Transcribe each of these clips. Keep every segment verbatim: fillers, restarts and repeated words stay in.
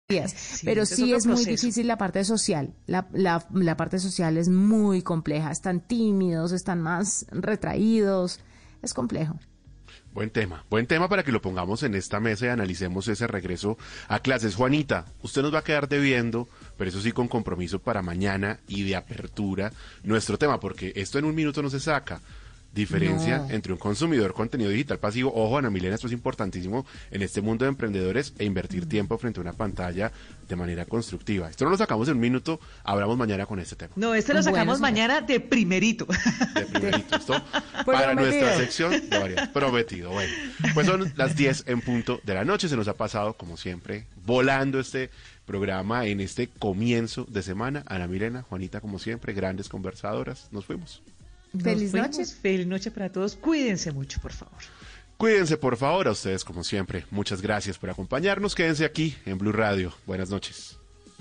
Sí, pero sí es, es muy difícil la parte social, la, la, la parte social es muy compleja, están tímidos, están más retraídos, es complejo. Buen tema, buen tema para que lo pongamos en esta mesa y analicemos ese regreso a clases. Juanita, usted nos va a quedar debiendo, pero eso sí con compromiso para mañana y de apertura, nuestro tema, porque esto en un minuto no se saca. Diferencia no. entre un consumidor contenido digital pasivo, ojo Ana Milena, esto es importantísimo en este mundo de emprendedores, e invertir mm. tiempo frente a una pantalla de manera constructiva. Esto no lo sacamos en un minuto, hablamos mañana con este tema. No, este lo sacamos bueno, mañana de primerito. De primerito, esto para nuestra sección de variedad. Prometido, bueno. Pues son las diez en punto de la noche, se nos ha pasado, como siempre, volando este programa en este comienzo de semana. Ana Milena, Juanita, como siempre, grandes conversadoras, nos fuimos. Feliz noche. Feliz noche para todos. Cuídense mucho, por favor. Cuídense, por favor. A ustedes, como siempre, muchas gracias por acompañarnos. Quédense aquí en Blue Radio. Buenas noches.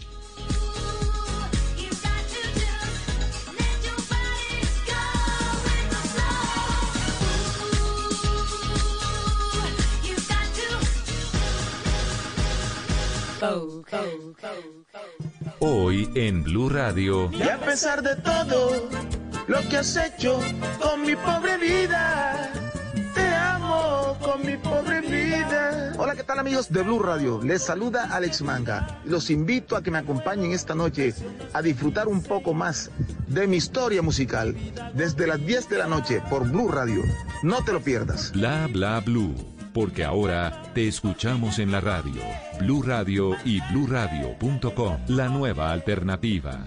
Hoy en Blue Radio. Y a pesar de todo lo que has hecho con mi pobre vida, te amo con mi pobre vida. Hola, ¿qué tal amigos de Blue Radio? Les saluda Alex Manga. Los invito a que me acompañen esta noche a disfrutar un poco más de mi historia musical desde las diez de la noche por Blue Radio. No te lo pierdas. Bla bla blue, porque ahora te escuchamos en la radio. Blue Radio y blue radio punto com, la nueva alternativa.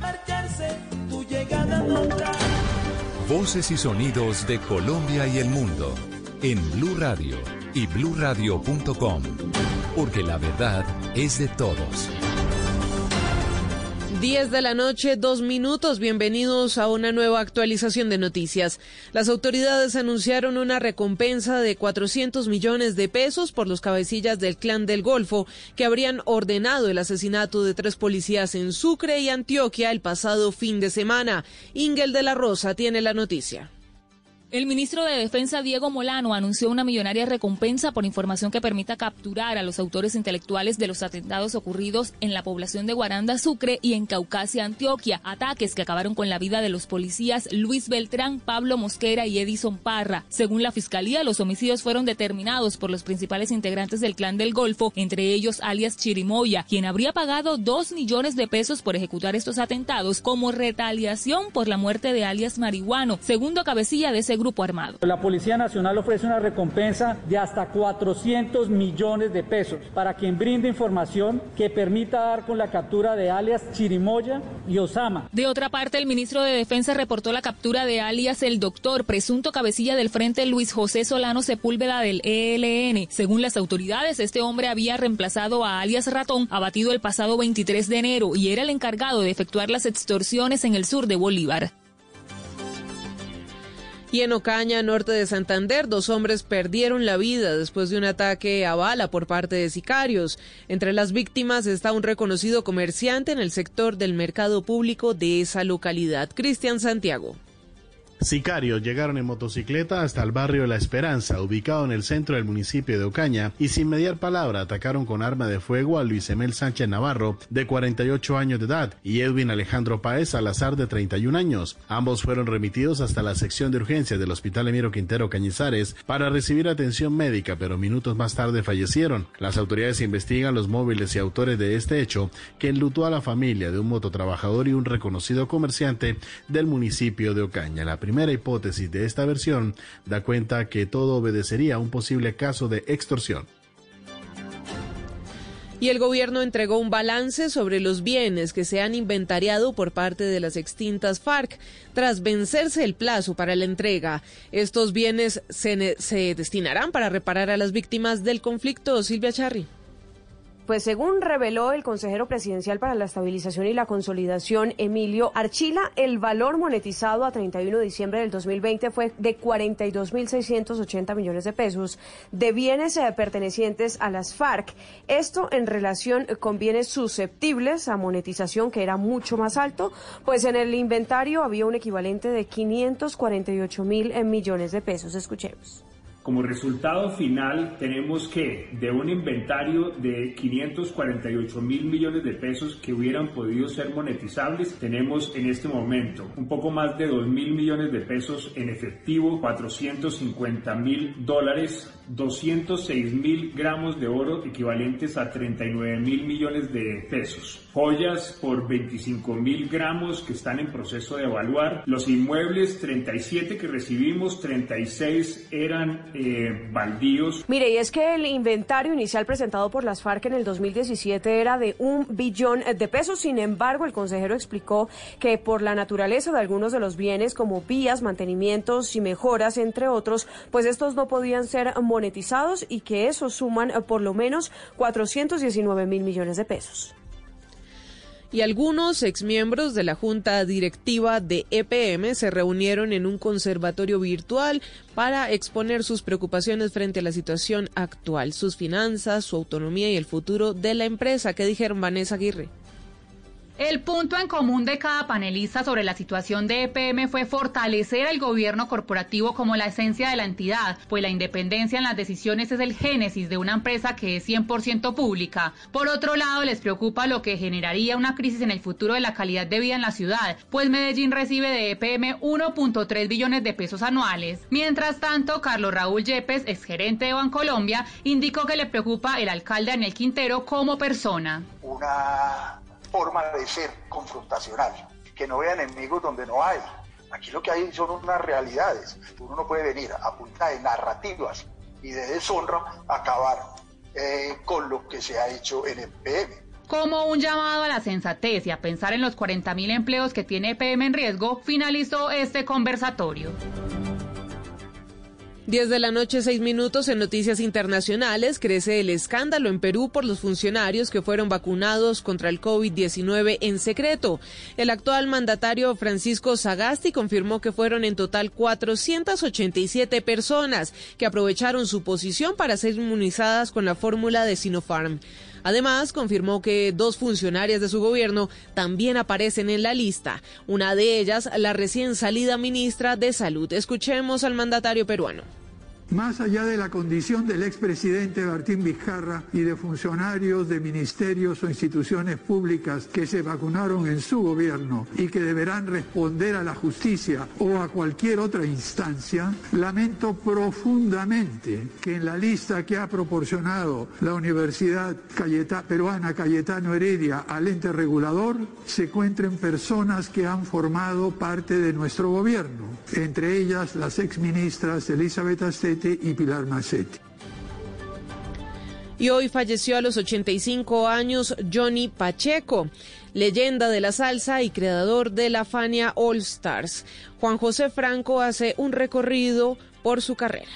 Voces y sonidos de Colombia y el mundo en Blue Radio y blue radio punto com, porque la verdad es de todos. diez de la noche, dos minutos. Bienvenidos a una nueva actualización de noticias. Las autoridades anunciaron una recompensa de cuatrocientos millones de pesos por los cabecillas del Clan del Golfo que habrían ordenado el asesinato de tres policías en Sucre y Antioquia el pasado fin de semana. Ingel de la Rosa tiene la noticia. El ministro de Defensa, Diego Molano, anunció una millonaria recompensa por información que permita capturar a los autores intelectuales de los atentados ocurridos en la población de Guaranda, Sucre y en Caucasia, Antioquia, ataques que acabaron con la vida de los policías Luis Beltrán, Pablo Mosquera y Edison Parra. Según la Fiscalía, los homicidios fueron determinados por los principales integrantes del Clan del Golfo, entre ellos alias Chirimoya, quien habría pagado dos millones de pesos por ejecutar estos atentados como retaliación por la muerte de alias Marihuano, segundo cabecilla de ese grupo armado. La Policía Nacional ofrece una recompensa de hasta cuatrocientos millones de pesos para quien brinde información que permita dar con la captura de alias Chirimoya y Osama. De otra parte, el ministro de Defensa reportó la captura de alias El Doctor, presunto cabecilla del Frente Luis José Solano Sepúlveda del E L N. Según las autoridades, este hombre había reemplazado a alias Ratón, abatido el pasado veintitrés de enero, y era el encargado de efectuar las extorsiones en el sur de Bolívar. Y en Ocaña, norte de Santander, dos hombres perdieron la vida después de un ataque a bala por parte de sicarios. Entre las víctimas está un reconocido comerciante en el sector del mercado público de esa localidad. Cristian Santiago. Sicarios llegaron en motocicleta hasta el barrio La Esperanza, ubicado en el centro del municipio de Ocaña, y sin mediar palabra atacaron con arma de fuego a Luis Emel Sánchez Navarro, de cuarenta y ocho años de edad, y Edwin Alejandro Páez Salazar, de treinta y un años. Ambos fueron remitidos hasta la sección de urgencias del Hospital Emiro Quintero Cañizares para recibir atención médica, pero minutos más tarde fallecieron. Las autoridades investigan los móviles y autores de este hecho, que enlutó a la familia de un mototrabajador y un reconocido comerciante del municipio de Ocaña. La La primera hipótesis de esta versión da cuenta que todo obedecería a un posible caso de extorsión. Y el gobierno entregó un balance sobre los bienes que se han inventariado por parte de las extintas FARC tras vencerse el plazo para la entrega. Estos bienes se, se destinarán para reparar a las víctimas del conflicto. Silvia Charri. Pues según reveló el consejero presidencial para la estabilización y la consolidación, Emilio Archila, el valor monetizado a treinta y uno de diciembre del dos mil veinte fue de cuarenta y dos mil seiscientos ochenta millones de pesos de bienes eh, pertenecientes a las FARC. Esto en relación con bienes susceptibles a monetización, que era mucho más alto, pues en el inventario había un equivalente de quinientos cuarenta y ocho mil millones de pesos. Escuchemos. Como resultado final tenemos que de un inventario de quinientos cuarenta y ocho mil millones de pesos que hubieran podido ser monetizables, tenemos en este momento un poco más de dos mil millones de pesos en efectivo, cuatrocientos cincuenta mil dólares, doscientos seis mil gramos de oro equivalentes a treinta y nueve mil millones de pesos, joyas por veinticinco mil gramos que están en proceso de evaluar, los inmuebles treinta y siete que recibimos, treinta y seis eran eh, baldíos. Mire, y es que el inventario inicial presentado por las FARC en el dos mil diecisiete era de un billón de pesos. Sin embargo, el consejero explicó que por la naturaleza de algunos de los bienes, como vías, mantenimientos y mejoras, entre otros, pues estos no podían ser monetizados y que eso suman por lo menos cuatrocientos diecinueve mil millones de pesos. Y algunos exmiembros de la Junta Directiva de E P M se reunieron en un conservatorio virtual para exponer sus preocupaciones frente a la situación actual, sus finanzas, su autonomía y el futuro de la empresa. ¿Qué dijeron, Vanessa Aguirre? El punto en común de cada panelista sobre la situación de E P M fue fortalecer el gobierno corporativo como la esencia de la entidad, pues la independencia en las decisiones es el génesis de una empresa que es cien por ciento pública. Por otro lado, les preocupa lo que generaría una crisis en el futuro de la calidad de vida en la ciudad, pues Medellín recibe de E P M uno punto tres billones de pesos anuales. Mientras tanto, Carlos Raúl Yepes, exgerente de Bancolombia, indicó que le preocupa el alcalde Daniel Quintero como persona. Una forma de ser confrontacional, que no vea enemigos donde no hay. Aquí lo que hay son unas realidades. Uno no puede venir a punta de narrativas y de deshonra a acabar eh, con lo que se ha hecho en E P M. Como un llamado a la sensatez y a pensar en los cuarenta mil empleos que tiene E P M en riesgo, finalizó este conversatorio. diez de la noche, seis minutos. En noticias internacionales, crece el escándalo en Perú por los funcionarios que fueron vacunados contra el COVID diecinueve en secreto. El actual mandatario Francisco Sagasti confirmó que fueron en total cuatrocientas ochenta y siete personas que aprovecharon su posición para ser inmunizadas con la fórmula de Sinopharm. Además, confirmó que dos funcionarias de su gobierno también aparecen en la lista. Una de ellas, la recién salida ministra de Salud. Escuchemos al mandatario peruano. Más allá de la condición del expresidente Martín Vizcarra y de funcionarios de ministerios o instituciones públicas que se vacunaron en su gobierno y que deberán responder a la justicia o a cualquier otra instancia, lamento profundamente que en la lista que ha proporcionado la Universidad Cayetano, Peruana Cayetano Heredia al ente regulador se encuentren personas que han formado parte de nuestro gobierno, entre ellas las exministras Elizabeth Astete y Pilar Macetti. Y hoy falleció a los ochenta y cinco años Johnny Pacheco, leyenda de la salsa y creador de la Fania All Stars. Juan José Franco hace un recorrido por su carrera.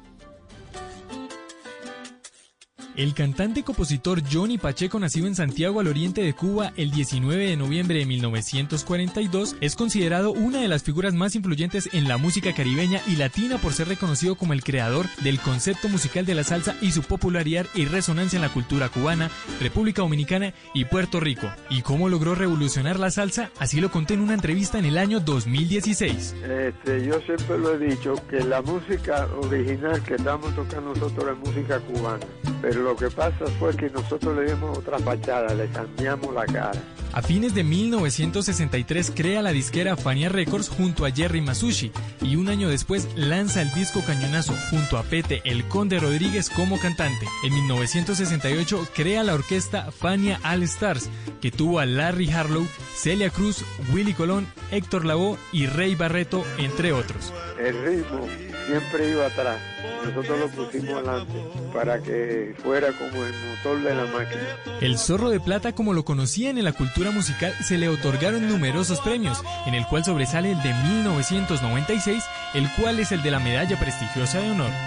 El cantante y compositor Johnny Pacheco, nacido en Santiago al oriente de Cuba el diecinueve de noviembre de mil novecientos cuarenta y dos, es considerado una de las figuras más influyentes en la música caribeña y latina por ser reconocido como el creador del concepto musical de la salsa y su popularidad y resonancia en la cultura cubana, República Dominicana y Puerto Rico. ¿Y cómo logró revolucionar la salsa? Así lo conté en una entrevista en el año dos mil dieciséis. Este, yo siempre lo he dicho, que la música original que estamos tocando nosotros es música cubana, pero lo que pasa fue que nosotros le dimos otra fachada, le cambiamos la cara. A fines de mil novecientos sesenta y tres crea la disquera Fania Records junto a Jerry Masucci y un año después lanza el disco Cañonazo junto a Pete El Conde Rodríguez como cantante. En mil novecientos sesenta y ocho crea la orquesta Fania All Stars, que tuvo a Larry Harlow, Celia Cruz, Willy Colón, Héctor Lavoe y Rey Barreto, entre otros. El ritmo siempre iba atrás, nosotros lo pusimos adelante para que fuera como el motor de la máquina. El Zorro de Plata, como lo conocían en la cultura musical, se le otorgaron numerosos premios, en el cual sobresale el de mil novecientos noventa y seis, el cual es el de la medalla prestigiosa de honor.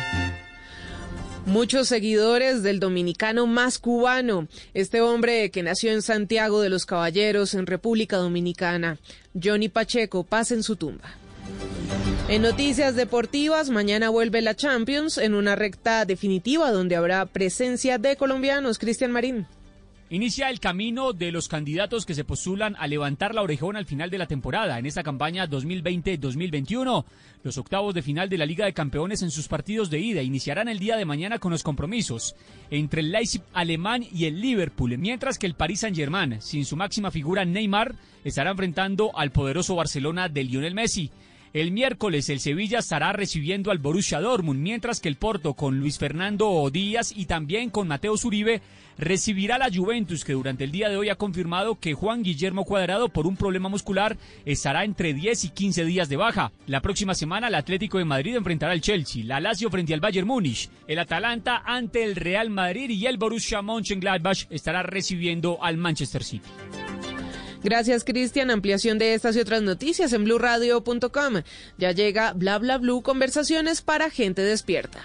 Muchos seguidores del dominicano más cubano, este hombre que nació en Santiago de los Caballeros, en República Dominicana, Johnny Pacheco, paz en su tumba. En noticias deportivas, mañana vuelve la Champions en una recta definitiva donde habrá presencia de colombianos. Cristian Marín. Inicia el camino de los candidatos que se postulan a levantar la orejona al final de la temporada en esta campaña dos mil veinte dos mil veintiuno. Los octavos de final de la Liga de Campeones en sus partidos de ida iniciarán el día de mañana con los compromisos entre el Leipzig alemán y el Liverpool, mientras que el Paris Saint-Germain, sin su máxima figura Neymar, estará enfrentando al poderoso Barcelona de Lionel Messi. El miércoles el Sevilla estará recibiendo al Borussia Dortmund, mientras que el Porto con Luis Fernando Díaz y también con Mateo Uribe recibirá a la Juventus, que durante el día de hoy ha confirmado que Juan Guillermo Cuadrado, por un problema muscular, estará entre diez y quince días de baja. La próxima semana el Atlético de Madrid enfrentará al Chelsea, la Lazio frente al Bayern Múnich, el Atalanta ante el Real Madrid y el Borussia Mönchengladbach estará recibiendo al Manchester City. Gracias, Cristian. Ampliación de estas y otras noticias en blue radio punto com. Ya llega Bla Bla Blue, conversaciones para gente despierta.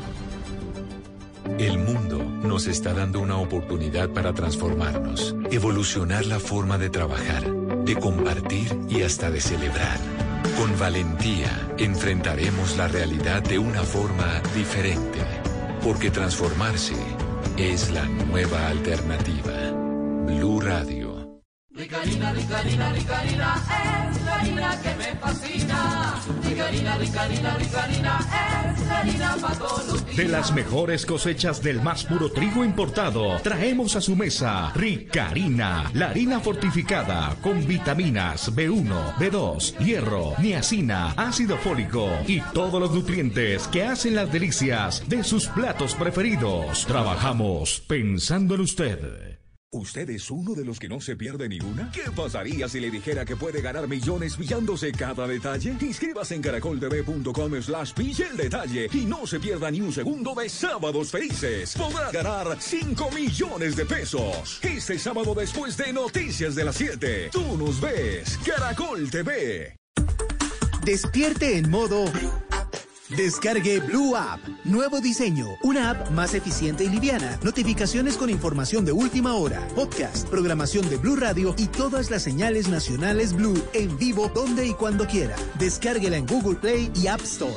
El mundo nos está dando una oportunidad para transformarnos, evolucionar la forma de trabajar, de compartir y hasta de celebrar. Con valentía enfrentaremos la realidad de una forma diferente, porque transformarse es la nueva alternativa. Blue Radio. Rica harina, rica harina, rica harina, es la harina que me fascina. Rica harina, rica harina, rica harina, es la harina para todos los días. De las mejores cosechas del más puro trigo importado, traemos a su mesa Rica harina, la harina fortificada con vitaminas B uno, B dos, hierro, niacina, ácido fólico y todos los nutrientes que hacen las delicias de sus platos preferidos. Trabajamos pensando en usted. ¿Usted es uno de los que no se pierde ni una? ¿Qué pasaría si le dijera que puede ganar millones pillándose cada detalle? Inscríbase en caracol t v punto com slash pille el detalle y no se pierda ni un segundo de Sábados Felices. Podrá ganar cinco millones de pesos. Este sábado después de Noticias de las siete. Tú nos ves. Caracol T V. Despierte en modo... Descargue Blue App. Nuevo diseño. Una app más eficiente y liviana. Notificaciones con información de última hora. Podcast, programación de Blue Radio y todas las señales nacionales Blue en vivo donde y cuando quiera. Descárguela en Google Play y App Store.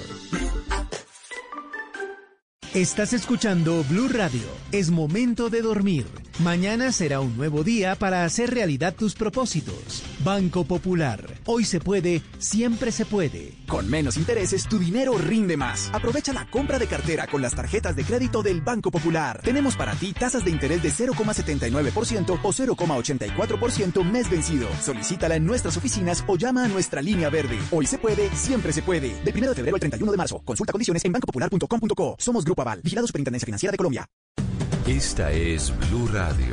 Estás escuchando Blue Radio. Es momento de dormir. Mañana será un nuevo día para hacer realidad tus propósitos. Banco Popular. Hoy se puede, siempre se puede. Con menos intereses, tu dinero rinde más. Aprovecha la compra de cartera con las tarjetas de crédito del Banco Popular. Tenemos para ti tasas de interés de cero coma setenta y nueve por ciento o cero coma ochenta y cuatro por ciento mes vencido. Solicítala en nuestras oficinas o llama a nuestra línea verde. Hoy se puede, siempre se puede. Del primero de febrero al treinta y uno de marzo. Consulta condiciones en banco popular punto com punto co. Somos Grupo Aval. Vigilado Superintendencia Financiera de Colombia. Esta es Blue Radio.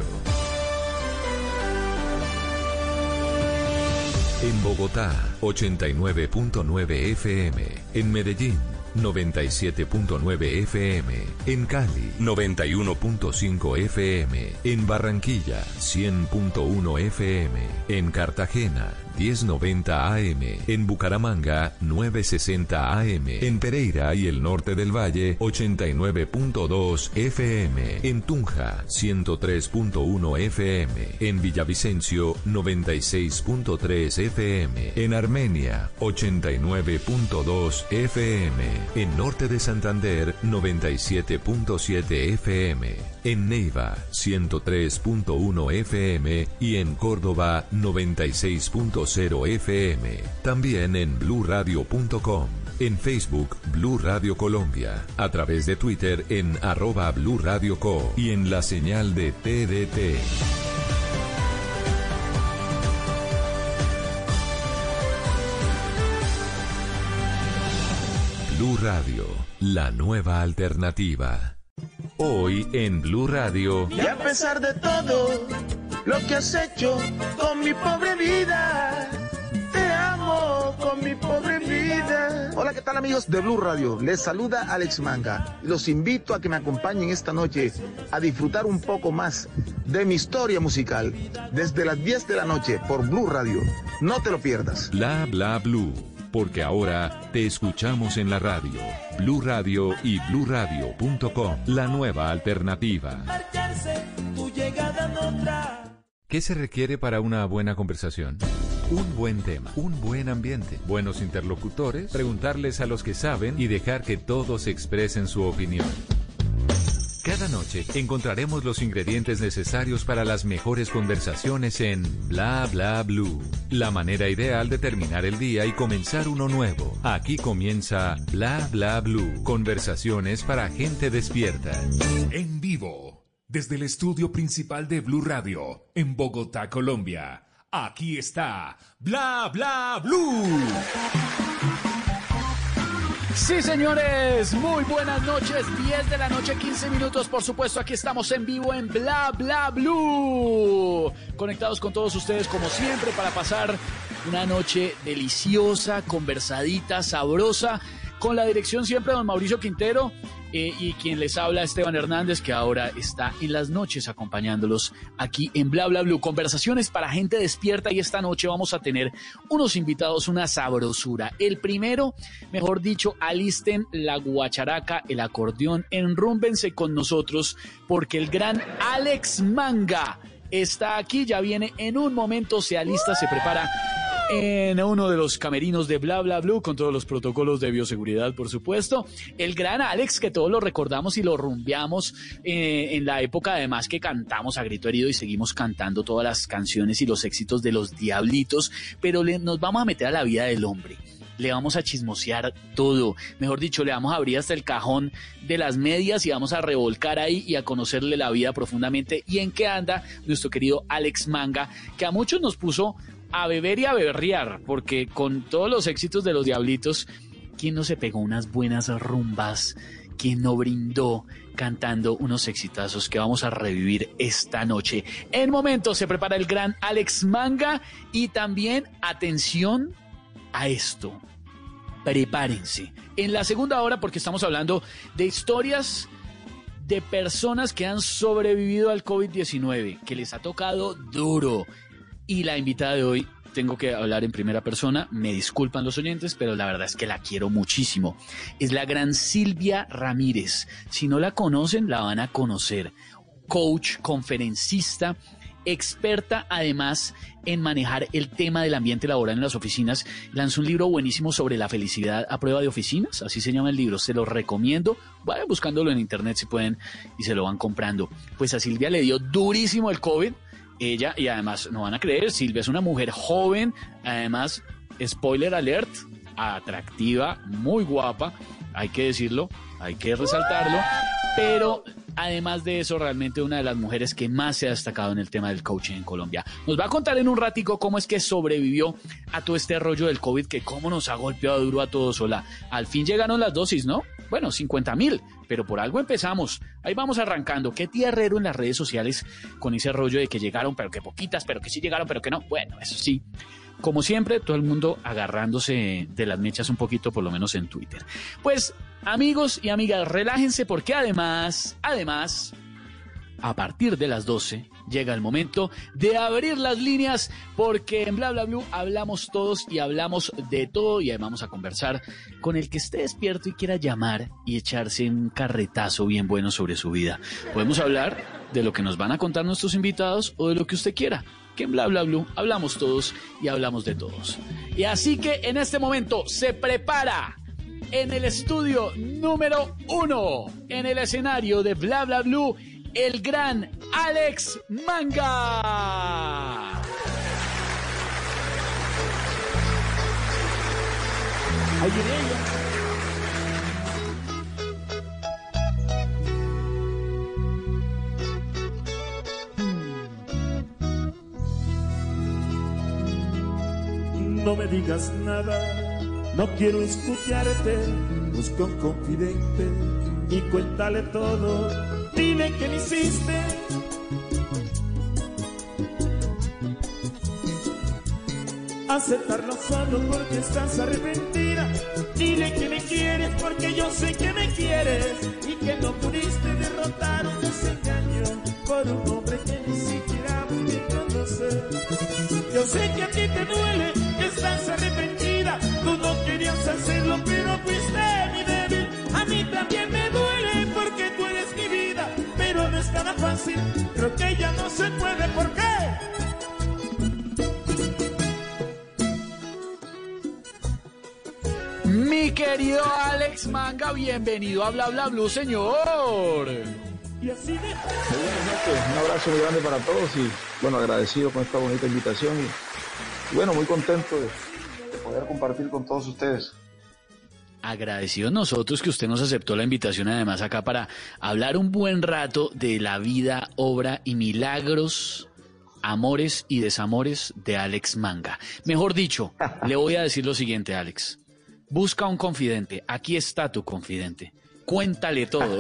En Bogotá, ochenta y nueve punto nueve F M. En Medellín, noventa y siete punto nueve F M. En Cali, noventa y uno punto cinco F M. En Barranquilla, cien punto uno F M. En Cartagena, diez noventa A M. En Bucaramanga, novecientos sesenta A M. En Pereira y el norte del Valle, ochenta y nueve punto dos F M. En Tunja, ciento tres punto uno F M. En Villavicencio, noventa y seis punto tres F M. En Armenia, ochenta y nueve punto dos F M. En norte de Santander, noventa y siete punto siete F M. En Neiva, ciento tres punto uno F M. Y en Córdoba, noventa y seis punto cero F M. También en blue radio punto com. En Facebook, Blue Radio Colombia. A través de Twitter en arroba Blue Radio Co. Y en la señal de T D T. Blue Radio, la nueva alternativa. Hoy en Blue Radio. Y a pesar de todo lo que has hecho con mi pobre vida, te amo con mi pobre vida. Hola, ¿qué tal amigos de Blue Radio? Les saluda Alex Manga. Los invito a que me acompañen esta noche a disfrutar un poco más de mi historia musical desde las diez de la noche por Blue Radio. No te lo pierdas. Bla Bla Blue. Porque ahora te escuchamos en la radio, Blue Radio y blue radio punto com, la nueva alternativa. ¿Qué se requiere para una buena conversación? Un buen tema, un buen ambiente, buenos interlocutores, preguntarles a los que saben y dejar que todos expresen su opinión. Cada Cada noche encontraremos los ingredientes necesarios para las mejores conversaciones en Bla Bla Blue. La manera ideal de terminar el día y comenzar uno nuevo. Aquí comienza Bla Bla Blue. Conversaciones para gente despierta. En vivo, desde el estudio principal de Blue Radio, en Bogotá, Colombia. Aquí está Bla Bla Blue. Sí, señores, muy buenas noches, diez de la noche, quince minutos, por supuesto, aquí estamos en vivo en Bla Bla Blue, conectados con todos ustedes como siempre para pasar una noche deliciosa, conversadita, sabrosa, con la dirección siempre de don Mauricio Quintero eh, y quien les habla Esteban Hernández, que ahora está en las noches acompañándolos aquí en Bla Bla Blue. Conversaciones para gente despierta, y esta noche vamos a tener unos invitados, una sabrosura. El primero, mejor dicho, alisten la guacharaca, el acordeón, enrúmbense con nosotros porque el gran Alex Manga está aquí, ya viene en un momento, se alista, se prepara en uno de los camerinos de Bla Bla Blue con todos los protocolos de bioseguridad, por supuesto. El gran Alex, que todos lo recordamos y lo rumbeamos eh, en la época además que cantamos a grito herido y seguimos cantando todas las canciones y los éxitos de los Diablitos, pero le, nos vamos a meter a la vida del hombre. Le vamos a chismosear todo, mejor dicho, le vamos a abrir hasta el cajón de las medias y vamos a revolcar ahí y a conocerle la vida profundamente y en qué anda nuestro querido Alex Manga, que a muchos nos puso a beber y a berrear, porque con todos los éxitos de los Diablitos, ¿quién no se pegó unas buenas rumbas? ¿Quién no brindó cantando unos exitazos que vamos a revivir esta noche? En momentos se prepara el gran Alex Manga y también, atención a esto, prepárense. En la segunda hora, porque estamos hablando de historias de personas que han sobrevivido al COVID diecinueve, que les ha tocado duro. Y la invitada de hoy, tengo que hablar en primera persona, me disculpan los oyentes, pero la verdad es que la quiero muchísimo. Es la gran Silvia Ramírez. Si no la conocen, la van a conocer. Coach, conferencista, experta además en manejar el tema del ambiente laboral en las oficinas. Lanzó un libro buenísimo sobre la felicidad a prueba de oficinas, así se llama el libro, se lo recomiendo. Vayan buscándolo en internet si pueden y se lo van comprando. Pues a Silvia le dio durísimo el COVID. Ella, y además, no van a creer, Silvia es una mujer joven, además, spoiler alert, atractiva, muy guapa, hay que decirlo, hay que resaltarlo, pero además de eso, realmente una de las mujeres que más se ha destacado en el tema del coaching en Colombia. Nos va a contar en un ratico cómo es que sobrevivió a todo este rollo del COVID, que cómo nos ha golpeado duro a todos. Hola, al fin llegaron las dosis, ¿no? Bueno, cincuenta mil, pero por algo empezamos. Ahí vamos arrancando. Qué tierrero en las redes sociales con ese rollo de que llegaron, pero que poquitas, pero que sí llegaron, pero que no. Bueno, eso sí. Como siempre, todo el mundo agarrándose de las mechas un poquito, por lo menos en Twitter. Pues, amigos y amigas, relájense porque además, además, a partir de las doce llega el momento de abrir las líneas, porque en Bla Bla Blue hablamos todos y hablamos de todo, y ahí vamos a conversar con el que esté despierto y quiera llamar y echarse un carretazo bien bueno sobre su vida. Podemos hablar de lo que nos van a contar nuestros invitados o de lo que usted quiera, que en Bla Bla Blue hablamos todos y hablamos de todos. Y así que en este momento se prepara en el estudio número uno, en el escenario de Bla Bla Blue, el gran Alex Manga. Ahí viene ella. No me digas nada, no quiero escucharte. Busca un confidente y cuéntale todo. Dile que me hiciste. Aceptarlo solo porque estás arrepentida. Dile que me quieres porque yo sé que me quieres y que no pudiste derrotar un desengaño por un hombre que ni siquiera pude conocer. Yo sé que a ti te duele, que estás arrepentida. Tú no querías hacerlo, pero fuiste mi débil. A mí también me duele porque tú eres mi vida, pero no es nada fácil. Creo que ya no se puede. ¿Por qué? Mi querido Alex Manga, bienvenido a Bla Bla Blue, señor. Y así de... Muy buenas noches, un abrazo muy grande para todos y bueno, agradecido con esta bonita invitación y bueno, muy contento de, de poder compartir con todos ustedes. Agradecidos nosotros que usted nos aceptó la invitación además acá para hablar un buen rato de la vida, obra y milagros, amores y desamores de Alex Manga. Mejor dicho, le voy a decir lo siguiente, Alex. Busca un confidente, aquí está tu confidente. Cuéntale todo.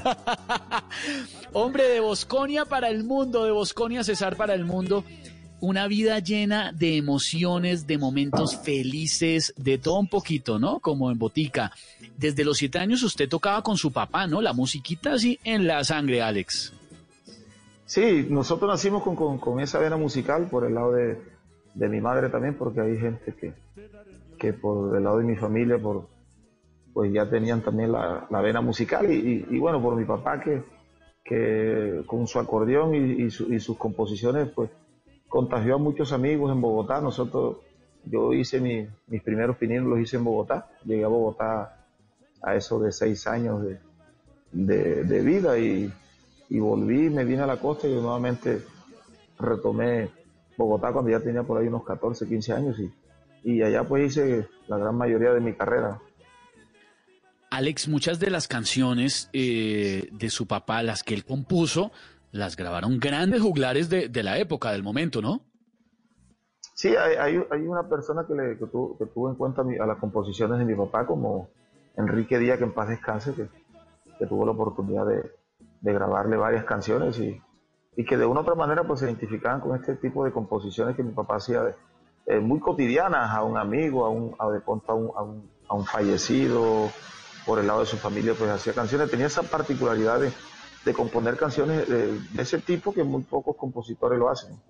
Hombre, de Bosconia para el mundo, de Bosconia Cesar para el mundo. Una vida llena de emociones, de momentos felices, de todo un poquito, ¿no? Como en Botica. Desde los siete años usted tocaba con su papá, ¿no? La musiquita así en la sangre, Alex. Sí, nosotros nacimos con, con, con esa vena musical por el lado de, de mi madre también, porque hay gente que, que por el lado de mi familia, por, pues ya tenían también la, la vena musical. Y, y, y bueno, por mi papá que, que con su acordeón y, y, su, y sus composiciones, pues contagió a muchos amigos en Bogotá. Nosotros, yo hice mi, mis primeros pininos, los hice en Bogotá. Llegué a Bogotá a eso de seis años de, de, de vida y, y volví, me vine a la costa y yo nuevamente retomé Bogotá cuando ya tenía por ahí unos catorce, quince años y, y allá pues hice la gran mayoría de mi carrera. Alex, muchas de las canciones eh, de su papá, las que él compuso, las grabaron grandes juglares de, de la época, del momento, ¿no? Sí, hay, hay, hay una persona que, le, que, tuvo, que tuvo en cuenta mi, a las composiciones de mi papá, como Enrique Díaz, que en paz descanse, que, que tuvo la oportunidad de, de grabarle varias canciones y, y que de una u otra manera pues se identificaban con este tipo de composiciones que mi papá hacía, de, eh, muy cotidianas, a un amigo, a un, a de pronto a un, a, un, a un fallecido, por el lado de su familia, pues hacía canciones, tenía esa particularidad de de componer canciones de, de ese tipo que muy pocos compositores lo hacen.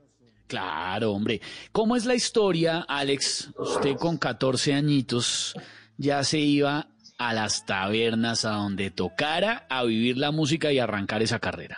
Claro, hombre. ¿Cómo es la historia, Alex? Usted con catorce añitos ya se iba a las tabernas a donde tocara a vivir la música y arrancar esa carrera.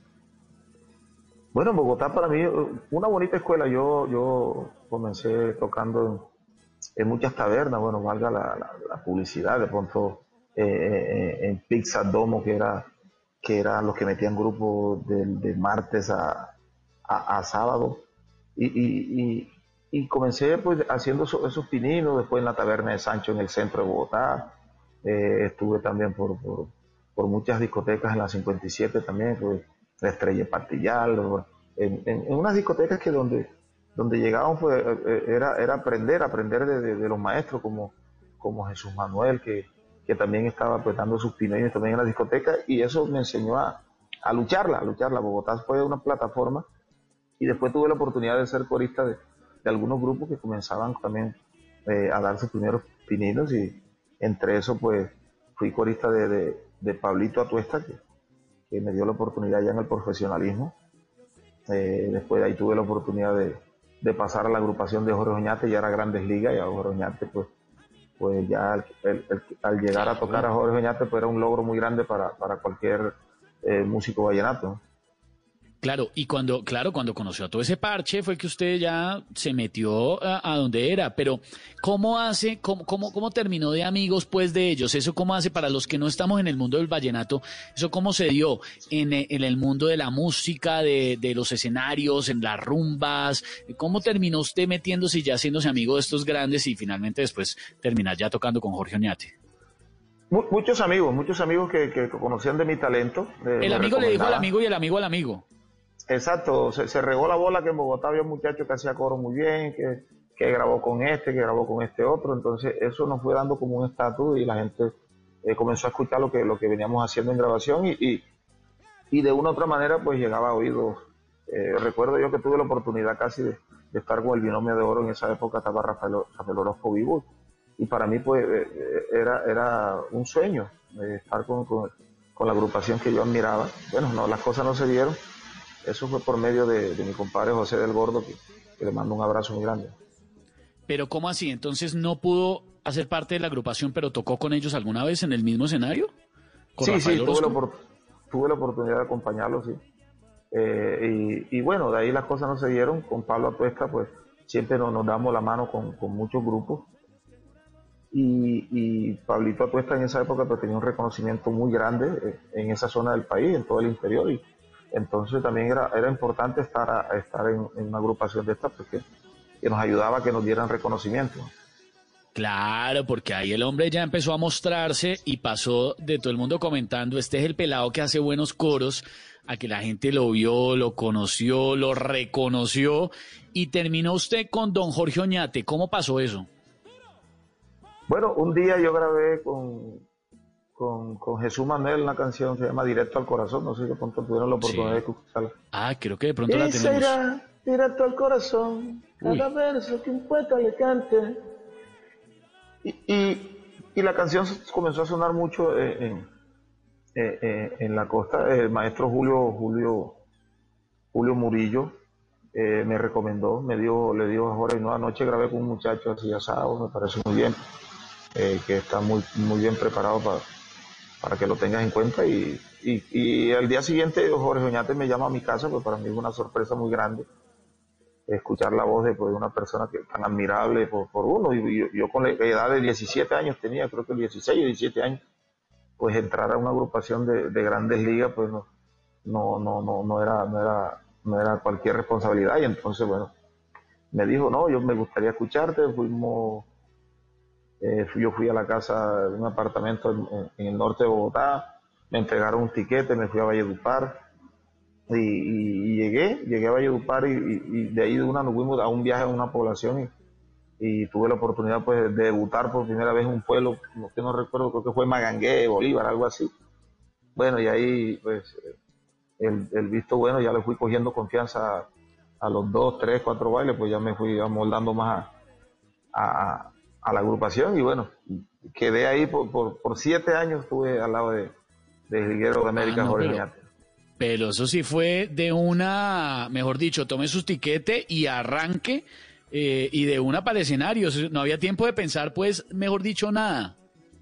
Bueno, en Bogotá para mí una bonita escuela. Yo, yo comencé tocando en, en muchas tabernas, bueno, valga la, la, la publicidad, de pronto eh, eh, en Pizza Domo, que era que eran los que metían grupos de, de martes a, a, a sábado, y, y, y, y comencé pues haciendo esos, esos pininos, después en la taberna de Sancho en el centro de Bogotá, eh, estuve también por, por, por muchas discotecas en la cincuenta y siete también, pues, la Estrella Partillal, en, en, en unas discotecas que donde, donde llegaban pues, era, era aprender, aprender de, de, de los maestros como, como Jesús Manuel, que que también estaba pues dando sus pininos también en la discoteca, y eso me enseñó a, a lucharla, a lucharla. Bogotá fue una plataforma, y después tuve la oportunidad de ser corista de, de algunos grupos que comenzaban también eh, a dar sus primeros pininos, y entre eso pues fui corista de, de, de Pablito Atuesta, que, que me dio la oportunidad ya en el profesionalismo. Eh, después de ahí tuve la oportunidad de, de pasar a la agrupación de Jorge Oñate, ya era Grandes Ligas, y a Jorge Oñate pues pues ya el, el, el, al llegar a tocar a Jorge Oñate pues era un logro muy grande para, para cualquier eh, músico vallenato. Claro, y cuando, claro, cuando conoció a todo ese parche fue que usted ya se metió a, a donde era, pero ¿cómo hace, cómo, cómo, cómo terminó de amigos pues de ellos? ¿Eso cómo hace para los que no estamos en el mundo del vallenato? ¿Eso cómo se dio en, en el mundo de la música, de, de los escenarios, en las rumbas? ¿Cómo terminó usted metiéndose y ya haciéndose amigo de estos grandes y finalmente después terminar ya tocando con Jorge Oñate? Muchos amigos, muchos amigos que, que conocían de mi talento. Eh, el amigo le dijo al amigo y el amigo al amigo. Exacto, se, se regó la bola que en Bogotá había un muchacho que hacía coro muy bien, que, que grabó con este, que grabó con este otro, entonces eso nos fue dando como un estatus y la gente eh, comenzó a escuchar lo que, lo que veníamos haciendo en grabación y, y, y de una u otra manera pues llegaba a oídos. Eh, recuerdo yo que tuve la oportunidad casi de, de estar con el Binomio de Oro, en esa época estaba Rafael, Rafael Orozco vivo y para mí pues eh, era, era un sueño eh, estar con, con, con la agrupación que yo admiraba. Bueno, no, las cosas no se dieron. Eso fue por medio de, de mi compadre José del Gordo, que, que le mando un abrazo muy grande. Pero ¿cómo así? Entonces no pudo hacer parte de la agrupación, pero tocó con ellos alguna vez en el mismo escenario. Sí, sí, tuve la, tuve la oportunidad de acompañarlos, sí. Eh, y, y bueno, de ahí las cosas no se dieron. Con Pablo Atuesta, pues siempre nos, nos damos la mano con, con muchos grupos. y, y Pablito Atuesta en esa época pues, tenía un reconocimiento muy grande en esa zona del país, en todo el interior, y entonces también era, era importante estar, a, estar en, en una agrupación de estas porque que nos ayudaba a que nos dieran reconocimiento. Claro, porque ahí el hombre ya empezó a mostrarse y pasó de todo el mundo comentando, este es el pelado que hace buenos coros, a que la gente lo vio, lo conoció, lo reconoció, y terminó usted con don Jorge Oñate. ¿Cómo pasó eso? Bueno, un día yo grabé con, con, con Jesús Manuel una canción que se llama Directo al Corazón, no sé si de pronto tuvieron la oportunidad sí. de escucharla. Ah, creo que de pronto la tenemos. Irá directo al corazón, cada Uy. verso que un poeta le cante. Y, y, y la canción comenzó a sonar mucho en, en, en, en la costa. El maestro Julio Julio Julio Murillo eh, me recomendó, me dio, le dio a Jorge, no, anoche grabé con un muchacho así asado, me parece muy bien, eh, que está muy, muy bien preparado para, para que lo tengas en cuenta. Y, y, y al día siguiente Jorge Oñate me llama a mi casa, pues para mí es una sorpresa muy grande escuchar la voz de, pues, de una persona que tan admirable por, por uno, y yo, yo con la edad de diecisiete años tenía, creo que dieciséis o diecisiete años, pues entrar a una agrupación de, de grandes ligas, pues no, no, no, no, no era, no era, no era cualquier responsabilidad. Y entonces, bueno, me dijo, no, yo me gustaría escucharte. Fuimos, eh, yo fui a la casa de un apartamento en, en el norte de Bogotá, me entregaron un tiquete, me fui a Valledupar. Y, y, y llegué, llegué a Valledupar y, y, y de ahí de una nos fuimos a un viaje a una población y, y tuve la oportunidad pues de debutar por primera vez en un pueblo, no, que no recuerdo, creo que fue Magangué, Bolívar, algo así. Bueno, y ahí pues el, el visto bueno, ya le fui cogiendo confianza a, a los dos, tres, cuatro bailes, pues ya me fui amoldando más a, a, a la agrupación y bueno, quedé ahí por, por, por siete años, estuve al lado de, de Liguero de América, ah, no, Jorge Oñate. Pero eso sí fue de una, mejor dicho, tome su tiquete y arranque, eh, y de una para escenarios. No había tiempo de pensar, pues, mejor dicho, nada.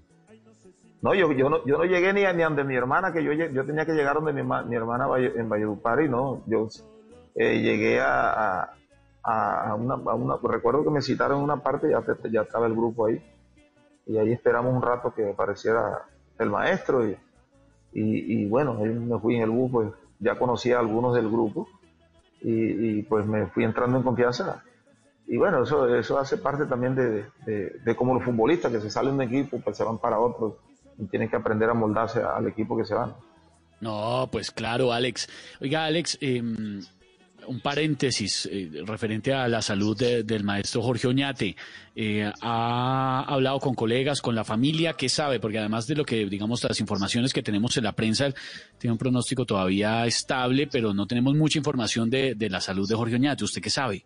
No, yo, yo no, yo no llegué ni a, ni a donde mi hermana, que yo, yo tenía que llegar donde mi, mi hermana en Valledupar, y no, yo eh, llegué a, a, a, una, a una, recuerdo que me citaron en una parte, ya, ya estaba el grupo ahí, y ahí esperamos un rato que apareciera el maestro, y Y, y bueno, ahí me fui en el bus, pues ya conocía a algunos del grupo y, y pues me fui entrando en confianza. Y bueno, eso, eso hace parte también de, de, de como los futbolistas que se salen de un equipo, pues se van para otro y tienen que aprender a moldarse al equipo que se van. No, pues claro, Alex. Oiga, Alex, eh, un paréntesis eh, referente a la salud de, del maestro Jorge Oñate. Eh, ¿Ha hablado con colegas, con la familia? ¿Qué sabe? Porque además de lo que, digamos, las informaciones que tenemos en la prensa, tiene un pronóstico todavía estable, pero no tenemos mucha información de, de la salud de Jorge Oñate. ¿Usted qué sabe?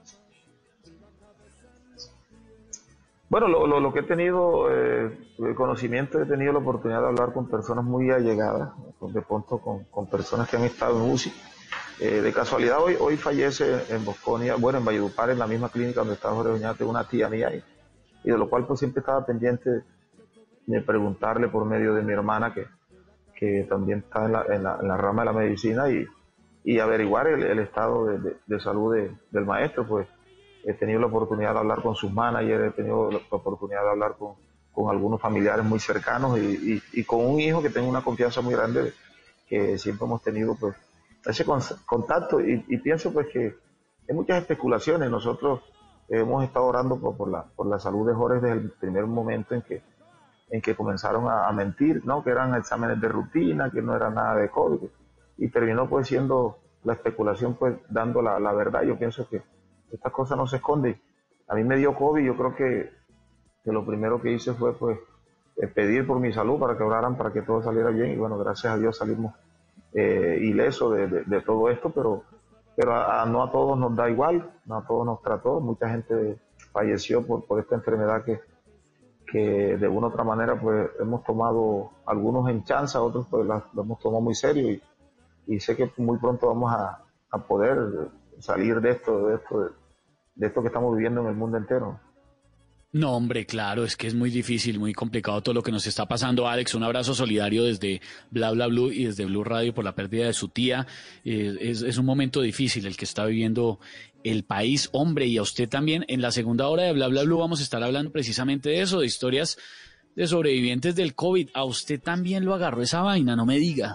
Bueno, lo, lo, lo que he tenido eh, conocimiento, he tenido la oportunidad de hablar con personas muy allegadas, de pronto con, con personas que han estado en U C I. Eh, de casualidad hoy hoy fallece en Bosconia, bueno, en Valledupar, en la misma clínica donde estaba Jorge Oñate, una tía mía, y, y de lo cual pues siempre estaba pendiente de preguntarle por medio de mi hermana, que, que también está en la, en, la, en la rama de la medicina, y, y averiguar el, el estado de, de, de salud de, del maestro. Pues he tenido la oportunidad de hablar con sus managers, he tenido la oportunidad de hablar con, con algunos familiares muy cercanos y, y, y con un hijo que tengo una confianza muy grande, que siempre hemos tenido pues ese contacto, y, y pienso pues que hay muchas especulaciones. Nosotros hemos estado orando por, por, la, por la salud de Jorge desde el primer momento en que, en que comenzaron a, a mentir, ¿no? Que eran exámenes de rutina, que no era nada de COVID, y terminó pues siendo la especulación pues dando la, la verdad. Yo pienso que estas cosas no se esconden. A mí me dio COVID, yo creo que, que lo primero que hice fue pues pedir por mi salud para que oraran para que todo saliera bien, y bueno, gracias a Dios salimos Eh, ileso de, de, de todo esto, pero, pero a, a, no a todos nos da igual, no a todos nos trató. Mucha gente falleció por, por esta enfermedad que, que de una u otra manera pues hemos tomado, algunos en chanza, otros pues la, lo hemos tomado muy serio, y, y sé que muy pronto vamos a, a poder salir de esto, de esto, de, de esto que estamos viviendo en el mundo entero. No, hombre, claro, es que es muy difícil, muy complicado todo lo que nos está pasando. Alex, un abrazo solidario desde Bla Bla Blue y desde Blue Radio por la pérdida de su tía. Eh, es, es un momento difícil el que está viviendo el país, hombre, y a usted también. En la segunda hora de Bla Bla Blue vamos a estar hablando precisamente de eso, de historias de sobrevivientes del COVID. A usted también lo agarró esa vaina, no me diga.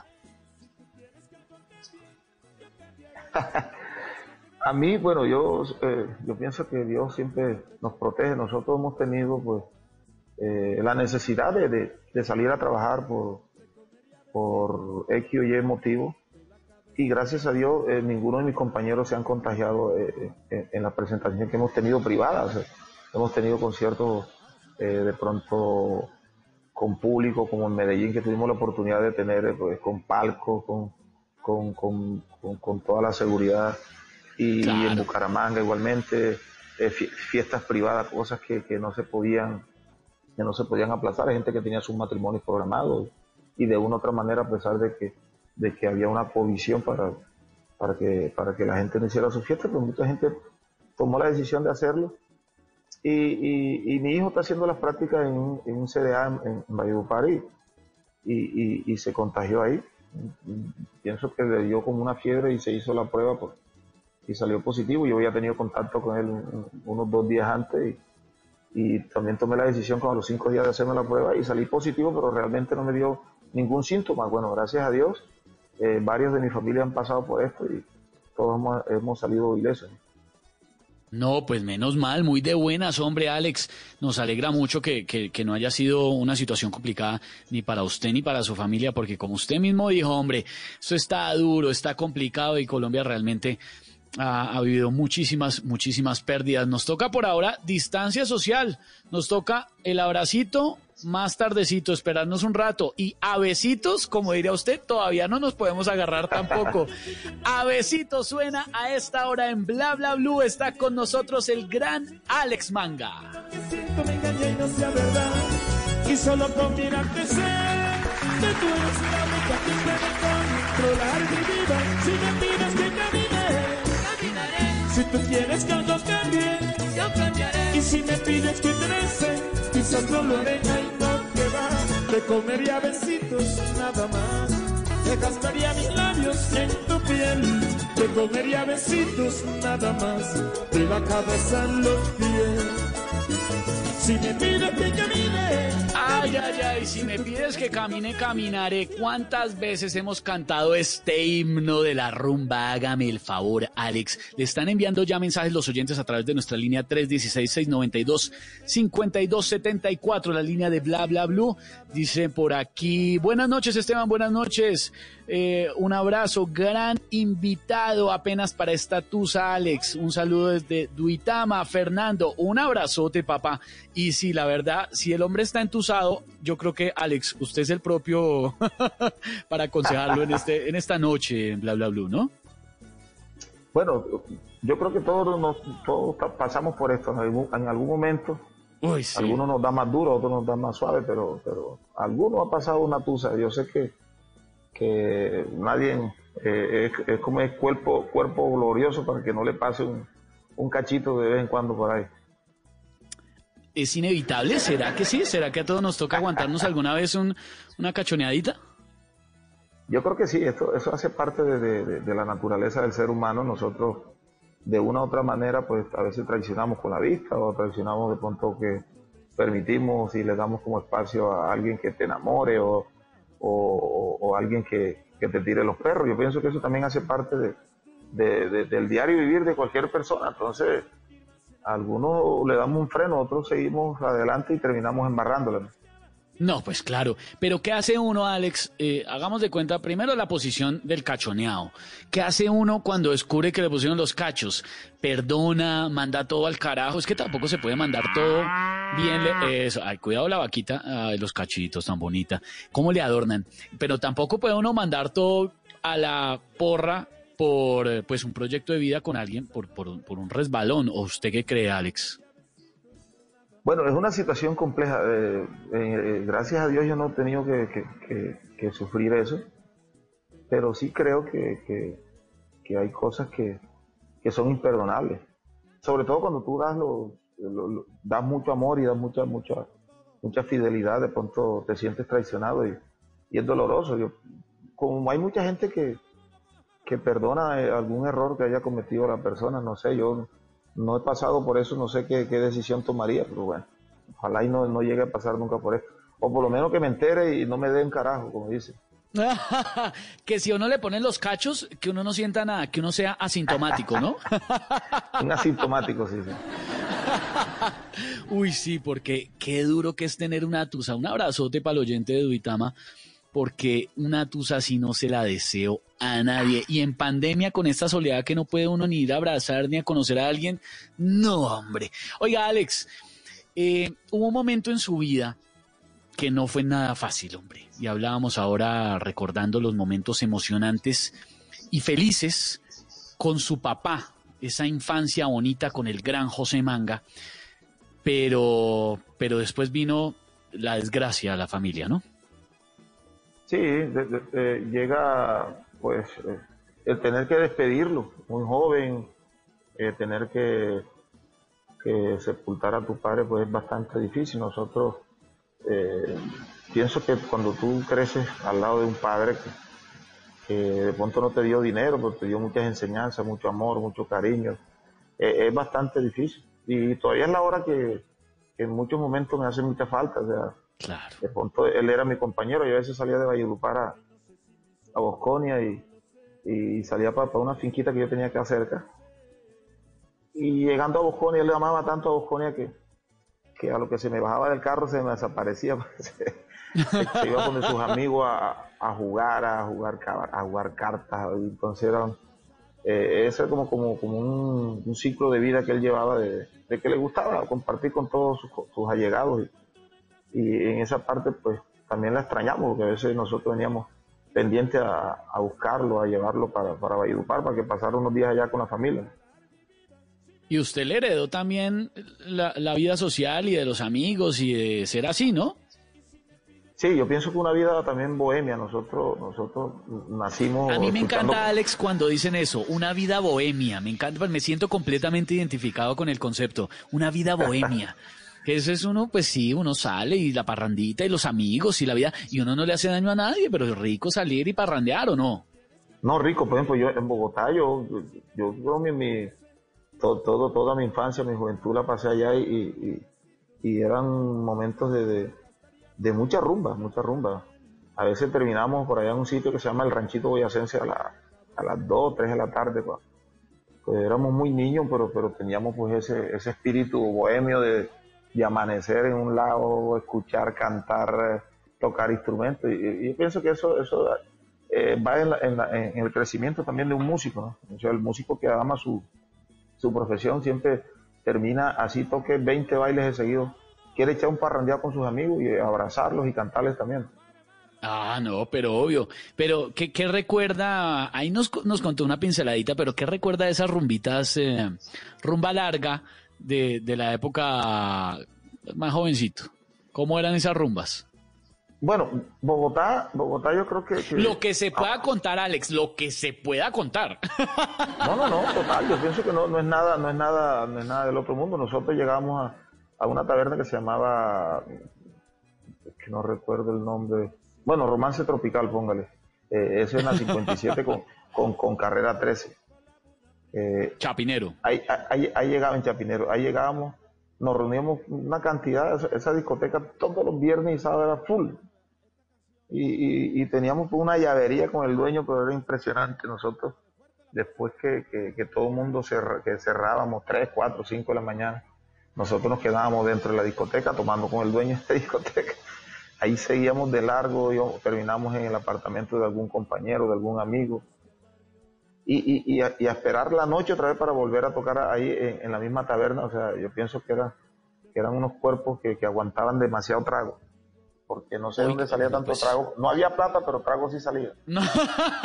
A mí, bueno, yo eh, yo pienso que Dios siempre nos protege. Nosotros hemos tenido pues eh, la necesidad de, de, de salir a trabajar por, por X o Y motivo, y gracias a Dios eh, ninguno de mis compañeros se han contagiado eh, en, en la presentación que hemos tenido privada. O sea, hemos tenido conciertos eh, de pronto con público, como en Medellín, que tuvimos la oportunidad de tener pues, con palcos, con, con, con, con, con toda la seguridad. Y, claro. y en Bucaramanga igualmente, eh, fiestas privadas, cosas que, que no se podían que no se podían aplazar. Hay gente que tenía sus matrimonios programados y de una u otra manera, a pesar de que de que había una provisión para para que para que la gente no hiciera su fiesta, pues mucha gente tomó la decisión de hacerlo. Y, y, y mi hijo está haciendo las prácticas en, en un C D A en, en Valledupar y, y, y se contagió ahí. Pienso que le dio como una fiebre y se hizo la prueba por y salió positivo. Yo había tenido contacto con él unos dos días antes y, y también tomé la decisión como a los cinco días de hacerme la prueba y salí positivo, pero realmente no me dio ningún síntoma. Bueno, gracias a Dios, eh, varios de mi familia han pasado por esto y todos hemos, hemos salido ilesos. No, pues menos mal, muy de buenas, hombre, Alex. Nos alegra mucho que, que, que no haya sido una situación complicada ni para usted ni para su familia, porque como usted mismo dijo, hombre, esto está duro, está complicado y Colombia realmente Ha, ha vivido muchísimas, muchísimas pérdidas. Nos toca por ahora distancia social, nos toca el abracito más tardecito, esperarnos un rato y a besitos, como diría usted, todavía no nos podemos agarrar tampoco. A besitos suena a esta hora en Bla Bla Blue. Está con nosotros el gran Alex Manga. Siento me engañé y no sea verdad, y solo con mirarte sé que tú eres la única que puede controlar mi vida. Si me pides que camine, si tú quieres que algo cambie, yo cambiaré. Y si me pides que te bese, quizás no lo haré, y no te va. Te comería besitos nada más, te gastaría mis labios en tu piel. Te comería besitos nada más, de la cabeza a los pies. Si me pides que camine, ay, ay, ay, si me pides que camine, caminaré. ¿Cuántas veces hemos cantado este himno de la rumba? Hágame el favor, Alex. Le están enviando ya mensajes los oyentes a través de nuestra línea tres uno seis, seis nueve dos, cinco dos siete cuatro, la línea de Bla Bla Blue. Dice por aquí, buenas noches, Esteban, buenas noches. Eh, un abrazo, gran invitado apenas para esta tusa, Alex. Un saludo desde Duitama, Fernando. Un abrazote, papá. Y sí, la verdad, si el hombre está entusado, yo creo que, Alex, usted es el propio para aconsejarlo en este en esta noche en Bla Bla Blue, ¿no? Bueno, yo creo que todos nos todos pasamos por esto en algún, en algún momento. Uy, sí. Algunos nos da más duro, otros nos da más suave, pero pero algunos ha pasado una tusa. Yo sé que que nadie eh, es, es como es cuerpo cuerpo glorioso para que no le pase un, un cachito de vez en cuando por ahí. ¿Es inevitable? ¿Será que sí? ¿Será que a todos nos toca aguantarnos alguna vez un, una cachoneadita? Yo creo que sí, esto, eso hace parte de, de, de la naturaleza del ser humano. Nosotros, de una u otra manera, pues a veces traicionamos con la vista o traicionamos de pronto que permitimos y le damos como espacio a alguien que te enamore o, o, o alguien que, que te tire los perros. Yo pienso que eso también hace parte de, de, de, del diario vivir de cualquier persona. Entonces, a algunos le damos un freno, a otros seguimos adelante y terminamos embarrándola. No, pues claro. Pero ¿qué hace uno, Alex? Eh, hagamos de cuenta primero la posición del cachoneado. ¿Qué hace uno cuando descubre que le pusieron los cachos? Perdona, manda todo al carajo. Es que tampoco se puede mandar todo bien. Le, eso. Ay, cuidado la vaquita. Ay, los cachitos tan bonita. ¿Cómo le adornan? Pero tampoco puede uno mandar todo a la porra por pues un proyecto de vida con alguien, por, por, por un resbalón. ¿O usted qué cree, Alex? Bueno, es una situación compleja. Eh, eh, gracias a Dios yo no he tenido que, que, que, que sufrir eso, pero sí creo que, que, que hay cosas que, que son imperdonables. Sobre todo cuando tú das los, lo, lo, das mucho amor y das mucha, mucha, mucha fidelidad, de pronto te sientes traicionado y, y es doloroso. Yo, como hay mucha gente que, que perdona algún error que haya cometido la persona, no sé, yo no he pasado por eso, no sé qué, qué decisión tomaría, pero bueno, ojalá y no, no llegue a pasar nunca por esto. O por lo menos que me entere y no me den carajo, como dicen. Que si a uno le ponen los cachos, que uno no sienta nada, que uno sea asintomático, ¿no? Un asintomático, sí, sí. Uy, sí, porque qué duro que es tener una tusa. Un abrazote para el oyente de Duitama, porque una tusa así no se la deseo a nadie. Y en pandemia, con esta soledad que no puede uno ni ir a abrazar ni a conocer a alguien, no, hombre. Oiga, Alex, eh, hubo un momento en su vida que no fue nada fácil, hombre. Y hablábamos ahora recordando los momentos emocionantes y felices con su papá, esa infancia bonita con el gran José Manga, pero, pero después vino la desgracia a la familia, ¿no? Sí, de, de, de, llega pues eh, el tener que despedirlo, muy joven, eh, tener que, que sepultar a tu padre pues es bastante difícil. Nosotros Eh, pienso que cuando tú creces al lado de un padre que, que de pronto no te dio dinero, pero te dio muchas enseñanzas, mucho amor, mucho cariño, eh, es bastante difícil. Y todavía es la hora que, que en muchos momentos me hace mucha falta. O sea, claro. De pronto él era mi compañero, yo a veces salía de Valledupar a, a Bosconia y, y salía para, para una finquita que yo tenía acá cerca. Y llegando a Bosconia, él le amaba tanto a Bosconia que que a lo que se me bajaba del carro se me desaparecía, se, se iba con sus amigos a, a jugar, a jugar a jugar cartas, y entonces era, eh, ese era como, como, como un, un ciclo de vida que él llevaba, de, de que le gustaba compartir con todos sus, sus allegados, y, y en esa parte pues también la extrañamos, porque a veces nosotros veníamos pendientes a, a buscarlo, a llevarlo para, para Valledupar, para que pasara unos días allá con la familia. Y usted le heredó también la, la vida social y de los amigos y de ser así, ¿no? Sí, yo pienso que una vida también bohemia. Nosotros nosotros nacimos... A mí me escuchando... encanta, Alex, cuando dicen eso, una vida bohemia. Me encanta, me siento completamente identificado con el concepto. Una vida bohemia. Eso es uno, pues sí, uno sale y la parrandita y los amigos y la vida, y uno no le hace daño a nadie, pero es rico salir y parrandear, ¿o no? No, rico. Por ejemplo, yo en Bogotá, yo, yo, yo mi... mi... Todo, todo, toda mi infancia, mi juventud la pasé allá y, y, y eran momentos de, de, de mucha rumba, mucha rumba. A veces terminamos por allá en un sitio que se llama el Ranchito Boyacense a, la, a las dos, tres de la tarde. Pues, pues éramos muy niños, pero, pero teníamos pues ese, ese espíritu bohemio de, de amanecer en un lado, escuchar, cantar, tocar instrumentos. Y, y yo pienso que eso, eso eh, va en, la, en, la, en el crecimiento también de un músico, ¿no? O sea, el músico que ama su su profesión siempre termina así, toque veinte bailes de seguido, quiere echar un parrandeado con sus amigos y abrazarlos y cantarles también. Ah, no, pero obvio. Pero, ¿qué, qué recuerda? Ahí nos, nos contó una pinceladita, pero ¿qué recuerda de esas rumbitas, eh, rumba larga de, de la época más jovencito? ¿Cómo eran esas rumbas? Bueno, Bogotá, Bogotá yo creo que... que... Lo que se pueda ah. contar, Alex, lo que se pueda contar. No, no, no, total, yo pienso que no, no es nada, no es nada, no es nada del otro mundo. Nosotros llegamos a, a una taberna que se llamaba, que no recuerdo el nombre, bueno, Romance Tropical, póngale. Eh, eso es en la cincuenta y siete con, con, con carrera trece. Eh, Chapinero. Ahí, ahí, ahí llegaba en Chapinero, ahí llegábamos, nos reuníamos una cantidad, esa, esa discoteca todos los viernes y sábados era full. Y, y, y teníamos una llavería con el dueño, pero era impresionante. Nosotros, después que, que, que todo el mundo cerra, que cerrábamos tres, cuatro, cinco de la mañana, nosotros nos quedábamos dentro de la discoteca tomando con el dueño de esta discoteca. Ahí seguíamos de largo, yo, terminamos en el apartamento de algún compañero, de algún amigo, y, y, y, a, y a esperar la noche otra vez para volver a tocar ahí en, en la misma taberna. O sea, yo pienso que, era, que eran unos cuerpos que, que aguantaban demasiado trago, porque no sé de dónde salía tanto pues... trago. No había plata, pero trago sí salía. No, no,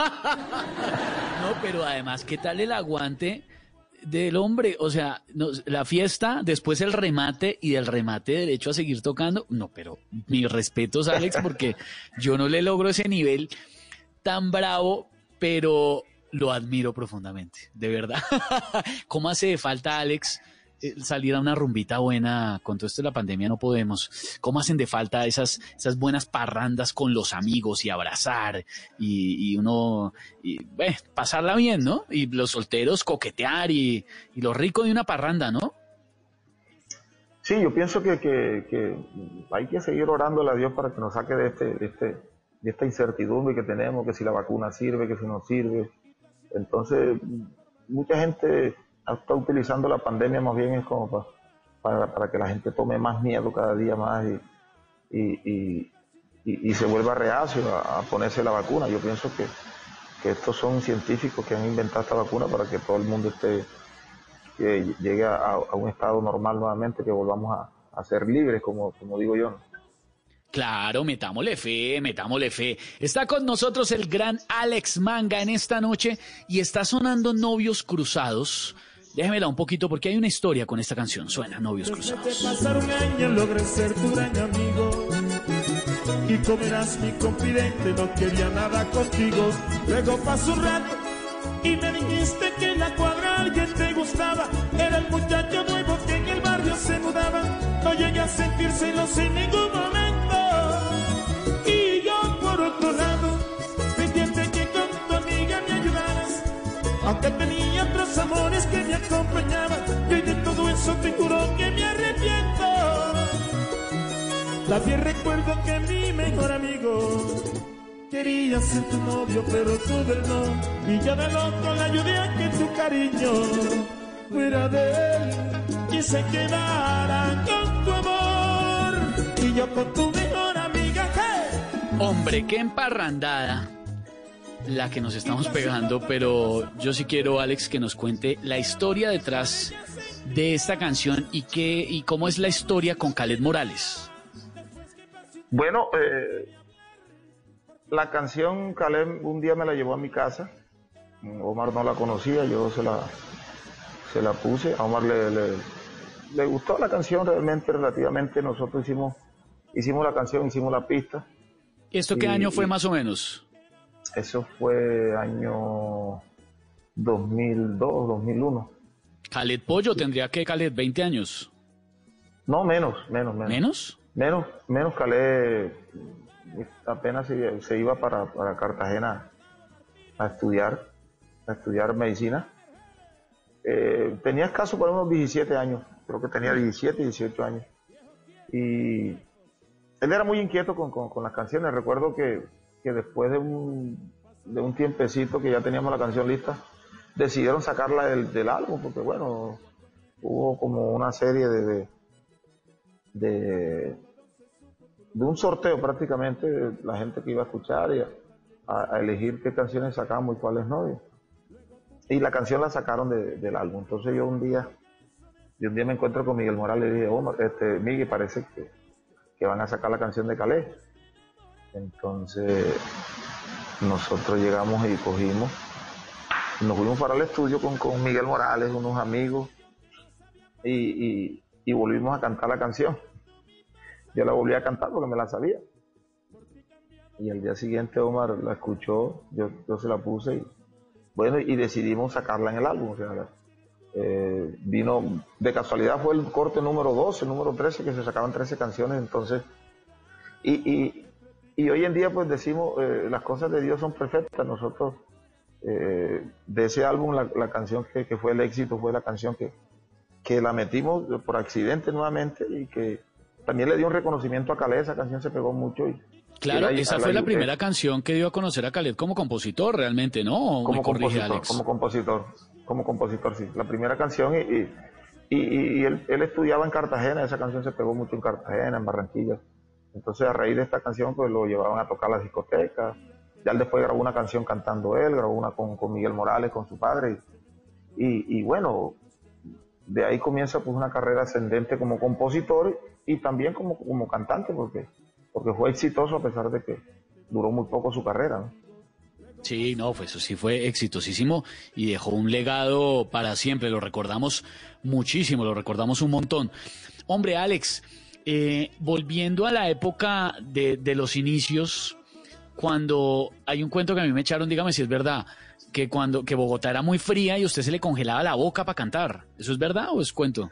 pero además, ¿qué tal el aguante del hombre? O sea, no, la fiesta, después el remate, y del remate derecho a seguir tocando. No, pero mis respetos, Alex, porque yo no le logro ese nivel tan bravo, pero lo admiro profundamente, de verdad. ¿Cómo hace falta, Alex, eh, salir a una rumbita buena. Con todo esto de la pandemia no podemos. ¿Cómo hacen de falta esas, esas buenas parrandas con los amigos y abrazar y, y uno y, eh, pasarla bien, ¿no? Y los solteros coquetear y, y lo rico de una parranda, ¿no? Sí, yo pienso que, que, que hay que seguir orándole a Dios para que nos saque de, este, de, este, de esta incertidumbre que tenemos, que si la vacuna sirve, que si no sirve. Entonces, mucha gente está utilizando la pandemia más bien es como para, para, para que la gente tome más miedo cada día más y, y, y, y, y se vuelva reacio a, a ponerse la vacuna. Yo pienso que, que estos son científicos que han inventado esta vacuna para que todo el mundo esté, que llegue a, a un estado normal nuevamente, que volvamos a, a ser libres, como, como digo yo, ¿no? Claro, metámosle fe, metámosle fe. Está con nosotros el gran Alex Manga en esta noche y está sonando Novios Cruzados. Déjemela un poquito porque hay una historia con esta canción. Suena Novios Cruzados. Desde pasar un año logré ser tu gran amigo y como eras mi confidente no quería nada contigo. Luego pasó un rato y me dijiste que en la cuadra alguien te gustaba. Era el muchacho nuevo que en el barrio se mudaba. No llegué a sentir celos en ningún momento. Y yo por otro lado pendiente que con tu amiga me ayudaras, aunque tenía otros amores que me acompañaban. Y de todo eso te juro que me arrepiento. También recuerdo que mi mejor amigo quería ser tu novio, pero tú del no. Y yo de loco le ayudé a que tu cariño fuera de él y se quedara con tu amor. Y yo con tu mejor amiga, hey. Hombre, qué emparrandada la que nos estamos pegando, pero yo sí quiero, Alex, que nos cuente la historia detrás de esta canción y qué y cómo es la historia con Kaleth Morales. Bueno, eh, la canción Kaleth un día me la llevó a mi casa. Omar no la conocía, yo se la, se la puse. A Omar le, le, le gustó la canción realmente, relativamente. Nosotros hicimos, hicimos la canción, hicimos la pista. ¿Esto qué y, año fue más o menos? Eso fue año dos mil dos, dos mil uno. Kaleth Pollo, tendría que Kaleth veinte años. No, menos, menos, menos. ¿Menos? Menos, menos Kaleth apenas se, se iba para, para Cartagena a estudiar, a estudiar medicina. Eh, tenía escaso por unos diecisiete años, creo que tenía diecisiete, dieciocho años. Y él era muy inquieto con, con, con las canciones. Recuerdo que, que después de un, de un tiempecito que ya teníamos la canción lista, decidieron sacarla del, del álbum, porque bueno, hubo como una serie de, de, de, de un sorteo prácticamente, de la gente que iba a escuchar y a, a elegir qué canciones sacamos y cuáles no. Y la canción la sacaron de, del álbum. Entonces yo un día, yo un día me encuentro con Miguel Morales y le dije, oh, este, Miguel, parece que, que van a sacar la canción de Kaleth. Entonces nosotros llegamos y cogimos, nos fuimos para el estudio con, con Miguel Morales, unos amigos, y, y, y volvimos a cantar la canción. Yo la volví a cantar porque me la sabía. Y al día siguiente Omar la escuchó, yo, yo se la puse y bueno, y decidimos sacarla en el álbum. O sea, eh, vino, de casualidad fue el corte número doce, número trece, que se sacaban trece canciones, entonces, y, y, y hoy en día pues decimos, eh, las cosas de Dios son perfectas. Nosotros, eh, de ese álbum, la, la canción que, que fue el éxito fue la canción que, que la metimos por accidente nuevamente y que también le dio un reconocimiento a Kaleth. Esa canción se pegó mucho y claro, y la, esa la, fue la, la primera canción que dio a conocer a Kaleth como compositor, realmente, ¿no? Como Me corrige, compositor, Alex. como compositor, como compositor, sí. La primera canción y, y, y, y él, él estudiaba en Cartagena, esa canción se pegó mucho en Cartagena, en Barranquilla. Entonces a raíz de esta canción pues lo llevaban a tocar a las discotecas. Ya él después grabó una canción cantando él, grabó una con, con Miguel Morales, con su padre. Y, y bueno, de ahí comienza pues una carrera ascendente como compositor y también como, como cantante, porque, porque fue exitoso a pesar de que duró muy poco su carrera, ¿no? Sí, no, pues eso sí fue exitosísimo y dejó un legado para siempre. Lo recordamos muchísimo, lo recordamos un montón. Hombre, Alex, eh, volviendo a la época de, de los inicios, cuando hay un cuento que a mí me echaron, dígame si es verdad, que cuando que Bogotá era muy fría y usted se le congelaba la boca para cantar. ¿Eso es verdad o es cuento?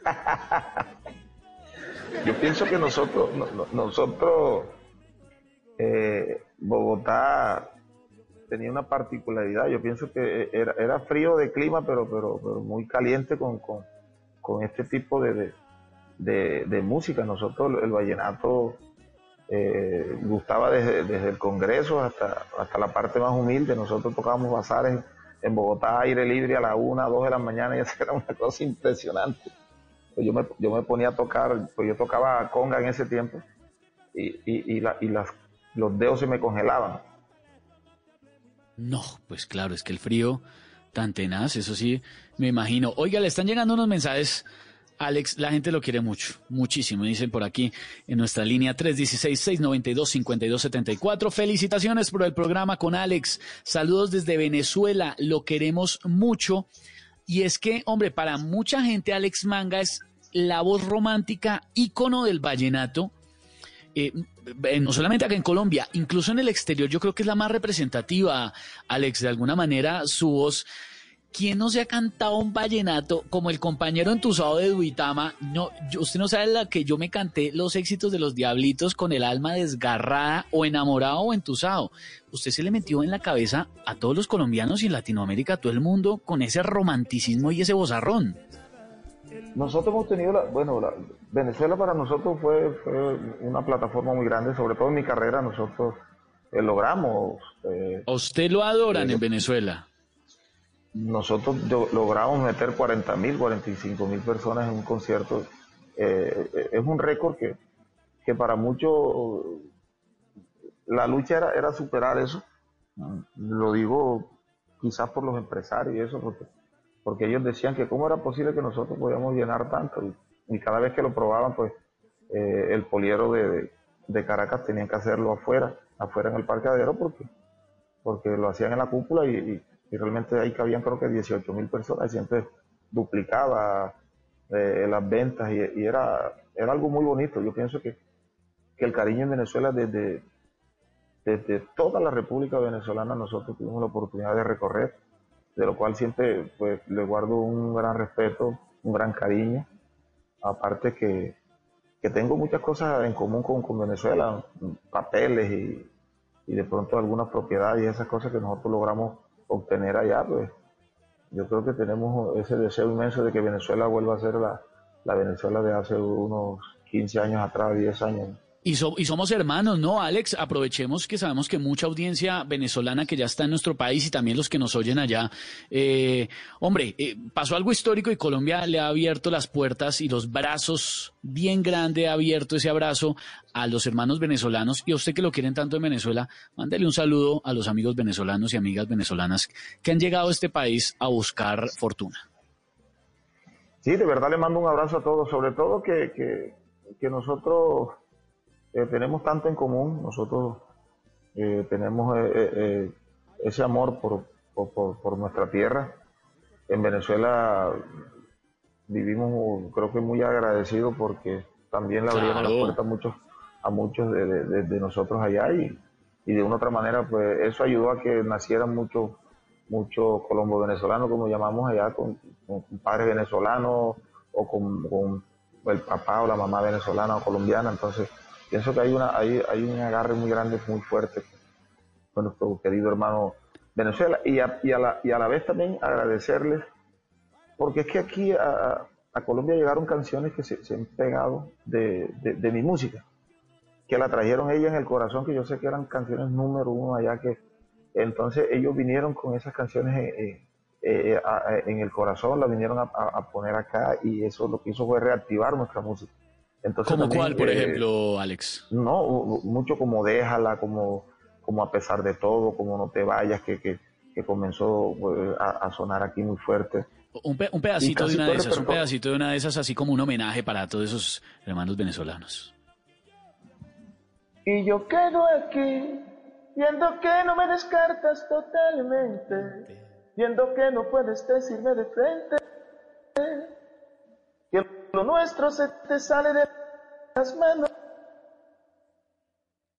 Yo pienso que nosotros, no, no, nosotros, eh, Bogotá tenía una particularidad. Yo pienso que era, era frío de clima, pero, pero, pero muy caliente con, con, con este tipo de, de, de, de música. Nosotros el vallenato eh, gustaba desde, desde el Congreso hasta, hasta la parte más humilde. Nosotros tocábamos bazares en Bogotá, aire libre, a la una, dos de la mañana, y eso era una cosa impresionante. Pues yo me, yo me ponía a tocar, pues yo tocaba conga en ese tiempo, y, y, y, la, y las, los dedos se me congelaban. No, pues claro, es que el frío tan tenaz, eso sí, me imagino. Oiga, le están llegando unos mensajes, Alex, la gente lo quiere mucho, muchísimo, dicen por aquí en nuestra línea tres uno seis, seis nueve dos, cinco dos siete cuatro. Felicitaciones por el programa con Alex, saludos desde Venezuela, lo queremos mucho. Y es que, hombre, para mucha gente Alex Manga es la voz romántica, ícono del vallenato. Eh, no solamente acá en Colombia, incluso en el exterior yo creo que es la más representativa, Alex, de alguna manera su voz. ¿Quién no se ha cantado un vallenato como el compañero entusado de Duitama? No, yo, usted no sabe la que yo me canté los éxitos de los Diablitos con el alma desgarrada, o enamorado o entusado. Usted se le metió en la cabeza a todos los colombianos y en Latinoamérica, a todo el mundo, con ese romanticismo y ese vozarrón. Nosotros hemos tenido, la, bueno, la, Venezuela para nosotros fue, fue una plataforma muy grande, sobre todo en mi carrera nosotros eh, logramos... Eh, ¿A usted lo adoran eh, en Venezuela? Nosotros yo, logramos meter cuarenta mil, cuarenta y cinco mil personas en un concierto. Eh, es un récord que, que para muchos la lucha era, era superar eso. Lo digo quizás por los empresarios y eso, porque, porque ellos decían que cómo era posible que nosotros podíamos llenar tanto. Y, y cada vez que lo probaban, pues eh, el poliero de, de, de Caracas tenían que hacerlo afuera, afuera en el parqueadero, porque, porque lo hacían en la cúpula y, y y realmente ahí cabían creo que dieciocho mil personas, y siempre duplicaba eh, las ventas, y, y era, era algo muy bonito. Yo pienso que, que el cariño en Venezuela, desde, desde toda la República Venezolana, nosotros tuvimos la oportunidad de recorrer, de lo cual siempre pues le guardo un gran respeto, un gran cariño, aparte que, que tengo muchas cosas en común con, con Venezuela, papeles y, y de pronto algunas propiedades y esas cosas que nosotros logramos obtener allá. Pues yo creo que tenemos ese deseo inmenso de que Venezuela vuelva a ser la, la Venezuela de hace unos quince años atrás, diez años. Y, so, y somos hermanos, ¿no, Alex? Aprovechemos que sabemos que mucha audiencia venezolana que ya está en nuestro país y también los que nos oyen allá. Eh, hombre, eh, pasó algo histórico y Colombia le ha abierto las puertas y los brazos, bien grande ha abierto ese abrazo a los hermanos venezolanos. Y a usted que lo quieren tanto en Venezuela, mándele un saludo a los amigos venezolanos y amigas venezolanas que han llegado a este país a buscar fortuna. Sí, de verdad le mando un abrazo a todos, sobre todo que, que, que nosotros... Eh, tenemos tanto en común. Nosotros eh, tenemos eh, eh, ese amor por, por, por, por nuestra tierra. En Venezuela vivimos, creo que muy agradecidos, porque también le abrieron claro. las puertas a muchos, a muchos de, de, de nosotros allá, y, y de una otra manera pues eso ayudó a que nacieran muchos muchos colombo venezolanos, como llamamos allá, con, con padres venezolanos, o con, con el papá o la mamá venezolana o colombiana. Entonces pienso que hay una hay, hay un agarre muy grande, muy fuerte con nuestro querido hermano Venezuela, y a, y a, la, y a la vez también agradecerles, porque es que aquí a, a Colombia llegaron canciones que se, se han pegado de, de, de mi música, que la trajeron ella en el corazón, que yo sé que eran canciones número uno allá, que entonces ellos vinieron con esas canciones eh, eh, a, a, en el corazón, las vinieron a, a poner acá, y eso lo que hizo fue reactivar nuestra música. Entonces, ¿Cómo también, cuál, por eh, ejemplo, Alex? No, mucho como Déjala, como, como A pesar de todo, como No te vayas, que, que, que comenzó pues, a, a sonar aquí muy fuerte. Un, pe un pedacito de una de esas, un pedacito de una de esas, así como un homenaje para todos esos hermanos venezolanos. Y yo quedo aquí, viendo que no me descartas totalmente, viendo que no puedes decirme de frente que lo nuestro se te sale de las manos.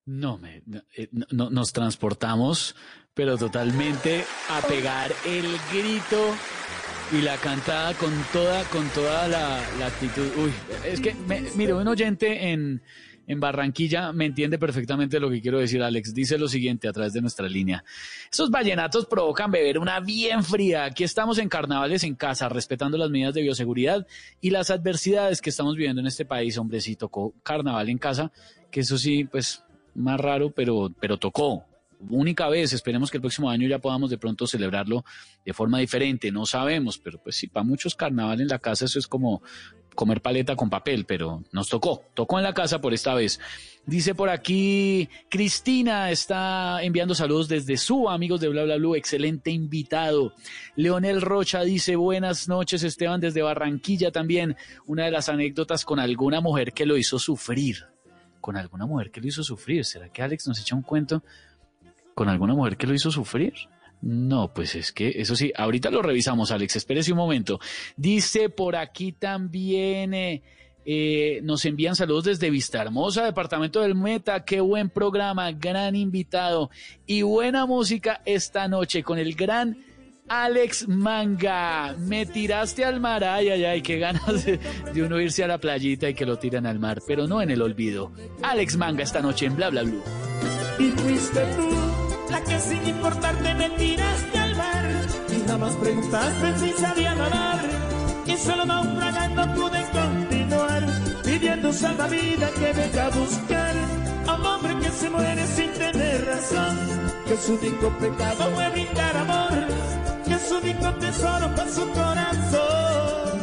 No, me, no, no, nos transportamos, pero totalmente a pegar el grito y la cantada con toda, con toda la, la actitud. Uy, es que, me, mire, un oyente en, en Barranquilla me entiende perfectamente lo que quiero decir, Alex. Dice lo siguiente a través de nuestra línea. Esos vallenatos provocan beber una bien fría. Aquí estamos en carnavales en casa, respetando las medidas de bioseguridad y las adversidades que estamos viviendo en este país. Hombre, sí tocó carnaval en casa, que eso sí, pues, más raro, pero, pero tocó. Única vez, esperemos que el próximo año ya podamos de pronto celebrarlo de forma diferente, no sabemos, pero pues sí, para muchos carnaval en la casa eso es como comer paleta con papel, pero nos tocó, tocó en la casa por esta vez. Dice por aquí, Cristina está enviando saludos desde su amigos de Bla Bla Blue, excelente invitado. Leonel Rocha dice, buenas noches Esteban desde Barranquilla también, una de las anécdotas con alguna mujer que lo hizo sufrir, con alguna mujer que lo hizo sufrir, ¿será que Alex nos echa un cuento con alguna mujer que lo hizo sufrir? No, pues es que eso sí, ahorita lo revisamos, Alex, espérese un momento. Dice por aquí también, eh, eh, nos envían saludos desde Vistahermosa, departamento del Meta, qué buen programa, gran invitado y buena música esta noche con el gran Alex Manga. Me tiraste al mar, ay, ay, ay, qué ganas de, de uno irse a la playita y que lo tiran al mar, pero no en el olvido. Alex Manga esta noche en Bla Bla Blue. Y fuiste tú la que sin importarte me tiraste al mar y jamás preguntaste si sabía nadar y solo naufragando pude continuar pidiendo salvavidas que venga a buscar a un hombre que se muere sin tener razón, que su único pecado fue brindar amor, que su único tesoro fue su corazón.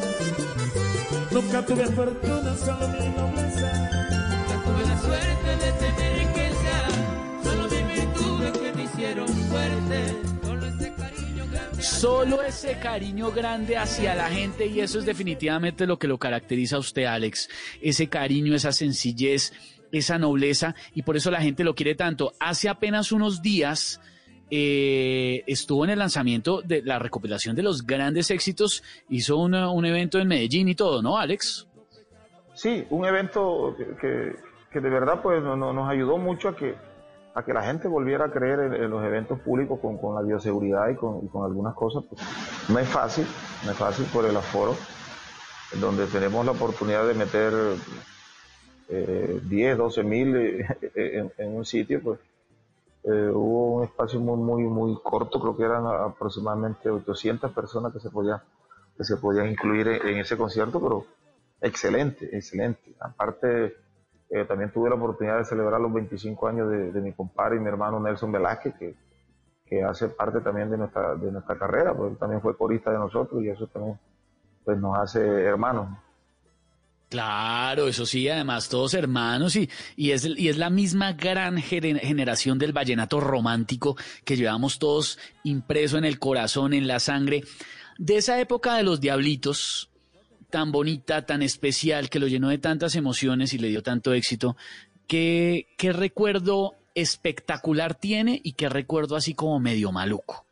Nunca tuve fortuna, solo mi nobleza, nunca tuve la suerte de tener riqueza, solo mi virtudes que me hicieron fuerte, solo ese cariño grande. Solo ese cariño grande hacia la gente, y eso es definitivamente lo que lo caracteriza a usted, Alex. Ese cariño, esa sencillez, esa nobleza, y por eso la gente lo quiere tanto. Hace apenas unos días eh, estuvo en el lanzamiento de la recopilación de los grandes éxitos, hizo una, un evento en Medellín y todo, ¿no, Alex? Sí, un evento que, que, que de verdad pues no, no, nos ayudó mucho a que a que la gente volviera a creer en, en los eventos públicos con, con la bioseguridad y con, y con algunas cosas. Pues, no es fácil, no es fácil por el aforo, donde tenemos la oportunidad de meter eh, diez, doce mil eh, en, en un sitio, pues eh, hubo un espacio muy, muy, muy corto, creo que eran aproximadamente ochocientas personas que se podían, que se podían incluir en, en ese concierto, pero excelente, excelente. Aparte, Eh, también tuve la oportunidad de celebrar los veinticinco años de, de mi compadre y mi hermano Nelson Velázquez, que, que hace parte también de nuestra, de nuestra carrera, porque él también fue corista de nosotros y eso también pues, nos hace hermanos. Claro, eso sí, además todos hermanos y, y, es, y es la misma gran generación del vallenato romántico que llevamos todos impreso en el corazón, en la sangre, de esa época de los Diablitos, tan bonita, tan especial, que lo llenó de tantas emociones y le dio tanto éxito. ¿Qué, qué recuerdo espectacular tiene y qué recuerdo así como medio maluco?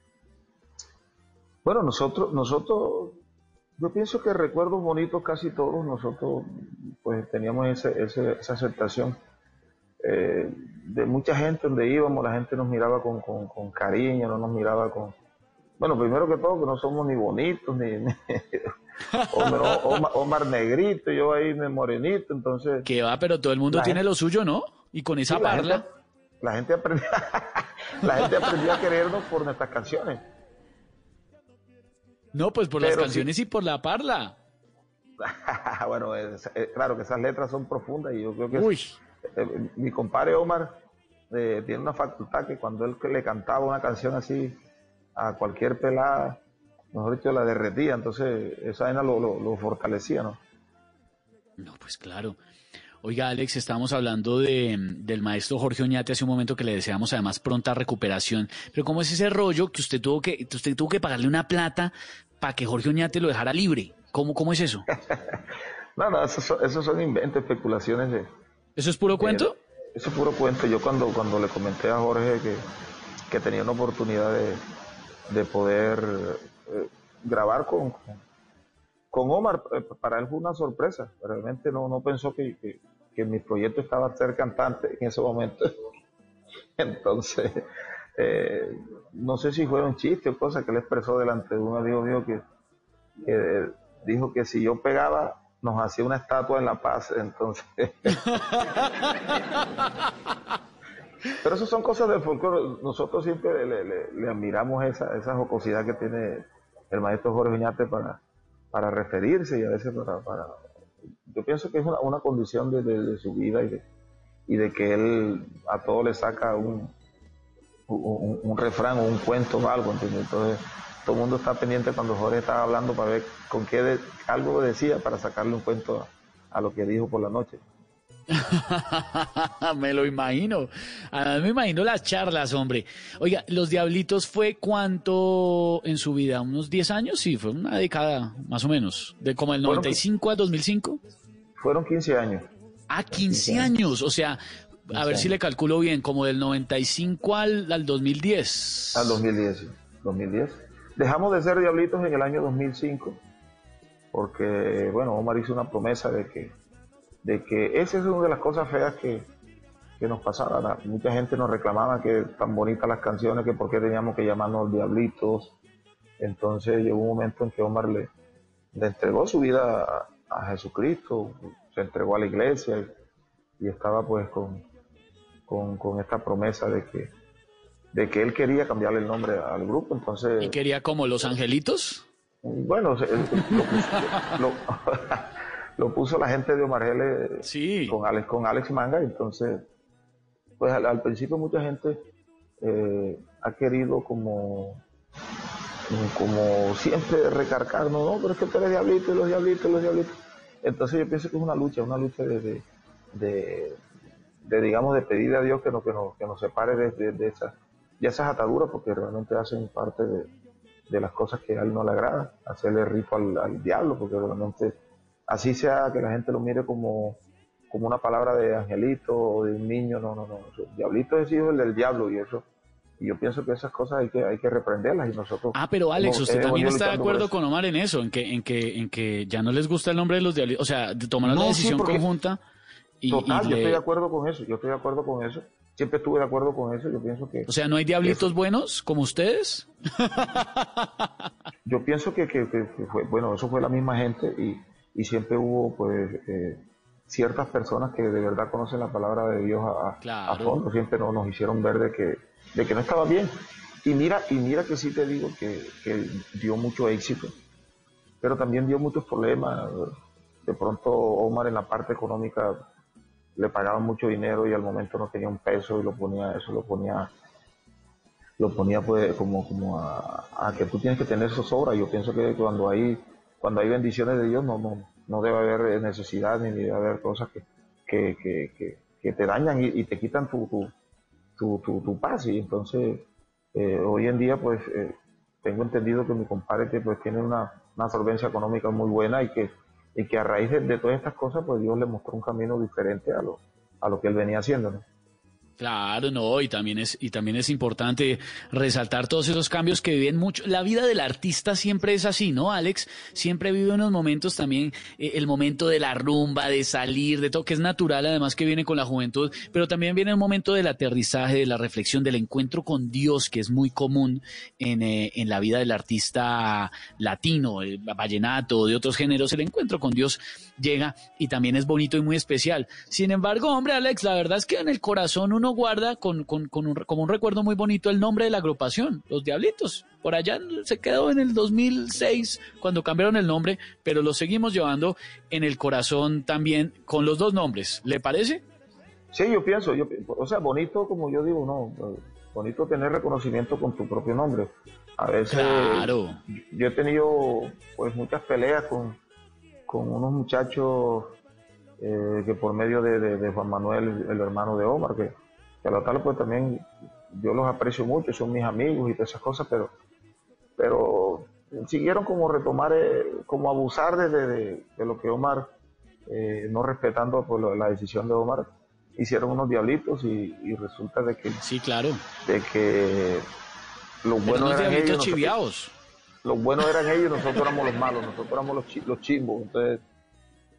Bueno, nosotros, nosotros, yo pienso que recuerdos bonitos casi todos, nosotros pues teníamos ese, ese, esa aceptación eh, de mucha gente donde íbamos, la gente nos miraba con, con, con cariño, no nos miraba con... Bueno, primero que todo que no somos ni bonitos, ni... ni Omar, Omar, Omar negrito, yo ahí me morenito, entonces... Que va, pero todo el mundo tiene gente, lo suyo, ¿no? Y con esa sí, parla... La gente, la gente aprendió la gente aprendió a querernos por nuestras canciones. No, pues por pero las canciones sí. Y por la parla. Bueno, es, es, claro que esas letras son profundas y yo creo que... Uy. Es, eh, mi compadre Omar eh, tiene una facultad que cuando él le cantaba una canción así a cualquier pelada, mejor dicho, la derretía, entonces esa vaina lo, lo, lo fortalecía, ¿no? No, pues claro. Oiga, Alex, estábamos hablando de, del maestro Jorge Oñate hace un momento, que le deseamos además pronta recuperación, pero ¿cómo es ese rollo que usted tuvo que usted tuvo que pagarle una plata para que Jorge Oñate lo dejara libre? ¿Cómo, cómo es eso? No, no, esos son, esos son inventos, especulaciones de... ¿Eso es puro cuento? Eh, eso es puro cuento. Yo cuando, cuando le comenté a Jorge que, que tenía una oportunidad de, de poder... Eh, grabar con, con, con Omar, eh, para él fue una sorpresa, realmente no, no pensó que, que, que mi proyecto estaba ser cantante en ese momento. Entonces, eh, no sé si fue un chiste o cosa que él expresó delante de un amigo mío que, que dijo que si yo pegaba, nos hacía una estatua en La Paz. Entonces, pero eso son cosas del folclore. Nosotros siempre le, le, le admiramos esa, esa jocosidad que tiene el maestro Jorge Oñate para, para referirse y a veces para, para yo pienso que es una, una condición de, de, de su vida y de, y de que él a todo le saca un, un, un refrán o un cuento o algo, ¿entiendes? Entonces todo el mundo está pendiente cuando Jorge estaba hablando para ver con qué de, algo decía para sacarle un cuento a, a lo que dijo por la noche. Me lo imagino. Además me imagino las charlas, hombre. Oiga, ¿Los Diablitos fue cuánto en su vida? ¿Unos diez años? Sí, fue una década más o menos. ¿De como el noventa y cinco al dos mil cinco? Fueron quince años. Ah, quince años. O sea, a ver si le calculo bien, como del noventa y cinco al, al dos mil diez. Al dos mil diez, sí. dos mil diez. Dejamos de ser Diablitos en el año dos mil cinco porque, bueno, Omar hizo una promesa de que de que esa es una de las cosas feas que, que nos pasaba. Mucha gente nos reclamaba que tan bonitas las canciones, que por qué teníamos que llamarnos Diablitos. Entonces llegó un momento en que Omar le, le entregó su vida a, a Jesucristo, se entregó a la iglesia y, y estaba pues con, con, con esta promesa de que, de que él quería cambiarle el nombre al grupo. Entonces, ¿y quería como Los Angelitos? Bueno, lo, lo, lo puso la gente de Omar Geles, sí, con Alex, con Alex Manga. Entonces, pues al, al principio mucha gente eh, ha querido como, como siempre recargar, no, no, pero es que tú eres Diablito y los Diablitos y los Diablitos. Entonces yo pienso que es una lucha, una lucha de, de, de, de digamos, de pedirle a Dios que nos, que nos, que nos separe de, de, de, esas, de esas ataduras, porque realmente hacen parte de, de las cosas que a él no le agrada, hacerle rifo al, al diablo, porque realmente así sea que la gente lo mire como, como una palabra de angelito o de un niño, no, no, no. El Diablito es hijo del diablo y eso. Y yo pienso que esas cosas hay que, hay que reprenderlas y nosotros... Ah, pero Alex, usted también está de acuerdo con con Omar en eso, en que, en que, en que ya no les gusta el nombre de los Diablitos, o sea, tomaron no, la decisión sí, conjunta y... Total, y yo le... estoy de acuerdo con eso, yo estoy de acuerdo con eso. Siempre estuve de acuerdo con eso, yo pienso que... O sea, ¿no hay Diablitos eso, buenos como ustedes? Yo pienso que, que, que fue, bueno, eso fue la misma gente y, y siempre hubo, pues, eh, ciertas personas que de verdad conocen la palabra de Dios a, claro. a fondo, siempre no, nos hicieron ver de que, de que no estaba bien. Y mira, y mira que sí te digo que, que dio mucho éxito, pero también dio muchos problemas. De pronto Omar en la parte económica le pagaban mucho dinero y al momento no tenía un peso y lo ponía, eso lo ponía, lo ponía pues como, como a, a que tú tienes que tener zozobra. Yo pienso que cuando hay, cuando hay bendiciones de Dios no, no, no debe haber necesidad ni debe haber cosas que, que, que, que, que te dañan y, y te quitan tu, tu, tu, tu, tu paz. Y entonces eh, hoy en día pues eh, tengo entendido que mi compadre que pues tiene una, una solvencia económica muy buena y que y que a raíz de, de todas estas cosas, pues Dios le mostró un camino diferente a lo, a lo que él venía haciendo, ¿no? Claro, no, y también es y también es importante resaltar todos esos cambios que viven mucho. La vida del artista siempre es así, ¿no, Alex? Siempre vive unos momentos también, eh, el momento de la rumba, de salir, de todo, que es natural, además que viene con la juventud, pero también viene el momento del aterrizaje, de la reflexión, del encuentro con Dios, que es muy común en, eh, en la vida del artista latino, el vallenato, de otros géneros. El encuentro con Dios llega y también es bonito y muy especial. Sin embargo, hombre, Alex, la verdad es que en el corazón uno guarda con, con, con un, como un recuerdo muy bonito el nombre de la agrupación, Los Diablitos. Por allá se quedó en el dos mil seis cuando cambiaron el nombre, pero lo seguimos llevando en el corazón también con los dos nombres. ¿Le parece? Sí, yo pienso, yo, o sea, bonito como yo digo, no, bonito tener reconocimiento con tu propio nombre. A veces claro. Yo he tenido pues muchas peleas con, con unos muchachos eh, que por medio de, de, de Juan Manuel, el hermano de Omar, que que a lo tal pues también yo los aprecio mucho, son mis amigos y todas esas cosas, pero pero siguieron como retomar, eh, como abusar de, de, de lo que Omar, eh, no respetando pues, lo, la decisión de Omar, hicieron unos Diablitos y, y resulta de que sí, claro, de que los buenos eran ellos, chiviados. Los buenos eran ellos y nosotros éramos los malos, nosotros éramos los, chi, los chimbos. Entonces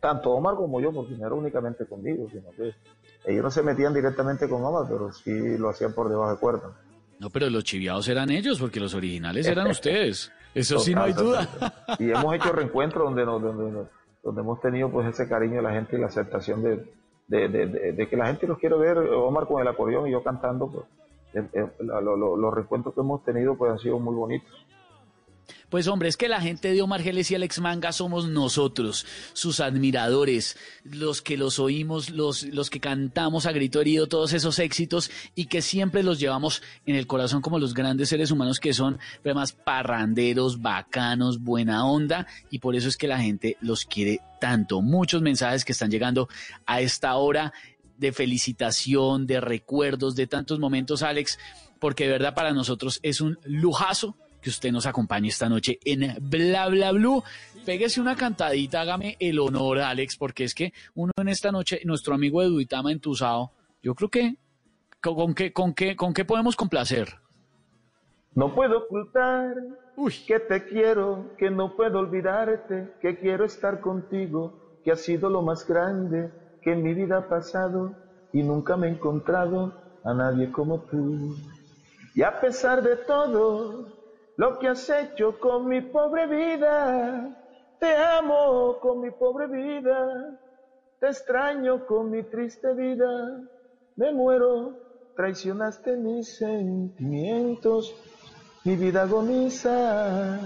tanto Omar como yo, porque no era únicamente conmigo, sino que ellos no se metían directamente con Omar, pero sí lo hacían por debajo de cuerda. No, pero los chiviados eran ellos, porque los originales eran ustedes. Eso sí, no hay duda. Y hemos hecho reencuentros donde, nos, donde, donde hemos tenido pues ese cariño de la gente y la aceptación de, de, de, de, de que la gente nos quiere ver, Omar con el acordeón y yo cantando. Pues, el, el, lo, lo, los reencuentros que hemos tenido pues han sido muy bonitos. Pues hombre, es que la gente de Omar Geles y Alex Manga somos nosotros, sus admiradores, los que los oímos, los, los que cantamos a grito herido todos esos éxitos y que siempre los llevamos en el corazón como los grandes seres humanos que son, además parranderos, bacanos, buena onda, y por eso es que la gente los quiere tanto. Muchos mensajes que están llegando a esta hora de felicitación, de recuerdos, de tantos momentos, Alex, porque de verdad para nosotros es un lujazo que usted nos acompañe esta noche en Bla Bla Blue. Péguese una cantadita, hágame el honor, Alex, porque es que uno en esta noche, nuestro amigo de Duitama entusado, yo creo que con qué con qué con qué podemos complacer. No puedo ocultar Uy. que te quiero, que no puedo olvidarte, que quiero estar contigo, que ha sido lo más grande que en mi vida ha pasado y nunca me he encontrado a nadie como tú. Y a pesar de todo lo que has hecho con mi pobre vida, te amo con mi pobre vida, te extraño con mi triste vida, me muero, traicionaste mis sentimientos, mi vida agoniza.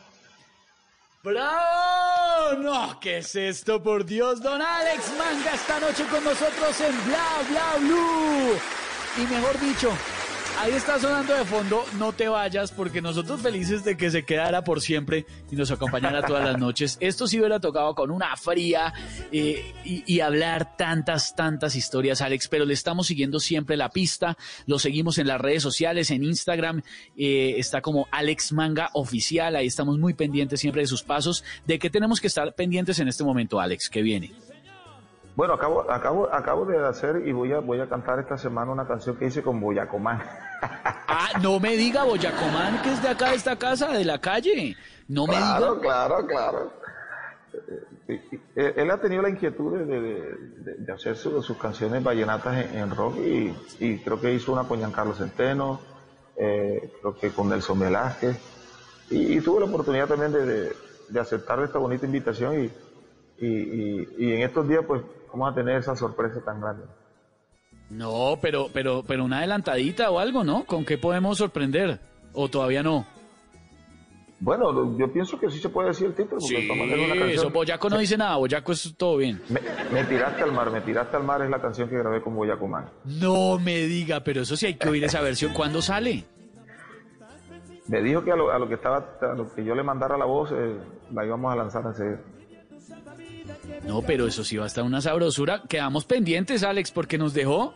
¡Bravo! No, ¿qué es esto? Por Dios, don Alex Manga esta noche con nosotros en Bla Bla Blue. Y mejor dicho, ahí está sonando de fondo No Te Vayas, porque nosotros felices de que se quedara por siempre y nos acompañara todas las noches. Esto sí hubiera tocado con una fría eh, y, y hablar tantas, tantas historias, Alex, pero le estamos siguiendo siempre la pista, lo seguimos en las redes sociales, en Instagram, eh, está como Alex Manga Oficial, ahí estamos muy pendientes siempre de sus pasos. ¿De qué tenemos que estar pendientes en este momento, Alex? ¿Qué viene? Bueno, acabo, acabo, acabo de hacer y voy a, voy a cantar esta semana una canción que hice con Boyacomán. Ah, no me diga Boyacomán, que es de acá, de esta casa, de la calle. No me claro, diga. Claro, claro, claro. Él ha tenido la inquietud de, de, de, de hacer su, sus canciones vallenatas en, en rock y, y creo que hizo una con Giancarlo Centeno, eh, creo que con Nelson Velázquez. Y, y tuve la oportunidad también de, de, de aceptar esta bonita invitación y, y, y, y en estos días pues vamos a tener esa sorpresa tan grande. No, pero, pero, pero una adelantadita o algo, ¿no? ¿Con qué podemos sorprender? ¿O todavía no? Bueno, yo pienso que sí se puede decir el título. Porque sí, una canción... eso, Boyaco no dice nada, Boyaco es todo bien. Me, me tiraste al mar, me tiraste al mar es la canción que grabé con Boyacomán. No me diga, pero eso sí hay que oír esa versión. ¿Cuándo sale? Me dijo que a lo, a lo que estaba, a lo que yo le mandara la voz, eh, la íbamos a lanzar enseguida. No, pero eso sí va a estar una sabrosura. Quedamos pendientes, Alex, porque nos dejó.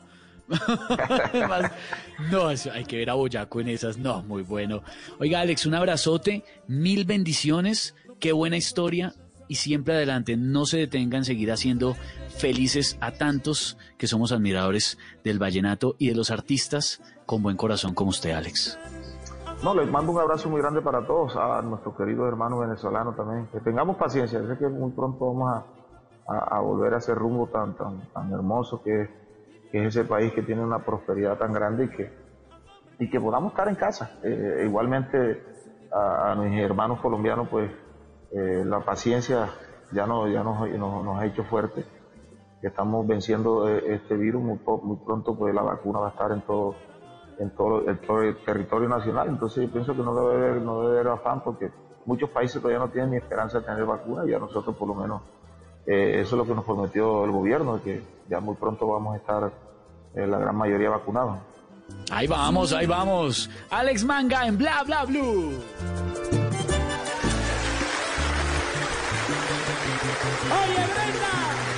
No, eso, hay que ver a Boyaco en esas. No, muy bueno. Oiga, Alex, un abrazote, mil bendiciones, qué buena historia y siempre adelante. No se detenga en seguir haciendo felices a tantos que somos admiradores del vallenato y de los artistas con buen corazón como usted, Alex. No, les mando un abrazo muy grande para todos, a nuestros queridos hermanos venezolanos también. Que tengamos paciencia, sé que muy pronto vamos a, a, a volver a ese rumbo tan, tan, tan hermoso que es, que es ese país que tiene una prosperidad tan grande y que, y que podamos estar en casa. Eh, igualmente a, a mis hermanos colombianos, pues eh, la paciencia ya, no, ya nos, nos, nos ha hecho fuerte. Estamos venciendo este virus, muy, muy pronto pues la vacuna va a estar en todo en todo el, todo el territorio nacional, entonces yo pienso que no debe haber, no debe haber afán porque muchos países todavía no tienen ni esperanza de tener vacuna y a nosotros por lo menos eh, eso es lo que nos prometió el gobierno, que ya muy pronto vamos a estar eh, la gran mayoría vacunados. Ahí vamos, ahí vamos. Alex Manga en Bla Bla Blue. Oye, Brenda.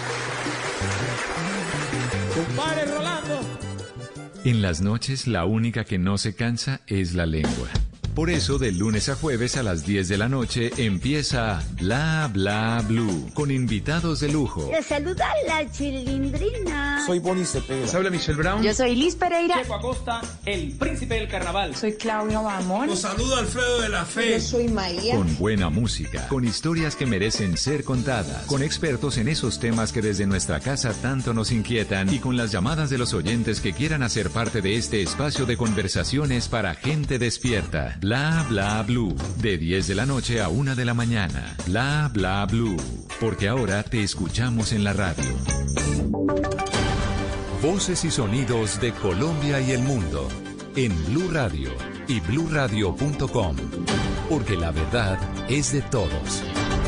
Compadre Rolando. En las noches la única que no se cansa es la lengua. Por eso, de lunes a jueves a las diez de la noche empieza Bla Bla Blue, con invitados de lujo. Le saluda la Chilindrina. Soy Bonnie Cepeda. Les habla Michelle Brown. Yo soy Liz Pereira. Checo Acosta, el príncipe del carnaval. Soy Claudio Bamón. Los saludo Alfredo de la Fe. Yo soy María. Con buena música, con historias que merecen ser contadas, con expertos en esos temas que desde nuestra casa tanto nos inquietan y con las llamadas de los oyentes que quieran hacer parte de este espacio de conversaciones para gente despierta. Bla Bla Blue, de diez de la noche a una de la mañana. Bla Bla Blue, porque ahora te escuchamos en la radio. Voces y sonidos de Colombia y el mundo en Blue Radio y blue radio punto com, porque la verdad es de todos.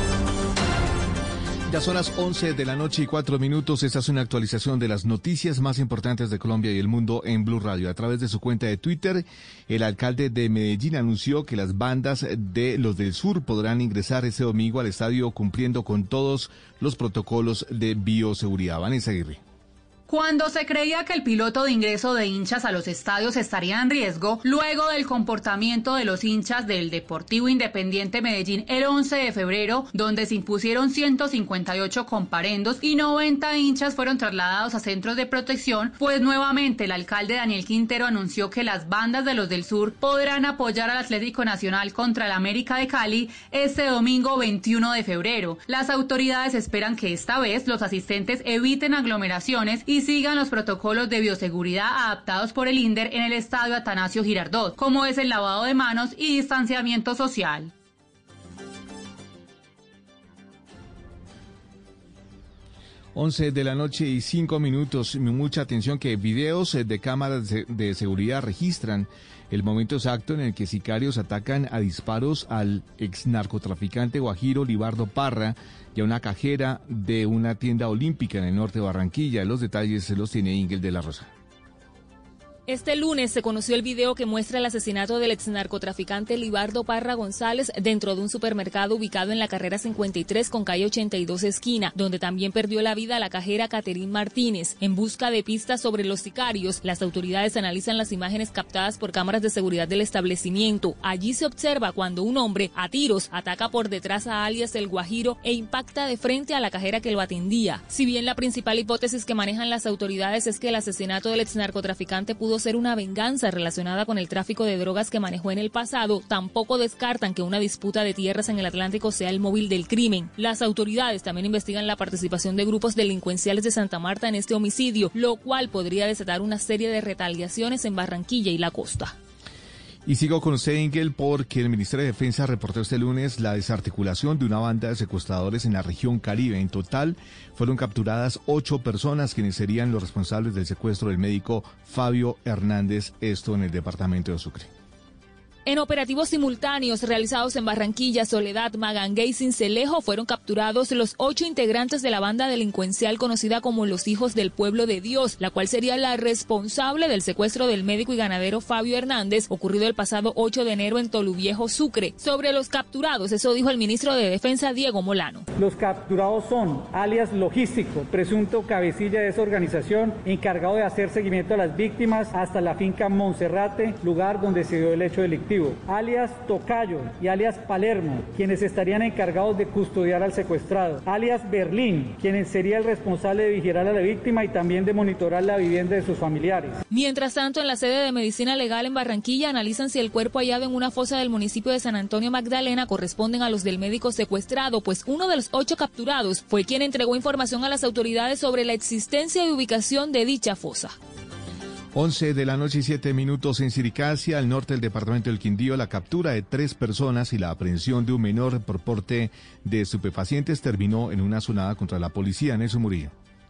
Ya son las once de la noche y cuatro minutos. Esta es una actualización de las noticias más importantes de Colombia y el mundo en Blue Radio. A través de su cuenta de Twitter, el alcalde de Medellín anunció que las bandas de los del sur podrán ingresar este domingo al estadio cumpliendo con todos los protocolos de bioseguridad. Vanessa Aguirre. Cuando se creía que el piloto de ingreso de hinchas a los estadios estaría en riesgo, luego del comportamiento de los hinchas del Deportivo Independiente Medellín el once de febrero, donde se impusieron ciento cincuenta y ocho comparendos y noventa hinchas fueron trasladados a centros de protección, pues nuevamente el alcalde Daniel Quintero anunció que las bandas de los del sur podrán apoyar al Atlético Nacional contra el América de Cali este domingo veintiuno de febrero. Las autoridades esperan que esta vez los asistentes eviten aglomeraciones y sigan los protocolos de bioseguridad adaptados por el INDER en el estadio Atanasio Girardot, como es el lavado de manos y distanciamiento social. once de la noche y cinco minutos. Mucha atención que videos de cámaras de seguridad registran el momento exacto en el que sicarios atacan a disparos al ex narcotraficante guajiro Libardo Parra y a una cajera de una tienda olímpica en el norte de Barranquilla. Los detalles se los tiene Ingel de la Rosa. Este lunes se conoció el video que muestra el asesinato del exnarcotraficante Libardo Parra González dentro de un supermercado ubicado en la carrera cincuenta y tres con calle ochenta y dos esquina, donde también perdió la vida la cajera Caterín Martínez. En busca de pistas sobre los sicarios, las autoridades analizan las imágenes captadas por cámaras de seguridad del establecimiento. Allí se observa cuando un hombre a tiros ataca por detrás a alias El Guajiro e impacta de frente a la cajera que lo atendía. Si bien la principal hipótesis que manejan las autoridades es que el asesinato del exnarcotraficante pudo ser una venganza relacionada con el tráfico de drogas que manejó en el pasado, tampoco descartan que una disputa de tierras en el Atlántico sea el móvil del crimen. Las autoridades también investigan la participación de grupos delincuenciales de Santa Marta en este homicidio, lo cual podría desatar una serie de retaliaciones en Barranquilla y la costa. Y sigo con usted, Ingel, porque el Ministerio de Defensa reportó este lunes la desarticulación de una banda de secuestradores en la región Caribe. En total, fueron capturadas ocho personas quienes serían los responsables del secuestro del médico Fabio Hernández, esto en el departamento de Sucre. En operativos simultáneos realizados en Barranquilla, Soledad, Magangué y Sincelejo fueron capturados los ocho integrantes de la banda delincuencial conocida como los Hijos del Pueblo de Dios, la cual sería la responsable del secuestro del médico y ganadero Fabio Hernández, ocurrido el pasado ocho de enero en Toluviejo, Sucre. Sobre los capturados, eso dijo el ministro de Defensa, Diego Molano. Los capturados son alias Logístico, presunto cabecilla de esa organización, encargado de hacer seguimiento a las víctimas hasta la finca Monserrate, lugar donde se dio el hecho delictivo. Alias Tocayo y alias Palermo, quienes estarían encargados de custodiar al secuestrado. Alias Berlín, quien sería el responsable de vigilar a la víctima y también de monitorar la vivienda de sus familiares. Mientras tanto, en la sede de Medicina Legal en Barranquilla analizan si el cuerpo hallado en una fosa del municipio de San Antonio Magdalena corresponden a los del médico secuestrado, pues uno de los ocho capturados fue quien entregó información a las autoridades sobre la existencia y ubicación de dicha fosa. once de la noche y siete minutos en Siricasia, al norte del departamento del Quindío, la captura de tres personas y la aprehensión de un menor por porte de estupefacientes terminó en una sonada contra la policía. Nelson Murillo.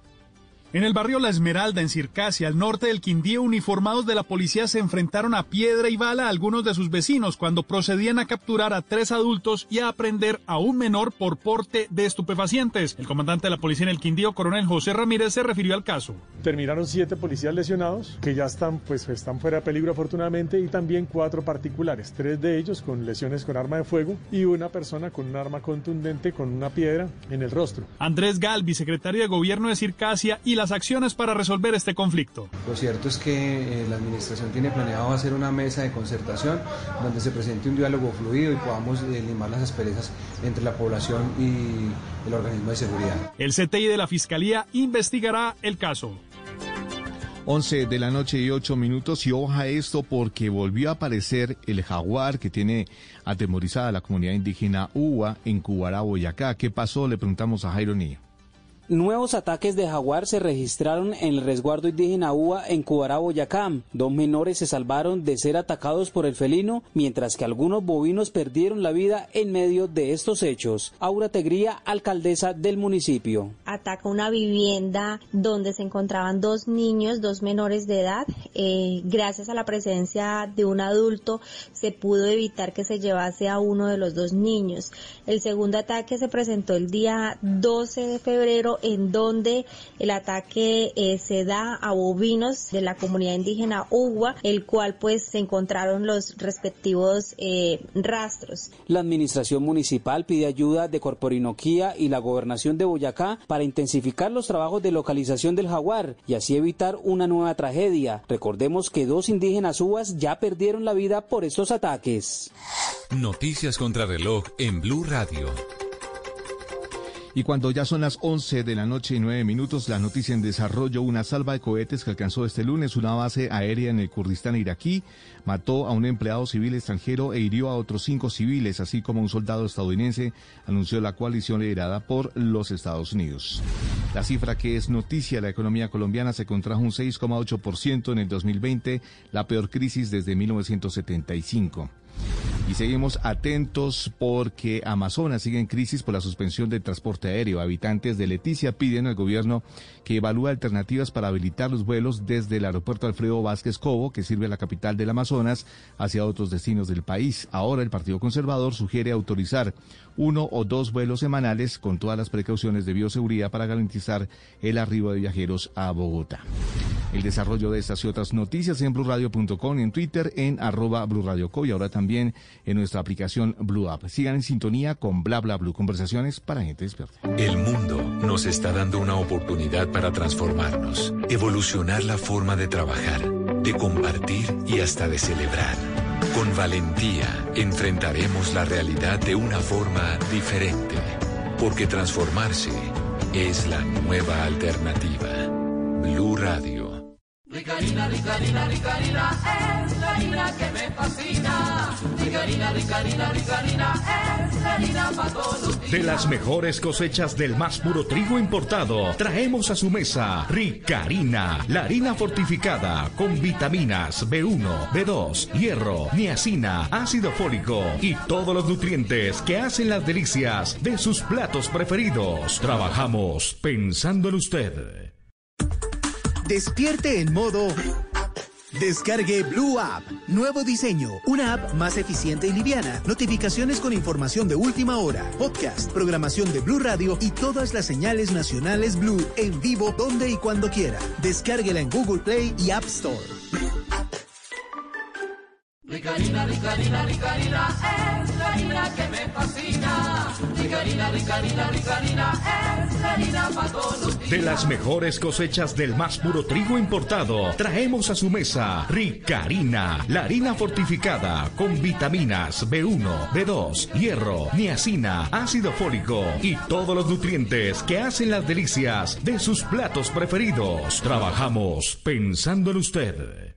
En el barrio La Esmeralda, en Circasia, al norte del Quindío, uniformados de la policía se enfrentaron a piedra y bala a algunos de sus vecinos cuando procedían a capturar a tres adultos y a aprender a un menor por porte de estupefacientes. El comandante de la policía en el Quindío, coronel José Ramírez, se refirió al caso. Terminaron siete policías lesionados, que ya están, pues, están fuera de peligro afortunadamente, y también cuatro particulares, tres de ellos con lesiones con arma de fuego y una persona con un arma contundente con una piedra en el rostro. Andrés Gal, vicesecretario de Gobierno de Circasia, y la las acciones para resolver este conflicto. Lo cierto es que eh, la administración tiene planeado hacer una mesa de concertación donde se presente un diálogo fluido y podamos eh, limar las asperezas entre la población y el organismo de seguridad. El C T I de la Fiscalía investigará el caso. once de la noche y ocho minutos, y oja esto porque volvió a aparecer el jaguar que tiene atemorizada a la comunidad indígena Uwa en Cubará, Boyacá. ¿Qué pasó? Le preguntamos a Jairo Nia. Nuevos ataques de jaguar se registraron en el resguardo indígena Uwa en Cubará, Boyacá. Dos menores se salvaron de ser atacados por el felino, mientras que algunos bovinos perdieron la vida en medio de estos hechos. Aura Tegría, alcaldesa del municipio. Ataca una vivienda donde se encontraban dos niños, dos menores de edad. Eh, gracias a la presencia de un adulto se pudo evitar que se llevase a uno de los dos niños. El segundo ataque se presentó el día doce de febrero, en donde el ataque eh, se da a bovinos de la comunidad indígena Uwa, el cual pues se encontraron los respectivos eh, rastros. La administración municipal pide ayuda de Corporinoquía y la gobernación de Boyacá para intensificar los trabajos de localización del jaguar y así evitar una nueva tragedia. Recordemos que dos indígenas Uwas ya perdieron la vida por estos ataques. Noticias contra reloj en Blue Radio. Y cuando ya son las once de la noche y nueve minutos, la noticia en desarrollo: una salva de cohetes que alcanzó este lunes una base aérea en el Kurdistán iraquí, mató a un empleado civil extranjero e hirió a otros cinco civiles, así como a un soldado estadounidense, anunció la coalición liderada por los Estados Unidos. La cifra que es noticia: la economía colombiana se contrajo un seis coma ocho por ciento en el dos mil veinte, la peor crisis desde mil novecientos setenta y cinco. Y seguimos atentos porque Amazonas sigue en crisis por la suspensión del transporte aéreo. Habitantes de Leticia piden al gobierno que evalúe alternativas para habilitar los vuelos desde el aeropuerto Alfredo Vázquez Cobo, que sirve a la capital del Amazonas, hacia otros destinos del país. Ahora el Partido Conservador sugiere autorizar uno o dos vuelos semanales con todas las precauciones de bioseguridad para garantizar el arribo de viajeros a Bogotá. El desarrollo de estas y otras noticias en blue radio punto com, en Twitter en arroba Blue Radio Co, y ahora también en nuestra aplicación Blue App. Sigan en sintonía con Bla Bla Blue, conversaciones para gente despierta. El mundo nos está dando una oportunidad para transformarnos, evolucionar la forma de trabajar, de compartir y hasta de celebrar. Con valentía enfrentaremos la realidad de una forma diferente, porque transformarse es la nueva alternativa. Blue Radio. Ricarina, Ricarina, Ricarina, es la harina que me fascina. Ricarina, Ricarina, Ricarina, es la harina para todos los días. De las mejores cosechas del más puro trigo importado, traemos a su mesa Ricarina, la harina fortificada con vitaminas B uno, B dos, hierro, niacina, ácido fólico y todos los nutrientes que hacen las delicias de sus platos preferidos. Trabajamos pensando en usted. Despierte en modo... Descargue Blue App. Nuevo diseño. Una app más eficiente y liviana. Notificaciones con información de última hora. Podcast, programación de Blue Radio y todas las señales nacionales Blue en vivo donde y cuando quiera. Descárguela en Google Play y App Store. Ricarina, Ricarina, Ricarina, es la harina que me fascina. Ricarina, Ricarina, Ricarina, es la harina para todos los días. De las mejores cosechas del más puro trigo importado, traemos a su mesa Ricarina, la harina fortificada con vitaminas B uno, B dos, hierro, niacina, ácido fólico y todos los nutrientes que hacen las delicias de sus platos preferidos. Trabajamos pensando en usted.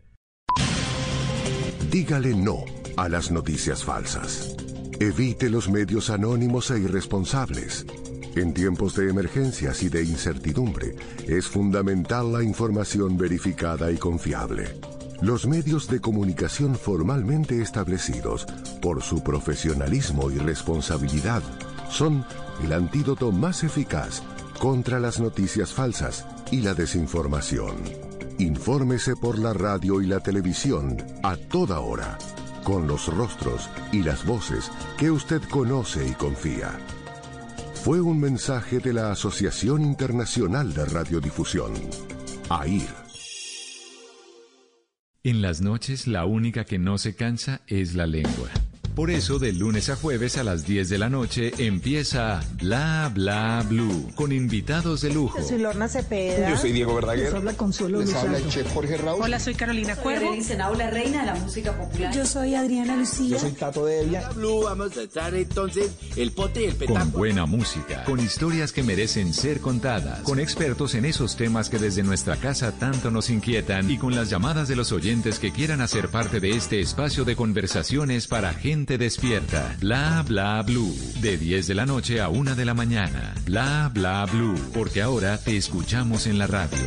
Dígale no a las noticias falsas. Evite los medios anónimos e irresponsables. En tiempos de emergencias y de incertidumbre, es fundamental la información verificada y confiable. Los medios de comunicación formalmente establecidos, por su profesionalismo y responsabilidad, son el antídoto más eficaz contra las noticias falsas y la desinformación. Infórmese por la radio y la televisión a toda hora, con los rostros y las voces que usted conoce y confía. Fue un mensaje de la Asociación Internacional de Radiodifusión, A I R. En las noches la única que no se cansa es la lengua. Por eso, de lunes a jueves a las diez de la noche empieza Bla Bla Blue, con invitados de lujo. Yo soy Lorna Cepeda. Yo soy Diego Verdaguer. Les habla Consuelo Les habla el Luzardo. chef Jorge Raúl. Hola, soy Carolina Cuervo. Soy Senado, la reina de la música popular. Yo soy Adriana Lucía. Yo soy Tato Devia. Blue, vamos a echar entonces el pote y el petanco. Con buena música, con historias que merecen ser contadas, con expertos en esos temas que desde nuestra casa tanto nos inquietan y con las llamadas de los oyentes que quieran hacer parte de este espacio de conversaciones para gente despierta. Bla Bla Blue, de diez de la noche a una de la mañana. Bla Bla Blue, porque ahora te escuchamos en la radio.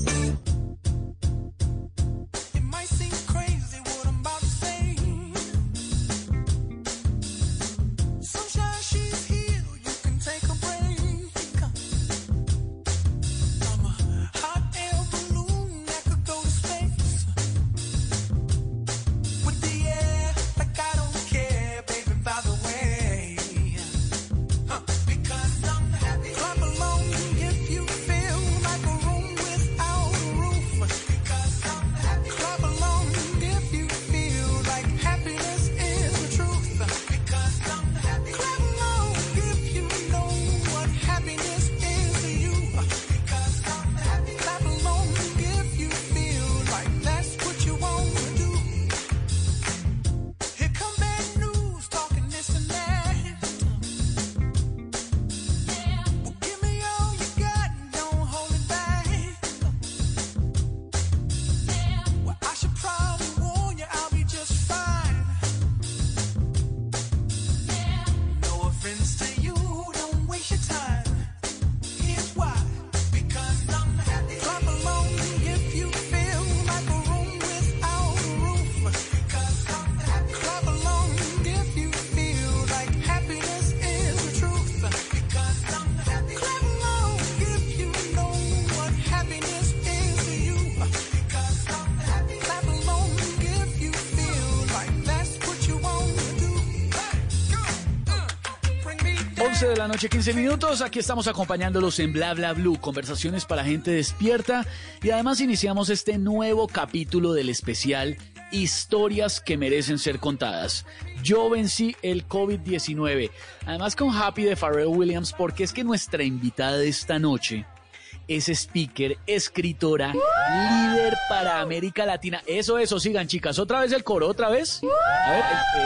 once de la noche, quince minutos. Aquí estamos acompañándolos en Bla Bla Blue, conversaciones para gente despierta. Y además iniciamos este nuevo capítulo del especial Historias que merecen ser contadas. Yo vencí el COVID diecinueve. Además con Happy de Pharrell Williams, porque es que nuestra invitada de esta noche es speaker, escritora, líder para América Latina. Eso, eso, sigan chicas. Otra vez el coro, otra vez. A ver,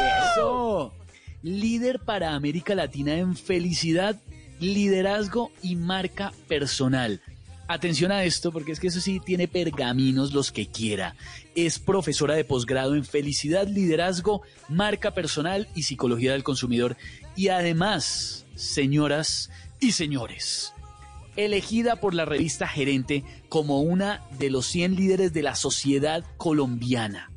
eso. Líder para América Latina en felicidad, liderazgo y marca personal. Atención a esto, porque es que eso sí tiene pergaminos los que quiera. Es profesora de posgrado en felicidad, liderazgo, marca personal y psicología del consumidor. Y además, señoras y señores, elegida por la revista Gerente como una de los cien líderes de la sociedad colombiana.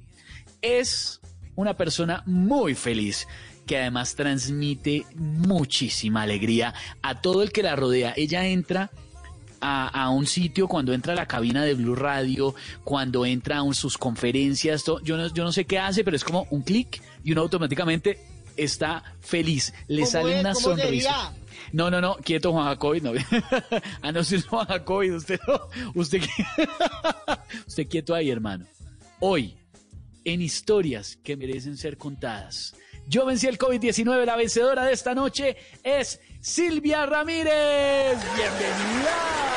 Es una persona muy feliz, que además transmite muchísima alegría a todo el que la rodea. Ella entra a, a un sitio, cuando entra a la cabina de Blue Radio, cuando entra a un, sus conferencias, todo, yo, no, yo no sé qué hace, pero es como un clic y uno automáticamente está feliz. Le sale es? una ¿Cómo sonrisa. Sería? No, no, no, quieto Juan Jacobi, no. Ah, no, si Juan Jacobi, usted no, usted, usted quieto ahí, hermano. Hoy, en historias que merecen ser contadas, yo vencí el COVID diecinueve, la vencedora de esta noche es Silvia Ramírez. ¡Bienvenida!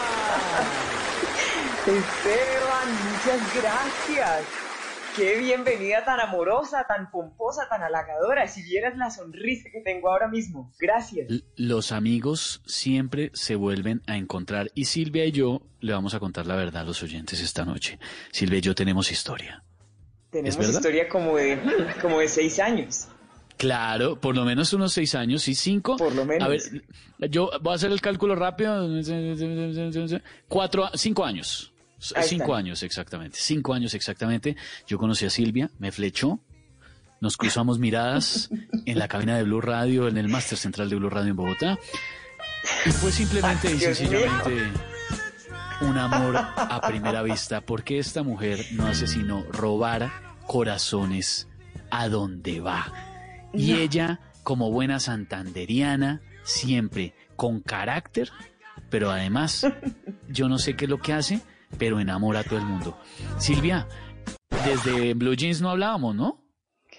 Esteban, muchas gracias. Qué bienvenida tan amorosa, tan pomposa, tan halagadora. Si vieras la sonrisa que tengo ahora mismo. Gracias. L- los amigos siempre se vuelven a encontrar. Y Silvia y yo le vamos a contar la verdad a los oyentes esta noche. Silvia y yo tenemos historia. Tenemos historia como de, como de seis años. Claro, por lo menos unos seis años, ¿sí? ¿Cinco? Por lo menos. A ver, yo voy a hacer el cálculo rápido. Cuatro, cinco años. Ahí cinco está. años, exactamente. Cinco años, exactamente. Yo conocí a Silvia, me flechó. Nos cruzamos miradas en la cabina de Blue Radio, en el máster central de Blue Radio en Bogotá. Y fue simplemente Ay, y sencillamente mío. un amor a primera vista, porque esta mujer no hace sino robar corazones a donde va. Y no. ella, como buena santanderiana, siempre con carácter, pero además, yo no sé qué es lo que hace, pero enamora a todo el mundo. Silvia, desde Blue Jeans no hablábamos, ¿no?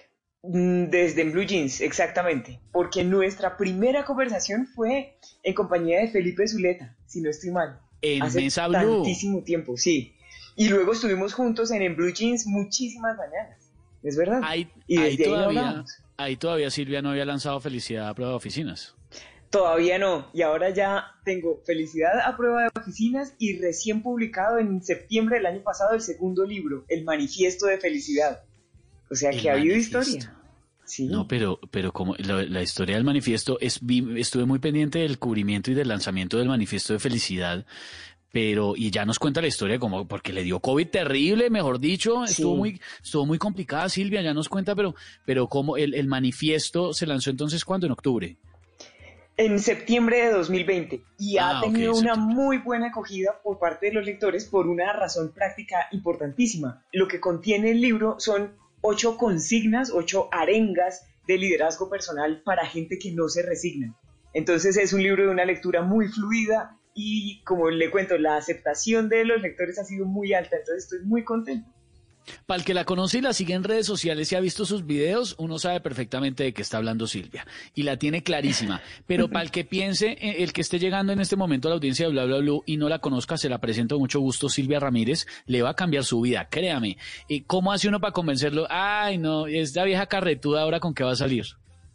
Desde en Blue Jeans, exactamente, porque nuestra primera conversación fue en compañía de Felipe Zuleta, si no estoy mal. En hace Mesa Blue. Tantísimo tiempo, sí. Y luego estuvimos juntos en, en Blue Jeans muchísimas mañanas, es verdad. Ahí, y desde ahí, ahí todavía, no hablamos. ahí todavía Silvia no había lanzado Felicidad a Prueba de Oficinas. Todavía no, y ahora ya tengo Felicidad a Prueba de Oficinas y recién publicado en septiembre del año pasado el segundo libro, El Manifiesto de Felicidad. O sea, El que ha habido manifiesto. historia. Sí. No, pero, pero como la, la historia del manifiesto, es, vi, estuve muy pendiente del cubrimiento y del lanzamiento del manifiesto de Felicidad, pero, y ya nos cuenta la historia como, porque le dio COVID terrible, mejor dicho, Sí. estuvo muy, estuvo muy complicada Silvia, ya nos cuenta, pero, pero como el, el manifiesto se lanzó entonces, ¿cuándo? En octubre. En septiembre de dos mil veinte y Ah, ha tenido ok, una septiembre. muy buena acogida por parte de los lectores por una razón práctica importantísima. Lo que contiene el libro son ocho consignas, ocho arengas de liderazgo personal para gente que no se resigna. Entonces es un libro de una lectura muy fluida y, como le cuento, la aceptación de los lectores ha sido muy alta, entonces estoy muy contento. Para el que la conoce y la sigue en redes sociales y ha visto sus videos, uno sabe perfectamente de qué está hablando Silvia y la tiene clarísima. Pero para el que piense, eh, el que esté llegando en este momento a la audiencia de Bla Bla Blue y no la conozca, se la presento con mucho gusto, Silvia Ramírez, le va a cambiar su vida, créame. ¿Y cómo hace uno para convencerlo? Ay, no, es la vieja carretuda, ahora con qué va a salir.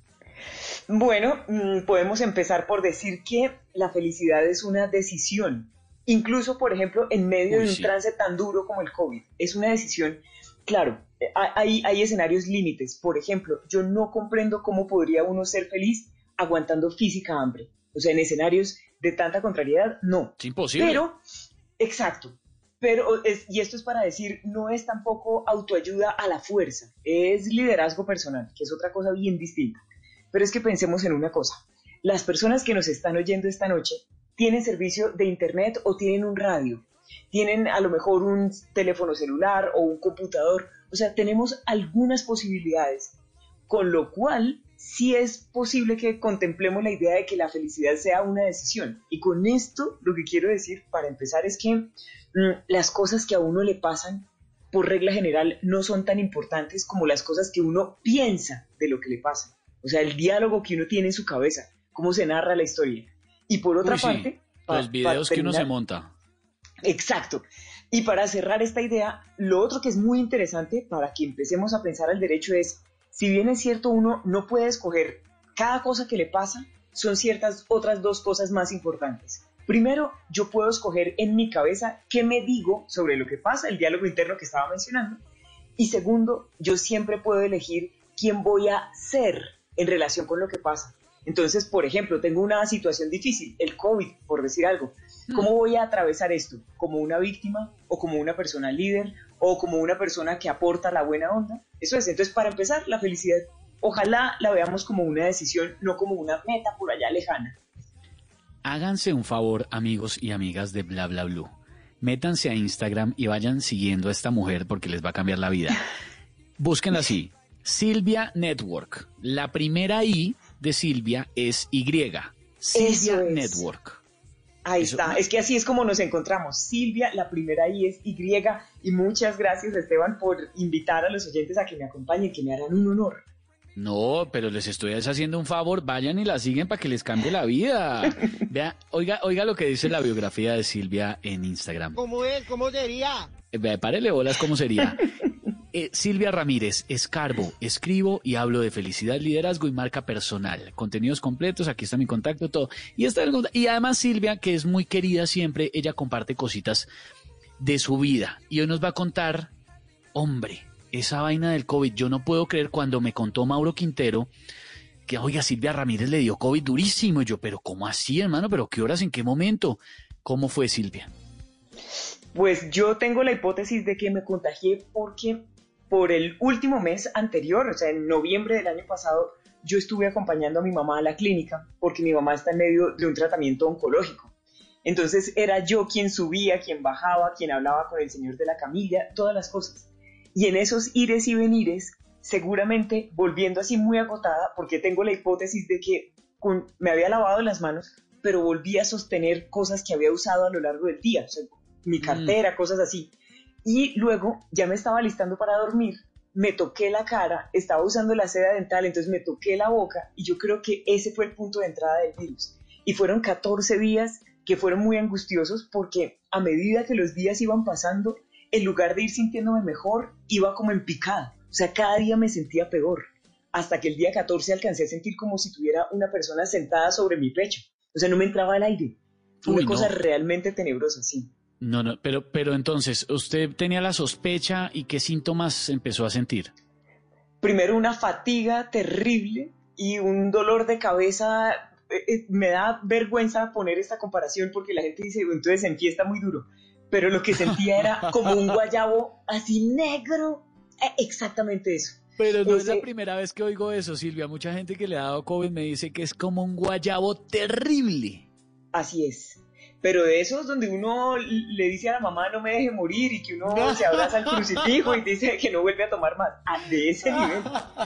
Bueno, mmm, podemos empezar por decir que la felicidad es una decisión. Incluso, por ejemplo, en medio Uy, de un sí. trance tan duro como el COVID. Es una decisión, claro, hay, hay escenarios límites. Por ejemplo, yo no comprendo cómo podría uno ser feliz aguantando física hambre. O sea, en escenarios de tanta contrariedad, no. Es imposible. Pero, exacto. Pero, es, y esto es para decir, no es tampoco autoayuda a la fuerza. Es liderazgo personal, que es otra cosa bien distinta. Pero es que pensemos en una cosa. Las personas que nos están oyendo esta noche tienen servicio de internet o tienen un radio, tienen a lo mejor un teléfono celular o un computador, o sea, tenemos algunas posibilidades, con lo cual sí es posible que contemplemos la idea de que la felicidad sea una decisión. Y con esto lo que quiero decir para empezar es que mmm, las cosas que a uno le pasan, por regla general, no son tan importantes como las cosas que uno piensa de lo que le pasa. O sea, el diálogo que uno tiene en su cabeza, cómo se narra la historia. Y por otra Uy, sí, parte... pa- los videos pa que uno se terminar- monta. Exacto. Y para cerrar esta idea, lo otro que es muy interesante para que empecemos a pensar al derecho es, si bien es cierto uno no puede escoger cada cosa que le pasa, son ciertas otras dos cosas más importantes. Primero, yo puedo escoger en mi cabeza qué me digo sobre lo que pasa, el diálogo interno que estaba mencionando. Y segundo, yo siempre puedo elegir quién voy a ser en relación con lo que pasa. Entonces, por ejemplo, tengo una situación difícil, el COVID, por decir algo. ¿Cómo voy a atravesar esto? ¿Como una víctima o como una persona líder o como una persona que aporta la buena onda? Eso es. Entonces, para empezar, la felicidad, ojalá la veamos como una decisión, no como una meta por allá lejana. Háganse un favor, amigos y amigas de Bla Bla Blue. Métanse a Instagram y vayan siguiendo a esta mujer porque les va a cambiar la vida. Búsquenla así, Silvia Network. La primera I de Silvia es Y. Silvia Eso es. Network. Ahí Eso- está, es que así es como nos encontramos. Silvia, la primera I es Y, y muchas gracias, Esteban, por invitar a los oyentes a que me acompañen, que me harán un honor. No, pero les estoy haciendo un favor, vayan y la siguen para que les cambie la vida. Vea, oiga, oiga lo que dice la biografía de Silvia en Instagram. ¿Cómo es? ¿Cómo sería? Eh, vea, párele bolas, ¿cómo sería? Eh, Silvia Ramírez, escarbo, escribo y hablo de felicidad, liderazgo y marca personal. Contenidos completos, aquí está mi contacto, todo. Y, está el cont- y además Silvia, que es muy querida siempre, ella comparte cositas de su vida. Y hoy nos va a contar, hombre, esa vaina del COVID. Yo no puedo creer cuando me contó Mauro Quintero que, oiga, Silvia Ramírez le dio COVID durísimo. Y yo, pero ¿cómo así, hermano? ¿Pero qué horas? ¿En qué momento? ¿Cómo fue, Silvia? Pues yo tengo la hipótesis de que me contagié porque por el último mes anterior, o sea, en noviembre del año pasado, yo estuve acompañando a mi mamá a la clínica porque mi mamá está en medio de un tratamiento oncológico. Entonces era yo quien subía, quien bajaba, quien hablaba con el señor de la camilla, todas las cosas. Y en esos ires y venires, seguramente volviendo así muy agotada, porque tengo la hipótesis de que con- me había lavado las manos, pero volví a sostener cosas que había usado a lo largo del día, o sea, mi cartera, cosas así. Y luego ya me estaba listando para dormir me toqué la cara, estaba usando la seda dental, entonces me toqué la boca y yo creo que ese fue el punto de entrada del virus. Y fueron catorce días que fueron muy angustiosos porque a medida que los días iban pasando, en lugar de ir sintiéndome mejor, iba como en picada. O sea, cada día me sentía peor. Hasta que el día catorce alcancé a sentir como si tuviera una persona sentada sobre mi pecho. O sea, no me entraba el aire. Fue una Uy, cosa no. realmente tenebrosa, sí. No, no, pero, pero entonces, ¿usted tenía la sospecha y qué síntomas empezó a sentir? Primero una fatiga terrible y un dolor de cabeza. Eh, eh, me da vergüenza poner esta comparación porque la gente dice, entonces en fiesta muy duro. Pero lo que sentía era como un guayabo así negro. Eh, exactamente eso. Pero no Ese- es la primera vez que oigo eso, Silvia. Mucha gente que le ha dado COVID me dice que es como un guayabo terrible. Así es. Pero de esos donde uno le dice a la mamá no me deje morir y que uno se abraza al crucifijo y dice que no vuelve a tomar más. Ah, de ese nivel.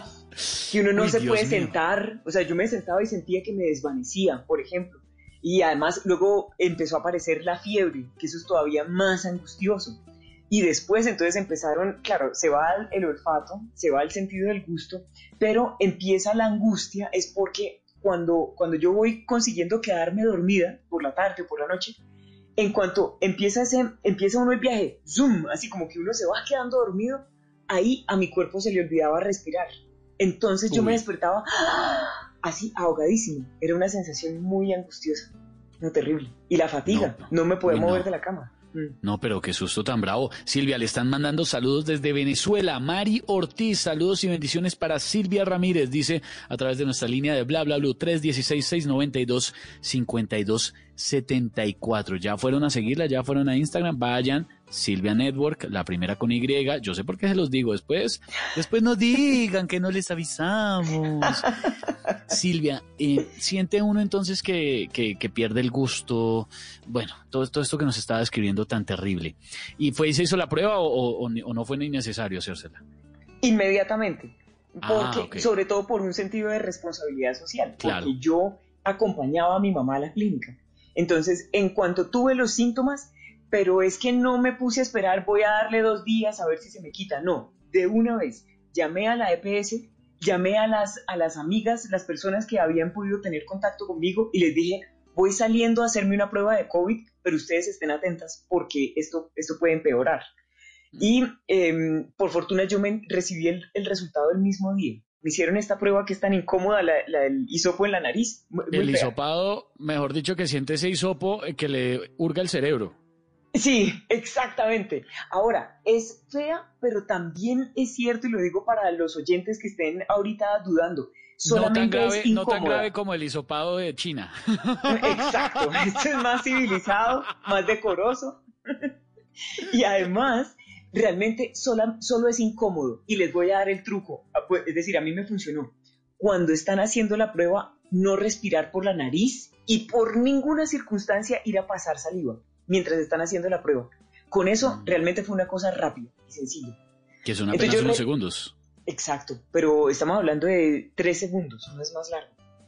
Que uno no Uy, se Dios puede mío. sentar. O sea, yo me sentaba y sentía que me desvanecía, por ejemplo. Y además luego empezó a aparecer la fiebre, que eso es todavía más angustioso. Y después entonces empezaron, claro, se va el, el olfato, se va el sentido del gusto, pero empieza la angustia, es porque cuando, cuando yo voy consiguiendo quedarme dormida por la tarde o por la noche, en cuanto empieza, ese, empieza uno el viaje, zoom, así como que uno se va quedando dormido, ahí a mi cuerpo se le olvidaba respirar. Entonces yo Uy. me despertaba ¡ah! Así ahogadísimo. Era una sensación muy angustiosa, no terrible. Y la fatiga, no, No. me podía Uy, mover no. de la cama. Mm. No, pero qué susto tan bravo. Silvia, le están mandando saludos desde Venezuela. Mari Ortiz, saludos y bendiciones para Silvia Ramírez, dice a través de nuestra línea de bla bla bla tres uno seis, seis nueve dos, cinco dos siete cuatro. Ya fueron a seguirla, ya fueron a Instagram, vayan. Silvia Network, la primera con Y, yo sé por qué se los digo, después, después nos digan que no les avisamos. Silvia, eh, siente uno entonces que, que, que pierde el gusto, bueno, todo, todo esto que nos estaba describiendo tan terrible. ¿Y fue y se hizo la prueba o, o, o no fue ni necesario hacérsela? Inmediatamente, porque, Ah, ok. sobre todo por un sentido de responsabilidad social, Claro. porque yo acompañaba a mi mamá a la clínica. Entonces, en cuanto tuve los síntomas, pero es que no me puse a esperar, voy a darle dos días a ver si se me quita, no, de una vez, llamé a la E P S, llamé a las, a las amigas, las personas que habían podido tener contacto conmigo y les dije, voy saliendo a hacerme una prueba de COVID, pero ustedes estén atentas porque esto, esto puede empeorar. Y eh, por fortuna yo me recibí el, el resultado el mismo día. Me hicieron esta prueba que es tan incómoda, la, la del hisopo en la nariz. Muy, muy El fea. hisopado, mejor dicho, que siente ese hisopo eh, que le hurga el cerebro. Sí, exactamente. Ahora, es fea, pero también es cierto, y lo digo para los oyentes que estén ahorita dudando, No tan, solamente grave, es no tan incómoda. grave como el hisopado de China. Exacto, esto es más civilizado, más decoroso. Y además, realmente sola, solo es incómodo. Y les voy a dar el truco. Es decir, a mí me funcionó. Cuando están haciendo la prueba, no respirar por la nariz y por ninguna circunstancia ir a pasar saliva mientras están haciendo la prueba. Con eso, realmente fue una cosa rápida y sencilla. Que son Entonces, apenas yo unos re- segundos. Exacto, pero estamos hablando de tres segundos, no es más largo.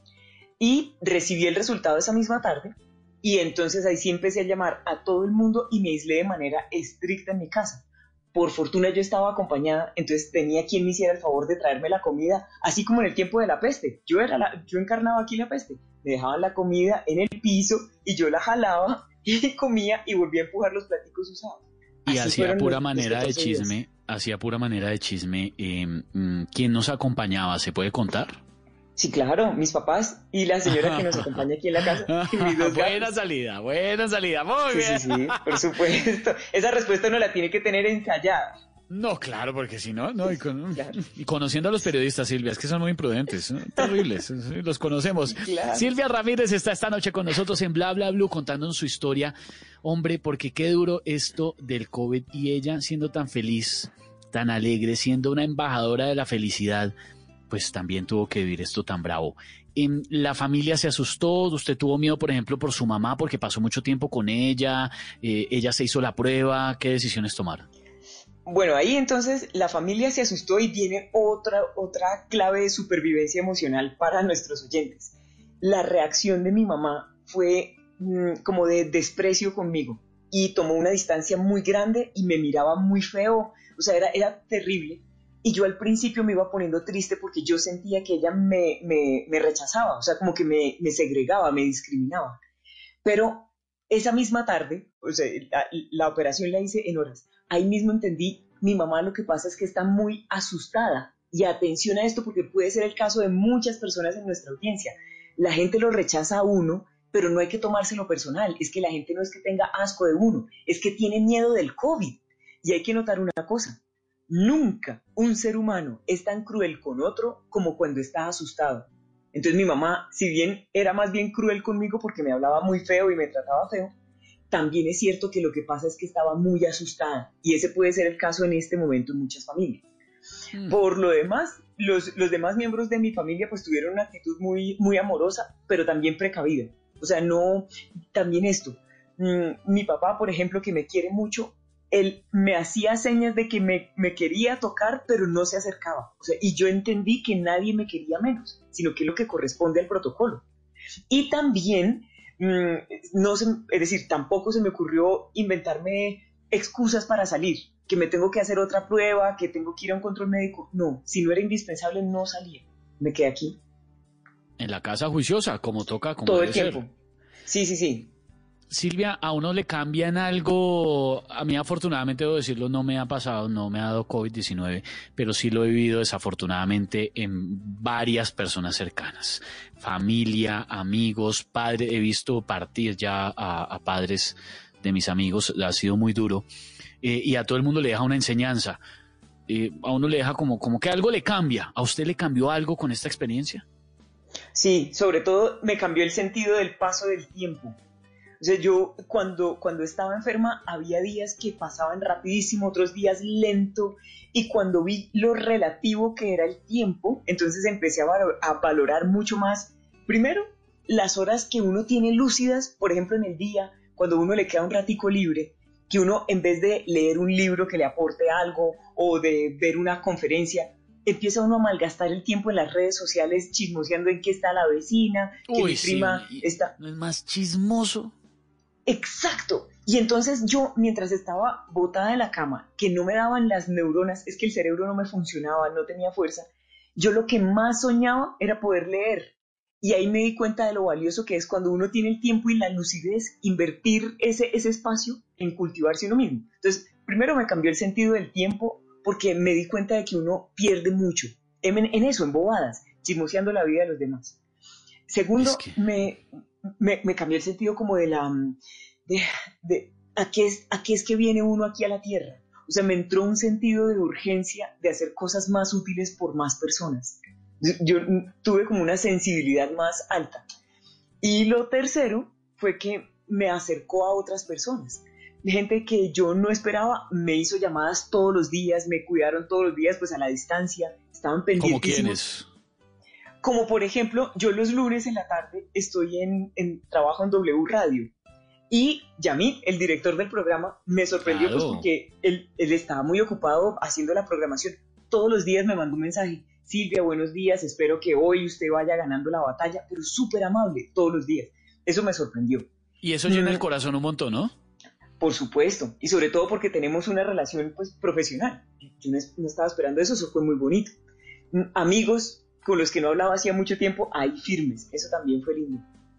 Y recibí el resultado esa misma tarde y entonces ahí sí empecé a llamar a todo el mundo y me aislé de manera estricta en mi casa. Por fortuna yo estaba acompañada, entonces tenía quien me hiciera el favor de traerme la comida, así como en el tiempo de la peste. Yo, era la, yo encarnaba aquí la peste. Me dejaban la comida en el piso y yo la jalaba y comía y volvía a empujar los platicos usados. Y Así hacía fueron pura los- los manera de catorce días. chisme, hacía pura manera de chisme. Eh, mm, ¿Quién nos acompañaba? ¿Se puede contar? Sí, claro, mis papás y la señora que nos acompaña aquí en la casa. Y mis dos Buena gatos. salida, buena salida, muy Sí, bien. sí, sí, por supuesto. Esa respuesta uno la tiene que tener ensayada. No, claro, porque si no, no y, con- y conociendo a los periodistas, Silvia, es que son muy imprudentes, ¿no? Terribles, los conocemos. Claro. Silvia Ramírez está esta noche con nosotros en Bla Bla Blue contándonos su historia. Hombre, porque qué duro esto del COVID y ella siendo tan feliz, tan alegre, siendo una embajadora de la felicidad, pues también tuvo que vivir esto tan bravo. En la familia se asustó, usted tuvo miedo, por ejemplo, por su mamá, porque pasó mucho tiempo con ella, eh, ella se hizo la prueba, ¿qué decisiones tomaron? Bueno, ahí entonces la familia se asustó y viene otra, otra clave de supervivencia emocional para nuestros oyentes. La reacción de mi mamá fue mmm, como de desprecio conmigo y tomó una distancia muy grande y me miraba muy feo, o sea, era, era terrible. Y yo al principio me iba poniendo triste porque yo sentía que ella me, me, me rechazaba, o sea, como que me, me segregaba, me discriminaba. Pero esa misma tarde, o sea, la, la operación la hice en horas. Ahí mismo entendí, mi mamá lo que pasa es que está muy asustada. Y atención a esto porque puede ser el caso de muchas personas en nuestra audiencia. La gente lo rechaza a uno, pero no hay que tomárselo personal. Es que la gente no es que tenga asco de uno, es que tiene miedo del COVID. Y hay que notar una cosa. Nunca un ser humano es tan cruel con otro como cuando está asustado. Entonces mi mamá, si bien era más bien cruel conmigo porque me hablaba muy feo y me trataba feo, también es cierto que lo que pasa es que estaba muy asustada. Y ese puede ser el caso en este momento en muchas familias. Mm. Por lo demás, los, los demás miembros de mi familia pues tuvieron una actitud muy, muy amorosa, pero también precavida. O sea, no, también esto. Mmm, mi papá, por ejemplo, que me quiere mucho, él me hacía señas de que me, me quería tocar, pero no se acercaba. O sea, y yo entendí que nadie me quería menos, sino que es lo que corresponde al protocolo. Y también, mmm, no se, es decir, tampoco se me ocurrió inventarme excusas para salir, que me tengo que hacer otra prueba, que tengo que ir a un control médico. No, si no era indispensable, no salía. Me quedé aquí. En la casa juiciosa, como toca, como todo debe el tiempo. ser. Sí, sí, sí. Silvia, a uno le cambian algo, a mí afortunadamente debo decirlo, no me ha pasado, no me ha dado COVID diecinueve, pero sí lo he vivido desafortunadamente en varias personas cercanas, familia, amigos, padres, he visto partir ya a, a padres de mis amigos, ha sido muy duro, eh, y a todo el mundo le deja una enseñanza, eh, a uno le deja como, como que algo le cambia. ¿A usted le cambió algo con esta experiencia? Sí, sobre todo me cambió el sentido del paso del tiempo. O sea, yo cuando, cuando estaba enferma había días que pasaban rapidísimo, otros días lento, y cuando vi lo relativo que era el tiempo, entonces empecé a, valor, a valorar mucho más, primero, las horas que uno tiene lúcidas, por ejemplo en el día, cuando uno le queda un ratico libre, que uno en vez de leer un libro que le aporte algo o de ver una conferencia, empieza uno a malgastar el tiempo en las redes sociales chismoseando en qué está la vecina, que Uy, mi prima sí, está... ¿no es más chismoso? Exacto. Y entonces yo, mientras estaba botada de la cama, que no me daban las neuronas, es que el cerebro no me funcionaba, no tenía fuerza, yo lo que más soñaba era poder leer. Y ahí me di cuenta de lo valioso que es cuando uno tiene el tiempo y la lucidez, invertir ese, ese espacio en cultivarse uno mismo. Entonces, primero me cambió el sentido del tiempo porque me di cuenta de que uno pierde mucho en, en eso, en bobadas, chismoseando la vida de los demás. Segundo, es que... me... Me, me cambió el sentido como de la... De, de, ¿a, qué es, ¿A qué es que viene uno aquí a la Tierra? O sea, me entró un sentido de urgencia de hacer cosas más útiles por más personas. Yo, yo tuve como una sensibilidad más alta. Y lo tercero fue que me acercó a otras personas. Gente que yo no esperaba, me hizo llamadas todos los días, me cuidaron todos los días, pues a la distancia, estaban pendientes. ¿Cómo quiénes? Como por ejemplo, yo los lunes en la tarde estoy en, en trabajo en W Radio y Yamit, el director del programa, me sorprendió claro. pues porque él, él estaba muy ocupado haciendo la programación. Todos los días me mandó un mensaje: Silvia, buenos días, espero que hoy usted vaya ganando la batalla, pero súper amable todos los días. Eso me sorprendió. Y eso llena mm. el corazón un montón, ¿no? Por supuesto, y sobre todo porque tenemos una relación pues profesional. Yo no, no estaba esperando eso, eso fue muy bonito. Amigos con los que no hablaba hacía mucho tiempo, ahí firmes, eso también fue lindo.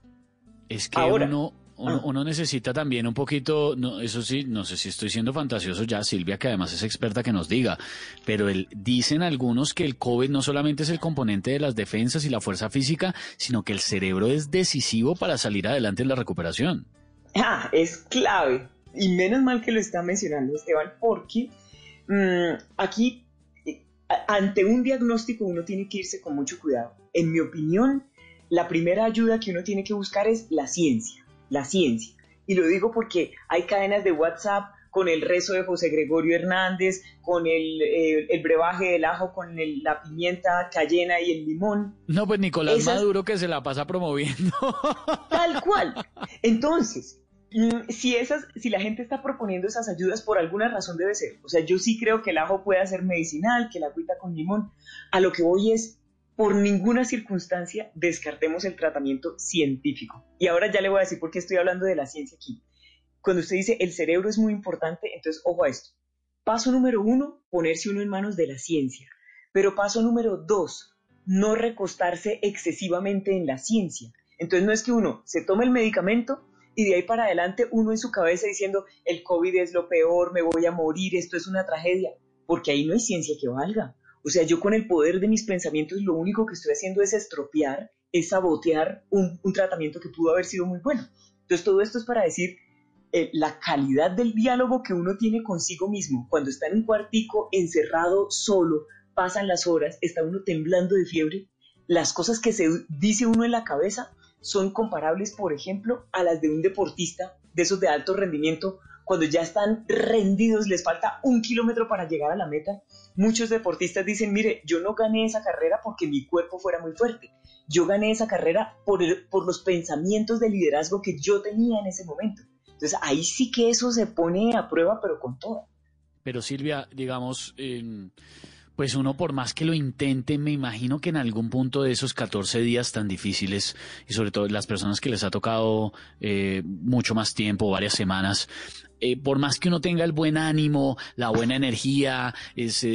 Es que Ahora, uno, uno, ah. uno necesita también un poquito, no, eso sí, no sé si estoy siendo fantasioso ya, Silvia, que además es experta, que nos diga, pero el, dicen algunos que el COVID no solamente es el componente de las defensas y la fuerza física, sino que el cerebro es decisivo para salir adelante en la recuperación. Ah, es clave, y menos mal que lo está mencionando Esteban, porque mmm, aquí... ante un diagnóstico uno tiene que irse con mucho cuidado. En mi opinión, la primera ayuda que uno tiene que buscar es la ciencia, la ciencia. Y lo digo porque hay cadenas de WhatsApp con el rezo de José Gregorio Hernández, con el, eh, el brebaje del ajo, con el, la pimienta cayena y el limón. No, pues Nicolás Esas... Maduro que se la pasa promoviendo. Tal cual. Entonces... Si, esas, si la gente está proponiendo esas ayudas, por alguna razón debe ser. O sea, yo sí creo que el ajo puede ser medicinal, que la agüita con limón. A lo que voy es, por ninguna circunstancia descartemos el tratamiento científico. Y ahora ya le voy a decir por qué estoy hablando de la ciencia aquí. Cuando usted dice el cerebro es muy importante, entonces ojo a esto. Paso número uno, ponerse uno en manos de la ciencia. Pero paso número dos, no recostarse excesivamente en la ciencia. Entonces no es que uno se tome el medicamento y de ahí para adelante uno en su cabeza diciendo el COVID es lo peor, me voy a morir, esto es una tragedia, porque ahí no hay ciencia que valga. O sea, yo con el poder de mis pensamientos lo único que estoy haciendo es estropear, es sabotear un, un tratamiento que pudo haber sido muy bueno. Entonces todo esto es para decir eh, la calidad del diálogo que uno tiene consigo mismo cuando está en un cuartico encerrado solo, pasan las horas, está uno temblando de fiebre, las cosas que se dice uno en la cabeza son comparables, por ejemplo, a las de un deportista de esos de alto rendimiento, cuando ya están rendidos, les falta un kilómetro para llegar a la meta. Muchos deportistas dicen, mire, yo no gané esa carrera porque mi cuerpo fuera muy fuerte, yo gané esa carrera por, el, por los pensamientos de liderazgo que yo tenía en ese momento. Entonces ahí sí que eso se pone a prueba, pero con todo. Pero Silvia, digamos... Eh... Pues uno por más que lo intente, me imagino que en algún punto de esos catorce días tan difíciles, y sobre todo las personas que les ha tocado eh, mucho más tiempo, varias semanas, eh, por más que uno tenga el buen ánimo, la buena energía, eh, se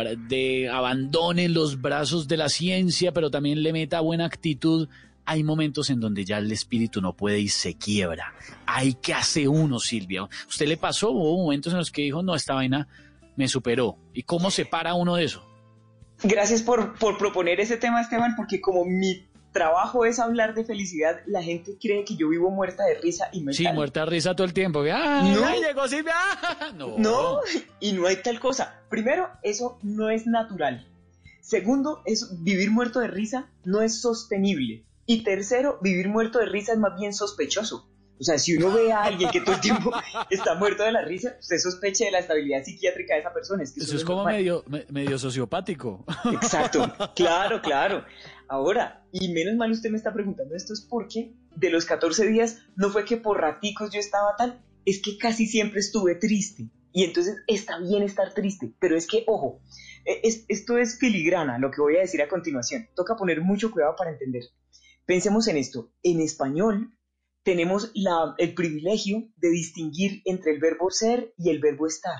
de, abandone en los brazos de la ciencia, pero también le meta buena actitud, hay momentos en donde ya el espíritu no puede y se quiebra. ¿Hay que hace uno, Silvia? ¿Usted le pasó? ¿Hubo momentos en los que dijo, no, esta vaina me superó? ¿Y cómo se para uno de eso? Gracias por, por proponer ese tema, Esteban, porque como mi trabajo es hablar de felicidad, la gente cree que yo vivo muerta de risa y no es Sí, tal. muerta de risa todo el tiempo. ¡Ah, no, ahí llegó Silvia! No. no, y no hay tal cosa. Primero, eso no es natural. Segundo, es vivir muerto de risa no es sostenible. Y tercero, vivir muerto de risa es más bien sospechoso. O sea, si uno ve a alguien que todo el tiempo está muerto de la risa, usted sospeche de la estabilidad psiquiátrica de esa persona. Es que eso, eso es como medio, me, medio sociopático. Exacto, claro, claro. Ahora, y menos mal usted me está preguntando esto, es porque de los catorce días no fue que por raticos yo estaba tal, es que casi siempre estuve triste. Y entonces está bien estar triste, pero es que, ojo, es, esto es filigrana, lo que voy a decir a continuación. Toca poner mucho cuidado para entender. Pensemos en esto. En español tenemos la, el privilegio de distinguir entre el verbo ser y el verbo estar.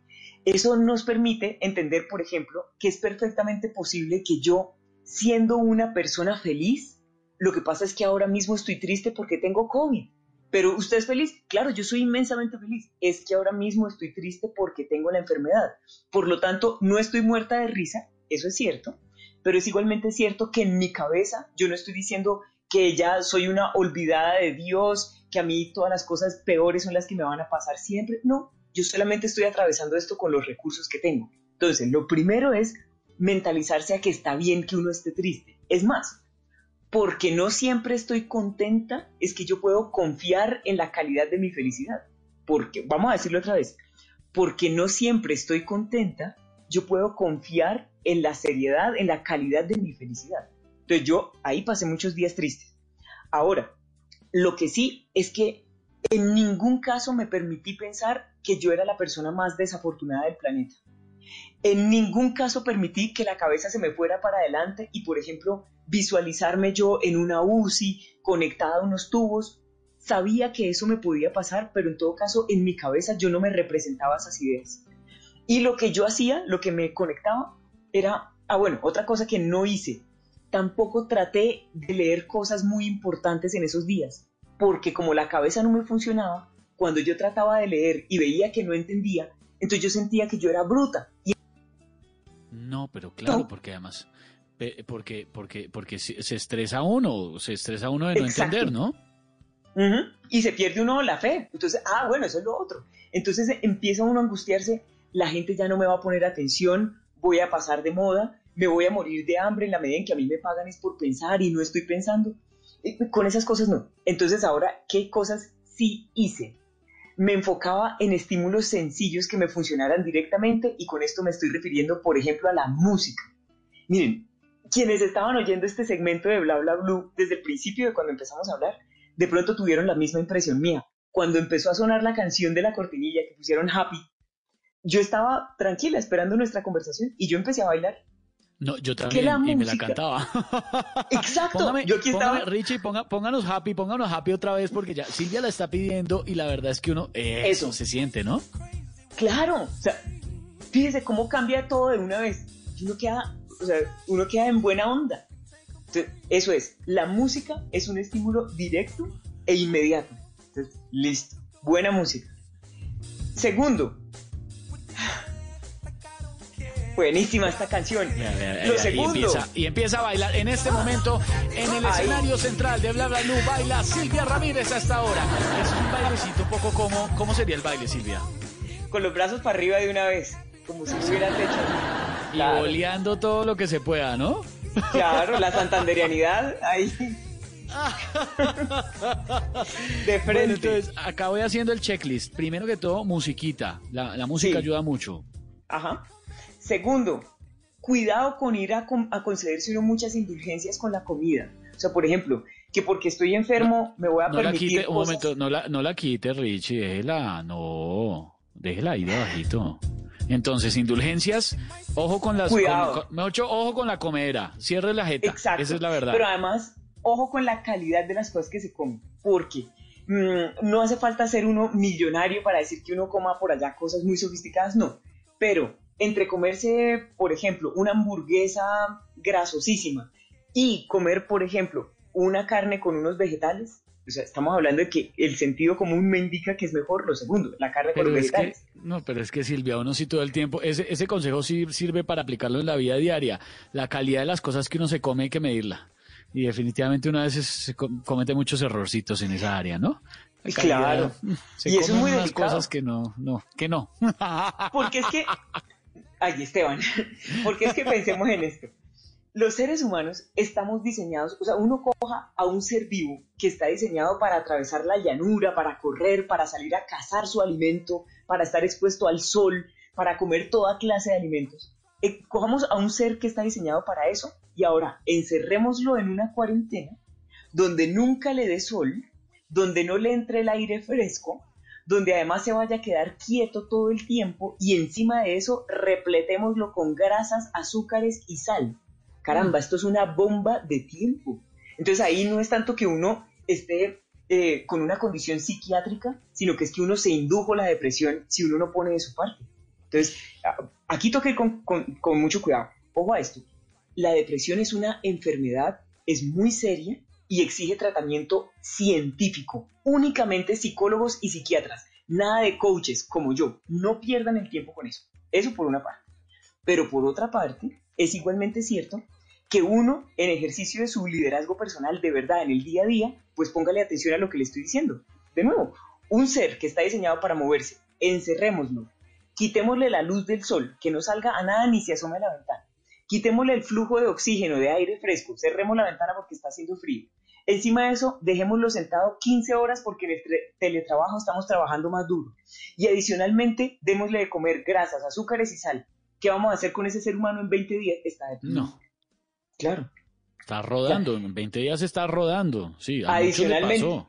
Eso nos permite entender, por ejemplo, que es perfectamente posible que yo, siendo una persona feliz, lo que pasa es que ahora mismo estoy triste porque tengo COVID. Pero ¿usted es feliz? Claro, yo soy inmensamente feliz. Es que ahora mismo estoy triste porque tengo la enfermedad. Por lo tanto, no estoy muerta de risa, eso es cierto, pero es igualmente cierto que en mi cabeza yo no estoy diciendo que ya soy una olvidada de Dios, que a mí todas las cosas peores son las que me van a pasar siempre. No, yo solamente estoy atravesando esto con los recursos que tengo. Entonces, lo primero es mentalizarse a que está bien que uno esté triste. Es más, porque no siempre estoy contenta, es que yo puedo confiar en la calidad de mi felicidad. Porque, vamos a decirlo otra vez, porque no siempre estoy contenta, yo puedo confiar en la seriedad, en la calidad de mi felicidad. Entonces yo ahí pasé muchos días tristes. Ahora, lo que sí es que en ningún caso me permití pensar que yo era la persona más desafortunada del planeta. En ningún caso permití que la cabeza se me fuera para adelante y, por ejemplo, visualizarme yo en una U C I, conectada a unos tubos. Sabía que eso me podía pasar, pero en todo caso, en mi cabeza yo no me representaba esas ideas. Y lo que yo hacía, lo que me conectaba, era, ah bueno, otra cosa que no hice, tampoco traté de leer cosas muy importantes en esos días, porque como la cabeza no me funcionaba, cuando yo trataba de leer y veía que no entendía, entonces yo sentía que yo era bruta. Y... No, pero claro, no. porque además, porque, porque, porque se estresa uno, se estresa uno de no Exacto. entender, ¿no? Uh-huh. Y se pierde uno la fe. Entonces, ah, bueno, eso es lo otro. Entonces empieza uno a angustiarse, la gente ya no me va a poner atención, voy a pasar de moda, me voy a morir de hambre en la medida en que a mí me pagan es por pensar y no estoy pensando. Con esas cosas no. Entonces ahora, ¿qué cosas sí hice? Me enfocaba en estímulos sencillos que me funcionaran directamente y con esto me estoy refiriendo, por ejemplo, a la música. Miren, quienes estaban oyendo este segmento de Bla Bla Blue desde el principio de cuando empezamos a hablar, de pronto tuvieron la misma impresión mía. Cuando empezó a sonar la canción de la cortinilla que pusieron Happy, yo estaba tranquila esperando nuestra conversación y yo empecé a bailar. No, yo también, y música... me la cantaba. Exacto, póngame, yo aquí póngame, estaba... Richie, ponga, pónganos Happy, pónganos Happy otra vez, porque ya Silvia la está pidiendo y la verdad es que uno, eh, eso. eso se siente, ¿no? Claro, o sea, fíjese cómo cambia todo de una vez. Uno queda o sea, uno queda en buena onda. Entonces, eso es, la música es un estímulo directo e inmediato. Entonces, listo, buena música. Segundo, buenísima esta canción. Ya, ya, ya, Lo ya, segundo. Y empieza, y empieza a bailar. En este momento, en el Ahí. escenario central de Bla Bla Blue, baila Silvia Ramírez a esta hora. Es un bailecito un poco como... ¿Cómo sería el baile, Silvia? Con los brazos para arriba de una vez, como si hubiera techo. Y Claro. boleando todo lo que se pueda, ¿no? Claro, la santanderianidad ahí. De frente. Bueno, entonces, acá voy haciendo el checklist. Primero que todo, musiquita. La, la música Sí. ayuda mucho. Ajá. Segundo, cuidado con ir a, con- a concederse uno muchas indulgencias con la comida. O sea, por ejemplo, que porque estoy enfermo me voy a No la permitir quite, un cosas- momento, no la, no la quite, Richie, déjela, no, déjela ahí debajito. Entonces, indulgencias, ojo con las... Cuidado. Con, con- mejor dicho, ojo con la comedera, cierre la jeta, Exacto. esa es la verdad. Pero además, ojo con la calidad de las cosas que se comen, porque mm, no hace falta ser uno millonario para decir que uno coma por allá cosas muy sofisticadas, no. Pero entre comerse, por ejemplo, una hamburguesa grasosísima y comer, por ejemplo, una carne con unos vegetales, o sea, estamos hablando de que el sentido común me indica que es mejor lo segundo, la carne con Pero los es que, vegetales. no, pero es que Silvia, uno sí todo el tiempo, ese, ese consejo sí sirve para aplicarlo en la vida diaria. La calidad de las cosas que uno se come hay que medirla. Y definitivamente una vez se co- comete muchos errorcitos en esa área, ¿no? La calidad, Claro. Se Y eso es comen muy unas delicado. cosas que no, no, que no. Porque es que, ay Esteban, porque es que pensemos en esto. Los seres humanos estamos diseñados, o sea, uno coja a un ser vivo que está diseñado para atravesar la llanura, para correr, para salir a cazar su alimento, para estar expuesto al sol, para comer toda clase de alimentos. Eh, cojamos a un ser que está diseñado para eso y ahora encerrémoslo en una cuarentena donde nunca le dé sol, donde no le entre el aire fresco, donde además se vaya a quedar quieto todo el tiempo y encima de eso repletémoslo con grasas, azúcares y sal. Caramba, esto es una bomba de tiempo. Entonces ahí no es tanto que uno esté eh, con una condición psiquiátrica, sino que es que uno se indujo la depresión si uno no pone de su parte. Entonces, a- aquí toca ir con, con, con mucho cuidado. Ojo a esto, la depresión es una enfermedad, es muy seria y exige tratamiento científico. Únicamente psicólogos y psiquiatras, nada de coaches como yo. No pierdan el tiempo con eso. Eso por una parte. Pero por otra parte, es igualmente cierto que uno, en ejercicio de su liderazgo personal de verdad en el día a día, pues póngale atención a lo que le estoy diciendo. De nuevo, un ser que está diseñado para moverse, encerrémoslo, quitémosle la luz del sol, que no salga a nada ni se asome a la ventana, quitémosle el flujo de oxígeno, de aire fresco, cerremos la ventana porque está haciendo frío. Encima de eso, dejémoslo sentado quince horas porque en el tre- teletrabajo estamos trabajando más duro. Y adicionalmente, démosle de comer grasas, azúcares y sal. ¿Qué vamos a hacer con ese ser humano en veinte días? Está deprimido. No. Claro. Está rodando, en veinte días está rodando. Sí, a muchos le Adicionalmente. pasó.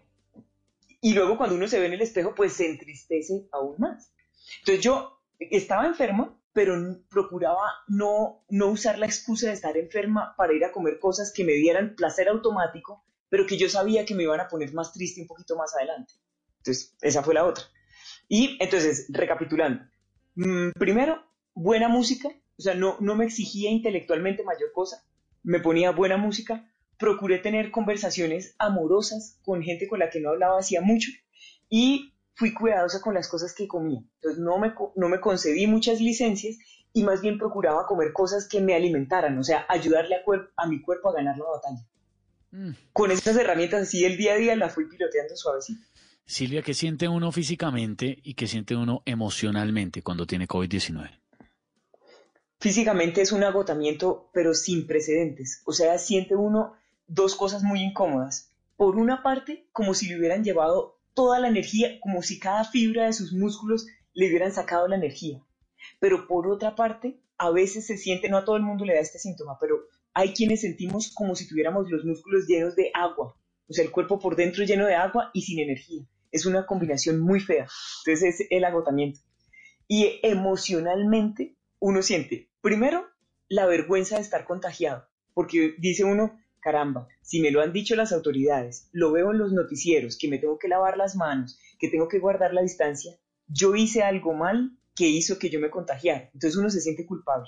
Y luego cuando uno se ve en el espejo, pues se entristece aún más. Entonces yo estaba enferma, pero n- procuraba no, no usar la excusa de estar enferma para ir a comer cosas que me dieran placer automático, pero que yo sabía que me iban a poner más triste un poquito más adelante. Entonces, esa fue la otra. Y entonces, recapitulando. Mm, primero, buena música. O sea, no, no me exigía intelectualmente mayor cosa. Me ponía buena música. Procuré tener conversaciones amorosas con gente con la que no hablaba hacía mucho. Y fui cuidadosa con las cosas que comía. Entonces, no me, co- no me concedí muchas licencias y más bien procuraba comer cosas que me alimentaran. O sea, ayudarle a, cuer- a mi cuerpo a ganar la batalla. Mm. Con esas herramientas así el día a día la fui piloteando suavecito. Silvia, ¿qué siente uno físicamente y qué siente uno emocionalmente cuando tiene COVID diecinueve? Físicamente es un agotamiento, pero sin precedentes. O sea, siente uno dos cosas muy incómodas. Por una parte, como si le hubieran llevado toda la energía, como si cada fibra de sus músculos le hubieran sacado la energía. Pero por otra parte, a veces se siente, no a todo el mundo le da este síntoma, pero hay quienes sentimos como si tuviéramos los músculos llenos de agua. O sea, el cuerpo por dentro lleno de agua y sin energía. Es una combinación muy fea. Entonces es el agotamiento. Y emocionalmente uno siente, primero, la vergüenza de estar contagiado. Porque dice uno, caramba, si me lo han dicho las autoridades, lo veo en los noticieros, que me tengo que lavar las manos, que tengo que guardar la distancia, yo hice algo mal que hizo que yo me contagiara. Entonces uno se siente culpable.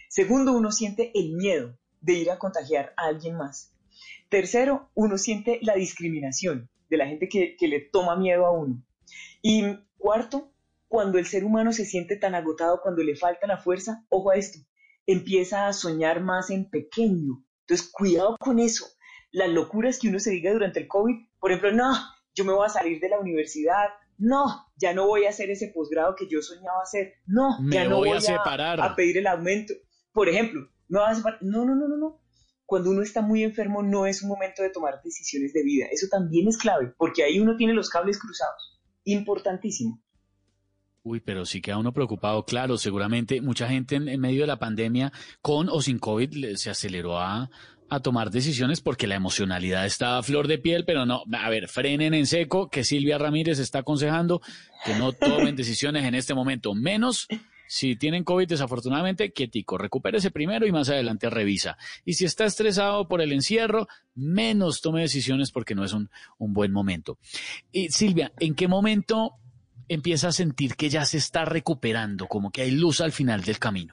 Segundo, uno siente el miedo de ir a contagiar a alguien más. Tercero, uno siente la discriminación de la gente que, que le toma miedo a uno. Y cuarto, cuando el ser humano se siente tan agotado, cuando le falta la fuerza, ojo a esto, empieza a soñar más en pequeño. Entonces, cuidado con eso. Las locuras que uno se diga durante el COVID, por ejemplo, no, yo me voy a salir de la universidad, no, ya no voy a hacer ese posgrado que yo soñaba hacer, no, me ya no voy, voy a separar. A, a pedir el aumento. Por ejemplo, me voy a separar. No, no, no, no, no. Cuando uno está muy enfermo no es un momento de tomar decisiones de vida. Eso también es clave, porque ahí uno tiene los cables cruzados. Importantísimo. Uy, pero sí queda uno preocupado, claro, seguramente mucha gente en, en medio de la pandemia, con o sin COVID, le- se aceleró a, a tomar decisiones porque la emocionalidad estaba a flor de piel, pero no, a ver, frenen en seco, que Silvia Ramírez está aconsejando que no tomen decisiones en este momento, menos si tienen COVID, desafortunadamente, quietico, recupérese primero y más adelante revisa. Y si está estresado por el encierro, menos tome decisiones porque no es un, un buen momento. Y Silvia, ¿en qué momento empieza a sentir que ya se está recuperando, como que hay luz al final del camino?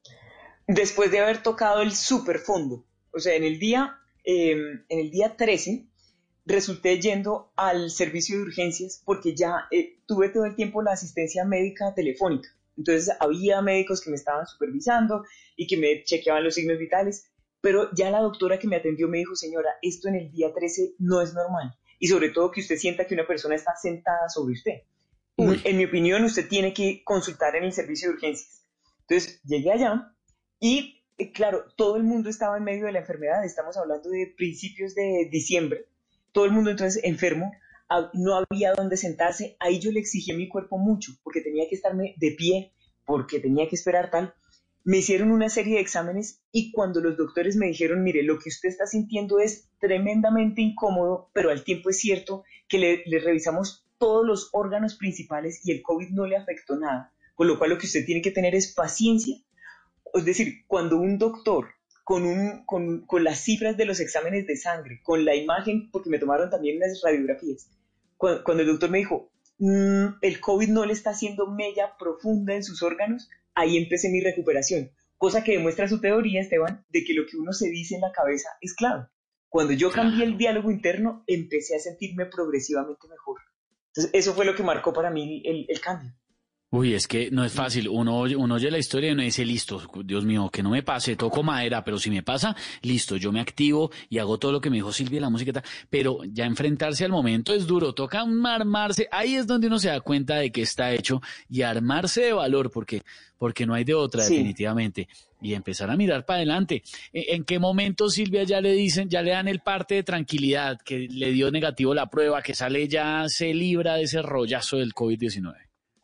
Después de haber tocado el superfondo, o sea, en el día, eh, en el día trece, resulté yendo al servicio de urgencias porque ya eh, tuve todo el tiempo la asistencia médica telefónica. Entonces había médicos que me estaban supervisando y que me chequeaban los signos vitales, pero ya la doctora que me atendió me dijo, señora, esto en el día trece no es normal. Y sobre todo que usted sienta que una persona está sentada sobre usted. Uy. En mi opinión, usted tiene que consultar en el servicio de urgencias. Entonces llegué allá y, eh, claro, todo el mundo estaba en medio de la enfermedad. Estamos hablando de principios de diciembre. Todo el mundo entonces enfermo. No había dónde sentarse, ahí yo le exigí a mi cuerpo mucho, porque tenía que estarme de pie, porque tenía que esperar tal. Me hicieron una serie de exámenes y cuando los doctores me dijeron, mire, lo que usted está sintiendo es tremendamente incómodo, pero al tiempo es cierto que le, le revisamos todos los órganos principales y el COVID no le afectó nada, con lo cual lo que usted tiene que tener es paciencia. Es decir, cuando un doctor Con, un, con, con las cifras de los exámenes de sangre, con la imagen, porque me tomaron también unas radiografías, cuando, cuando el doctor me dijo, mmm, el COVID no le está haciendo mella profunda en sus órganos, ahí empecé mi recuperación, cosa que demuestra su teoría, Esteban, de que lo que uno se dice en la cabeza es clave. Cuando yo cambié el diálogo interno, empecé a sentirme progresivamente mejor. Entonces, eso fue lo que marcó para mí el, el cambio. Uy, es que no es fácil. Uno oye, uno oye la historia y uno dice, listo, Dios mío, que no me pase, toco madera, pero si me pasa, listo, yo me activo y hago todo lo que me dijo Silvia, la música y tal. Pero ya enfrentarse al momento es duro, toca armarse. Ahí es donde uno se da cuenta de que está hecho y armarse de valor, porque, porque no hay de otra, sí, definitivamente. Y empezar a mirar para adelante. ¿En qué momento, Silvia, ya le dicen, ya le dan el parte de tranquilidad, que le dio negativo la prueba, que sale ya, se libra de ese rollazo del COVID diecinueve?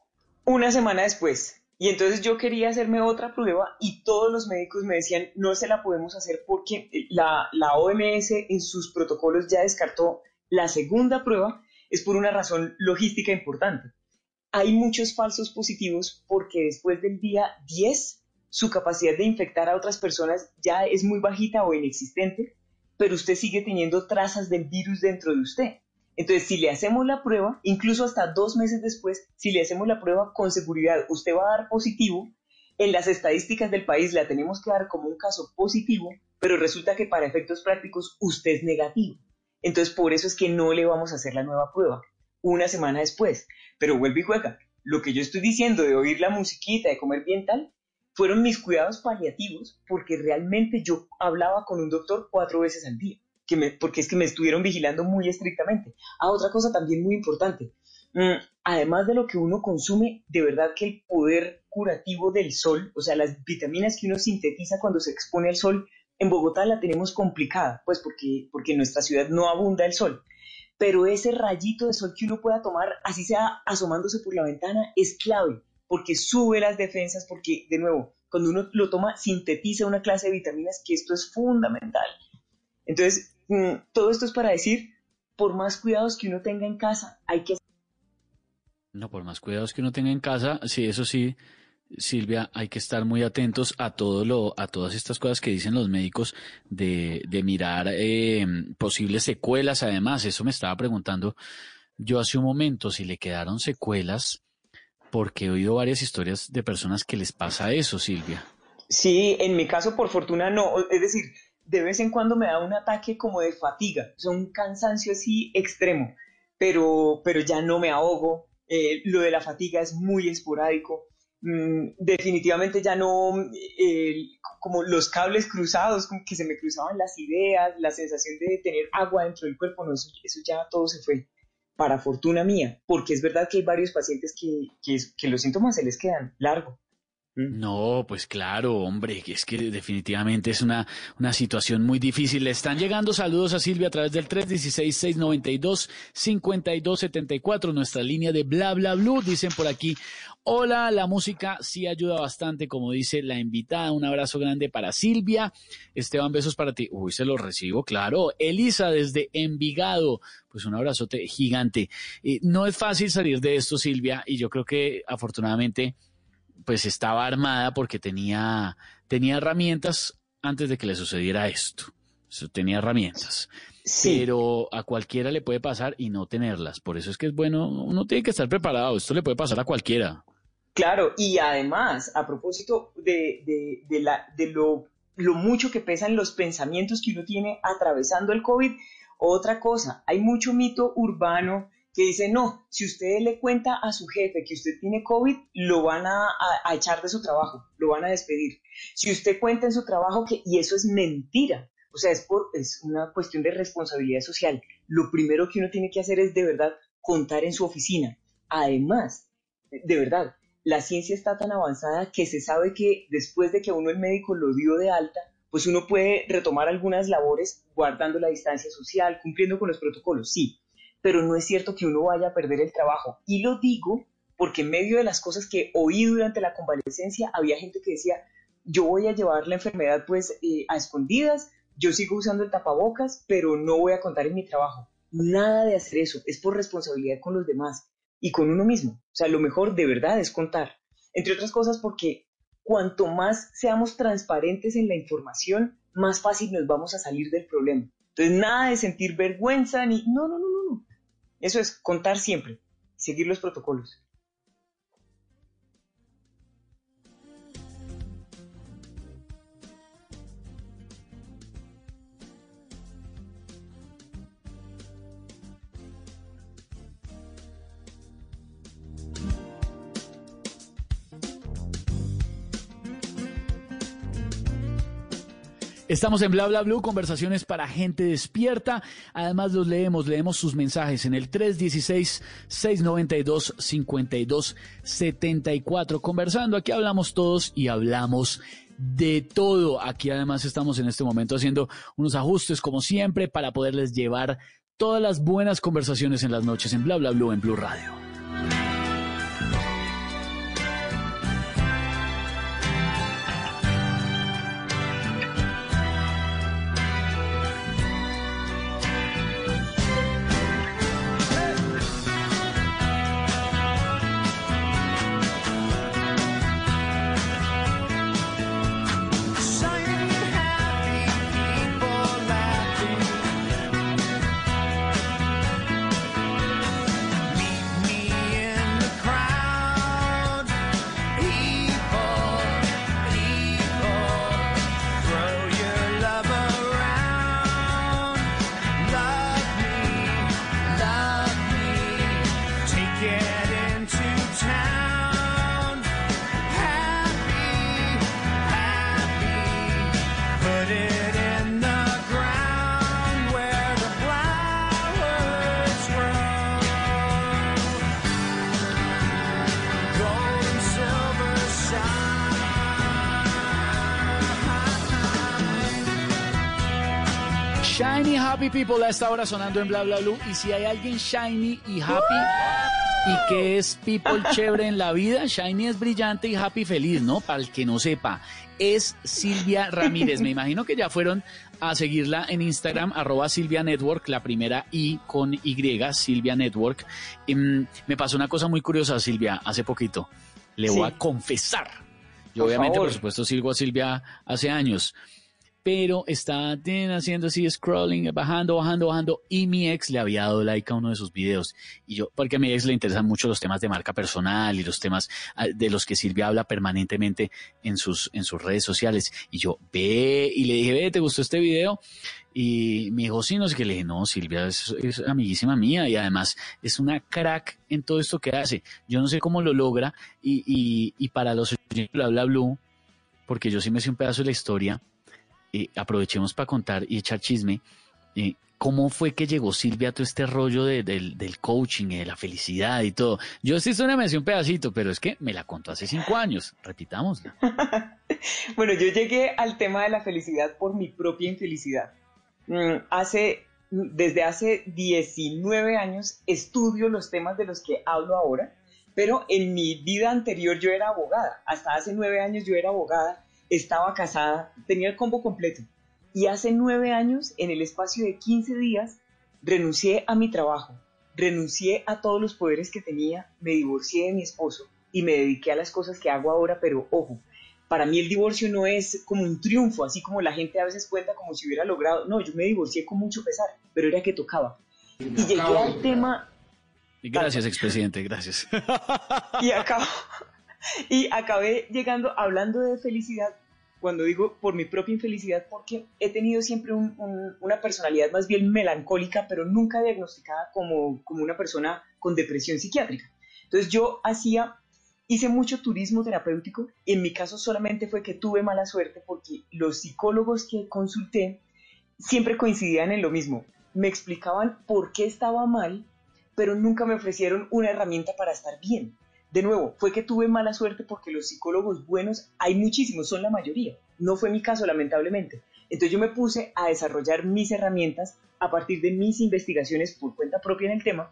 Una semana después. Y entonces yo quería hacerme otra prueba y todos los médicos me decían, no se la podemos hacer porque la, la O M S en sus protocolos ya descartó la segunda prueba, es por una razón logística importante. Hay muchos falsos positivos porque después del día diez su capacidad de infectar a otras personas ya es muy bajita o inexistente, pero usted sigue teniendo trazas del virus dentro de usted. Entonces, si le hacemos la prueba, incluso hasta dos meses después, si le hacemos la prueba con seguridad, usted va a dar positivo. En las estadísticas del país la tenemos que dar como un caso positivo, pero resulta que para efectos prácticos usted es negativo. Entonces, por eso es que no le vamos a hacer la nueva prueba una semana después. Pero vuelve y juega. Lo que yo estoy diciendo de oír la musiquita, de comer bien tal, fueron mis cuidados paliativos, porque realmente yo hablaba con un doctor cuatro veces al día. Que me, porque es que me estuvieron vigilando muy estrictamente. Ah, otra cosa también muy importante. Mm, además de lo que uno consume, de verdad que el poder curativo del sol, o sea, las vitaminas que uno sintetiza cuando se expone al sol, en Bogotá la tenemos complicada, pues porque, porque en nuestra ciudad no abunda el sol. Pero ese rayito de sol que uno pueda tomar, así sea asomándose por la ventana, es clave, porque sube las defensas, porque, de nuevo, cuando uno lo toma, sintetiza una clase de vitaminas, que esto es fundamental. Entonces, todo esto es para decir, por más cuidados que uno tenga en casa, hay que... No, por más cuidados que uno tenga en casa, sí, eso sí, Silvia, hay que estar muy atentos a todo lo, a todas estas cosas que dicen los médicos de, de mirar eh, posibles secuelas. Además, eso me estaba preguntando yo hace un momento, si le quedaron secuelas, porque he oído varias historias de personas que les pasa eso, Silvia. Sí, en mi caso por fortuna no, es decir, de vez en cuando me da un ataque como de fatiga, o sea, un cansancio así extremo, pero, pero ya no me ahogo, eh, lo de la fatiga es muy esporádico, mm, definitivamente ya no, eh, como los cables cruzados, como que se me cruzaban las ideas, la sensación de tener agua dentro del cuerpo, no, eso, eso ya todo se fue, para fortuna mía, porque es verdad que hay varios pacientes que, que, que los síntomas se les quedan largo. No, pues claro, hombre, es que definitivamente es una, una situación muy difícil. Le están llegando saludos a Silvia a través del tres uno seis, seis nueve dos, cinco dos siete cuatro, nuestra línea de Bla Bla Blue. Dicen por aquí, hola, la música sí ayuda bastante, como dice la invitada. Un abrazo grande para Silvia. Esteban, besos para ti. Uy, se los recibo, claro. Elisa desde Envigado, pues un abrazote gigante. Eh, no es fácil salir de esto, Silvia, y yo creo que afortunadamente pues estaba armada porque tenía, tenía herramientas antes de que le sucediera esto. Tenía herramientas. Sí. Pero a cualquiera le puede pasar y no tenerlas. Por eso es que es bueno, uno tiene que estar preparado. Esto le puede pasar a cualquiera. Claro, y además, a propósito de, de, de, la, de lo, lo mucho que pesan los pensamientos que uno tiene atravesando el COVID, otra cosa, hay mucho mito urbano que dice, no, si usted le cuenta a su jefe que usted tiene COVID, lo van a, a, a echar de su trabajo, lo van a despedir. Si usted cuenta en su trabajo que, y eso es mentira, o sea, es, por, es una cuestión de responsabilidad social. Lo primero que uno tiene que hacer es de verdad contar en su oficina. Además, de verdad, la ciencia está tan avanzada que se sabe que después de que uno el médico lo dio de alta, pues uno puede retomar algunas labores guardando la distancia social, cumpliendo con los protocolos, sí. Pero no es cierto que uno vaya a perder el trabajo. Y lo digo porque en medio de las cosas que oí durante la convalecencia, había gente que decía, yo voy a llevar la enfermedad pues eh, a escondidas, yo sigo usando el tapabocas, pero no voy a contar en mi trabajo. Nada de hacer eso, es por responsabilidad con los demás y con uno mismo. O sea, lo mejor de verdad es contar. Entre otras cosas porque cuanto más seamos transparentes en la información, más fácil nos vamos a salir del problema. Entonces, nada de sentir vergüenza ni... No, no, no, no, no. Eso es contar siempre, seguir los protocolos. Estamos en Bla Bla Blue, conversaciones para gente despierta. Además los leemos, leemos sus mensajes en el tres uno seis, seis nueve dos, cinco dos siete cuatro. Conversando, aquí hablamos todos y hablamos de todo. Aquí además estamos en este momento haciendo unos ajustes como siempre para poderles llevar todas las buenas conversaciones en las noches en Bla Bla Blue en Blue Radio. Shiny Happy People a esta hora sonando en Bla Bla Blue. Y si hay alguien shiny y happy y que es people chévere en la vida, shiny es brillante y happy feliz, ¿no? Para el que no sepa, es Silvia Ramírez. Me imagino que ya fueron a seguirla en Instagram, arroba Silvia Network, la primera I con Y, Silvia Network. Y, um, me pasó una cosa muy curiosa, Silvia, hace poquito. Le voy sí. a confesar. Yo por obviamente, favor. por supuesto, sigo a Silvia hace años. pero estaba ten, haciendo así, scrolling, bajando, bajando, bajando, y mi ex le había dado like a uno de sus videos. Y yo, porque a mi ex le interesan mucho los temas de marca personal y los temas de los que Silvia habla permanentemente en sus, en sus redes sociales. Y yo, ve, y le dije, ve, ¿te gustó este video? Y me dijo, sí, no sé qué. Le dije, no, Silvia es, es amiguísima mía y además es una crack en todo esto que hace. Yo no sé cómo lo logra y, y, y para los bla bla blue, porque yo sí me sé un pedazo de la historia, eh, aprovechemos para contar y echar chisme. Eh, ¿Cómo fue que llegó Silvia a todo este rollo de, de, del coaching, de la felicidad y todo? Yo esta historia me sé un pedacito, pero es que me la contó hace cinco años. Repitámosla. Bueno, yo llegué al tema de la felicidad por mi propia infelicidad. Hace, desde hace diecinueve años estudio los temas de los que hablo ahora, pero en mi vida anterior yo era abogada. Hasta hace nueve años yo era abogada, estaba casada, tenía el combo completo. Y hace nueve años, en el espacio de quince días, renuncié a mi trabajo, renuncié a todos los poderes que tenía, me divorcié de mi esposo y me dediqué a las cosas que hago ahora, pero ojo, para mí el divorcio no es como un triunfo, así como la gente a veces cuenta como si hubiera logrado. No, yo me divorcié con mucho pesar, pero era que tocaba. Y llegué al tema... Gracias, expresidente, gracias. Y, acabo, y acabé llegando, hablando de felicidad, cuando digo por mi propia infelicidad, porque he tenido siempre un, un, una personalidad más bien melancólica, pero nunca diagnosticada como, como una persona con depresión psiquiátrica. Entonces yo hacía, hice mucho turismo terapéutico, y en mi caso solamente fue que tuve mala suerte porque los psicólogos que consulté siempre coincidían en lo mismo. Me explicaban por qué estaba mal, pero nunca me ofrecieron una herramienta para estar bien. De nuevo, fue que tuve mala suerte porque los psicólogos buenos hay muchísimos, son la mayoría. No fue mi caso, lamentablemente. Entonces yo me puse a desarrollar mis herramientas a partir de mis investigaciones por cuenta propia en el tema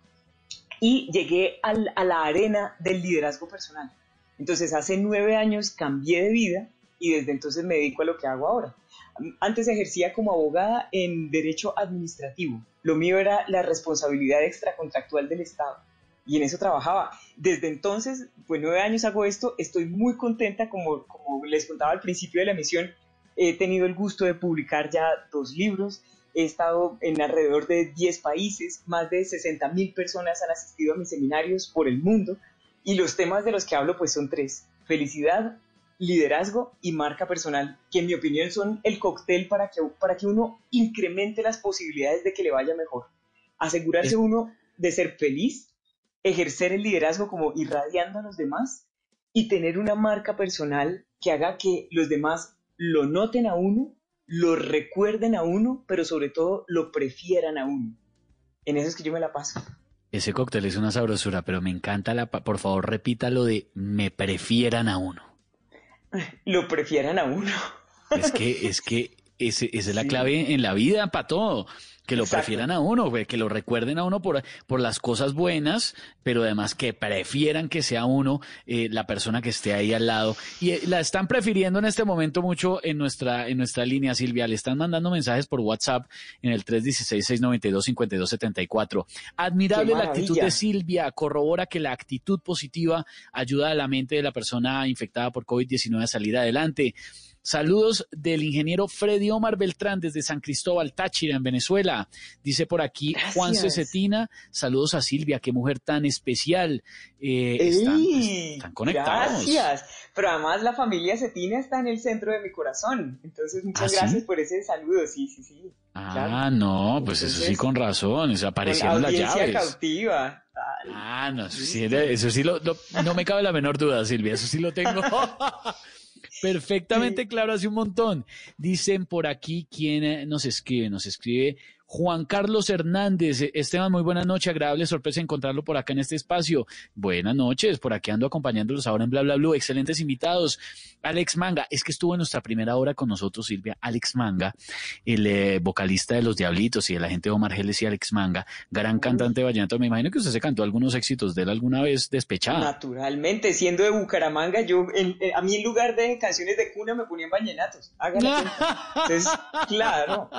y llegué al, a la arena del liderazgo personal. Entonces hace nueve años cambié de vida y desde entonces me dedico a lo que hago ahora. Antes ejercía como abogada en derecho administrativo. Lo mío era la responsabilidad extracontractual del Estado. Y en eso trabajaba. Desde entonces, pues nueve años hago esto, estoy muy contenta, como, como les contaba al principio de la emisión, he tenido el gusto de publicar ya dos libros, he estado en alrededor de diez países, más de sesenta mil personas han asistido a mis seminarios por el mundo, y los temas de los que hablo pues son tres: felicidad, liderazgo y marca personal, que en mi opinión son el cóctel para que, para que uno incremente las posibilidades de que le vaya mejor. Asegurarse uno de ser feliz, ejercer el liderazgo como irradiando a los demás y tener una marca personal que haga que los demás lo noten a uno, lo recuerden a uno, pero sobre todo lo prefieran a uno. En eso es que yo me la paso. Ese cóctel es una sabrosura, pero me encanta la... Por favor, repita lo de me prefieran a uno. Lo prefieran a uno. Es que, es que ese, esa es la sí. clave en la vida para todo. Que lo Exacto. prefieran a uno, que lo recuerden a uno por, por las cosas buenas, pero además que prefieran que sea uno eh, la persona que esté ahí al lado. Y eh, la están prefiriendo en este momento mucho en nuestra, en nuestra línea, Silvia. Le están mandando mensajes por WhatsApp en el tres uno seis, seis nueve dos, cinco dos siete cuatro. Admirable la actitud de Silvia. Corrobora que la actitud positiva ayuda a la mente de la persona infectada por COVID diecinueve a salir adelante. Saludos del ingeniero Freddy Omar Beltrán desde San Cristóbal, Táchira, en Venezuela. Dice por aquí Gracias. Juan Cetina, saludos a Silvia, qué mujer tan especial. Eh, están, pues, están conectados. Gracias. Pero además la familia Cetina está en el centro de mi corazón. Entonces muchas ¿Ah, gracias sí? por ese saludo. Sí, sí, sí. Ah, claro. no, pues Entonces, eso sí con razón. O sea, aparecieron las llaves. Cautiva. Ah, no, eso sí, eso sí lo, lo, no me cabe la menor duda, Silvia. Eso sí lo tengo. Perfectamente claro, hace un montón. Dicen por aquí quién nos escribe, nos escribe Juan Carlos Hernández. Esteban, muy buenas noches, agradable sorpresa encontrarlo por acá en este espacio. Buenas noches, por aquí ando acompañándolos ahora en Bla Bla Blue, excelentes invitados. Alex Manga, es que estuvo en nuestra primera hora con nosotros, Silvia. Alex Manga, el eh, vocalista de Los Diablitos y de la gente de Omar Geles y Alex Manga, gran cantante de vallenato. Me imagino que usted se cantó algunos éxitos de él alguna vez despechada. Naturalmente, siendo de Bucaramanga, yo en, en, a mí en lugar de canciones de cuna me ponían vallenatos. Hágale. Entonces, claro.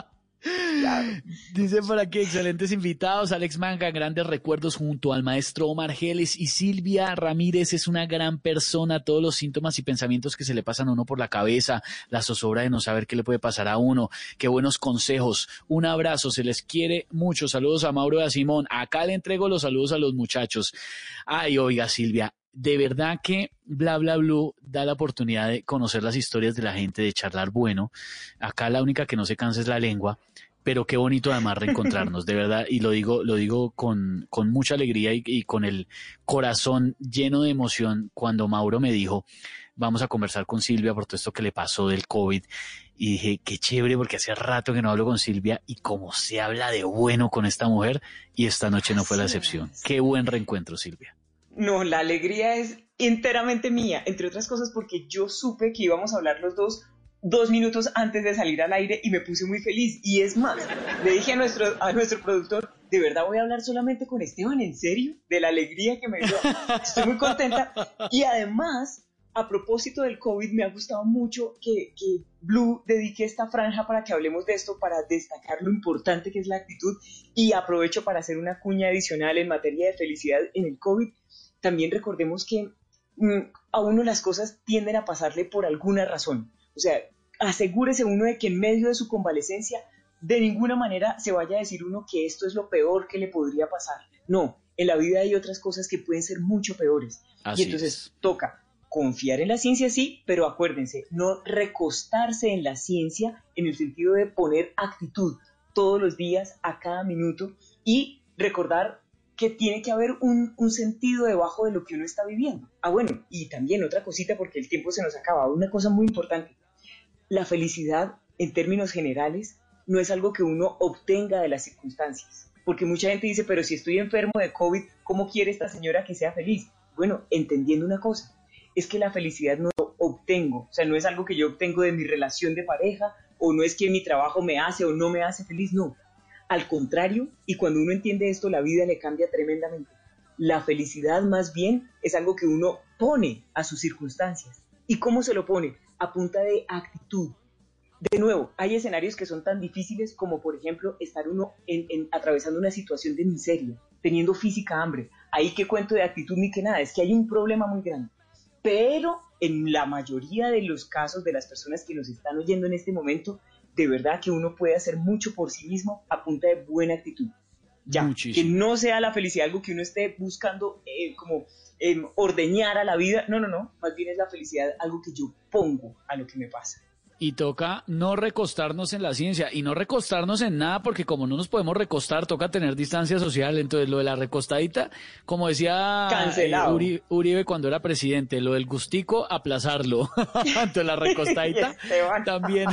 Dice por aquí, excelentes invitados, Alex Manga, grandes recuerdos junto al maestro Omar Geles, y Silvia Ramírez es una gran persona, todos los síntomas y pensamientos que se le pasan a uno por la cabeza, la zozobra de no saber qué le puede pasar a uno, qué buenos consejos, un abrazo, se les quiere mucho, saludos a Mauro y a Simón, acá le entrego los saludos a los muchachos. Ay, oiga Silvia, de verdad que Bla Bla Blue da la oportunidad de conocer las historias de la gente, de charlar bueno. Acá la única que no se cansa es la lengua, pero qué bonito además reencontrarnos, de verdad, y lo digo, lo digo con, con mucha alegría y, y con el corazón lleno de emoción cuando Mauro me dijo, vamos a conversar con Silvia por todo esto que le pasó del COVID, y dije, qué chévere, porque hace rato que no hablo con Silvia, y cómo se habla de bueno con esta mujer, y esta noche no fue la excepción. Qué buen reencuentro, Silvia. No, la alegría es enteramente mía, entre otras cosas porque yo supe que íbamos a hablar los dos dos minutos antes de salir al aire y me puse muy feliz. Y es más, le dije a nuestro, a nuestro productor, ¿de verdad voy a hablar solamente con Esteban? ¿En serio? De la alegría que me dio. Estoy muy contenta. Y además, a propósito del COVID, me ha gustado mucho que, que Blue dedique esta franja para que hablemos de esto, para destacar lo importante que es la actitud. Y aprovecho para hacer una cuña adicional en materia de felicidad en el COVID. También recordemos que mmm, a uno las cosas tienden a pasarle por alguna razón. O sea, asegúrese uno de que en medio de su convalecencia de ninguna manera se vaya a decir uno que esto es lo peor que le podría pasar. No, en la vida hay otras cosas que pueden ser mucho peores. Así y entonces es. Toca confiar en la ciencia, sí, pero acuérdense, no recostarse en la ciencia en el sentido de poner actitud todos los días, a cada minuto, y recordar que tiene que haber un, un sentido debajo de lo que uno está viviendo. Ah, bueno, y también otra cosita, porque el tiempo se nos acaba, una cosa muy importante. La felicidad, en términos generales, no es algo que uno obtenga de las circunstancias. Porque mucha gente dice, pero si estoy enfermo de COVID, ¿cómo quiere esta señora que sea feliz? Bueno, entendiendo una cosa, es que la felicidad no lo obtengo. O sea, no es algo que yo obtengo de mi relación de pareja, o no es que mi trabajo me hace o no me hace feliz, no. Al contrario, y cuando uno entiende esto, la vida le cambia tremendamente. La felicidad, más bien, es algo que uno pone a sus circunstancias. ¿Y cómo se lo pone? A punta de actitud. De nuevo, hay escenarios que son tan difíciles como, por ejemplo, estar uno en, en, atravesando una situación de miseria, teniendo física hambre. Ahí qué cuento de actitud ni que nada, es que hay un problema muy grande. Pero en la mayoría de los casos de las personas que nos están oyendo en este momento, de verdad que uno puede hacer mucho por sí mismo a punta de buena actitud. Ya, Muchísimo. Que no sea la felicidad algo que uno esté buscando eh, como eh, ordeñar a la vida. No, no, no. Más bien es la felicidad algo que yo pongo a lo que me pasa. Y toca no recostarnos en la ciencia y no recostarnos en nada, porque como no nos podemos recostar, toca tener distancia social. Entonces lo de la recostadita, como decía Uribe, Uribe cuando era presidente, lo del gustico, aplazarlo. Entonces la recostadita también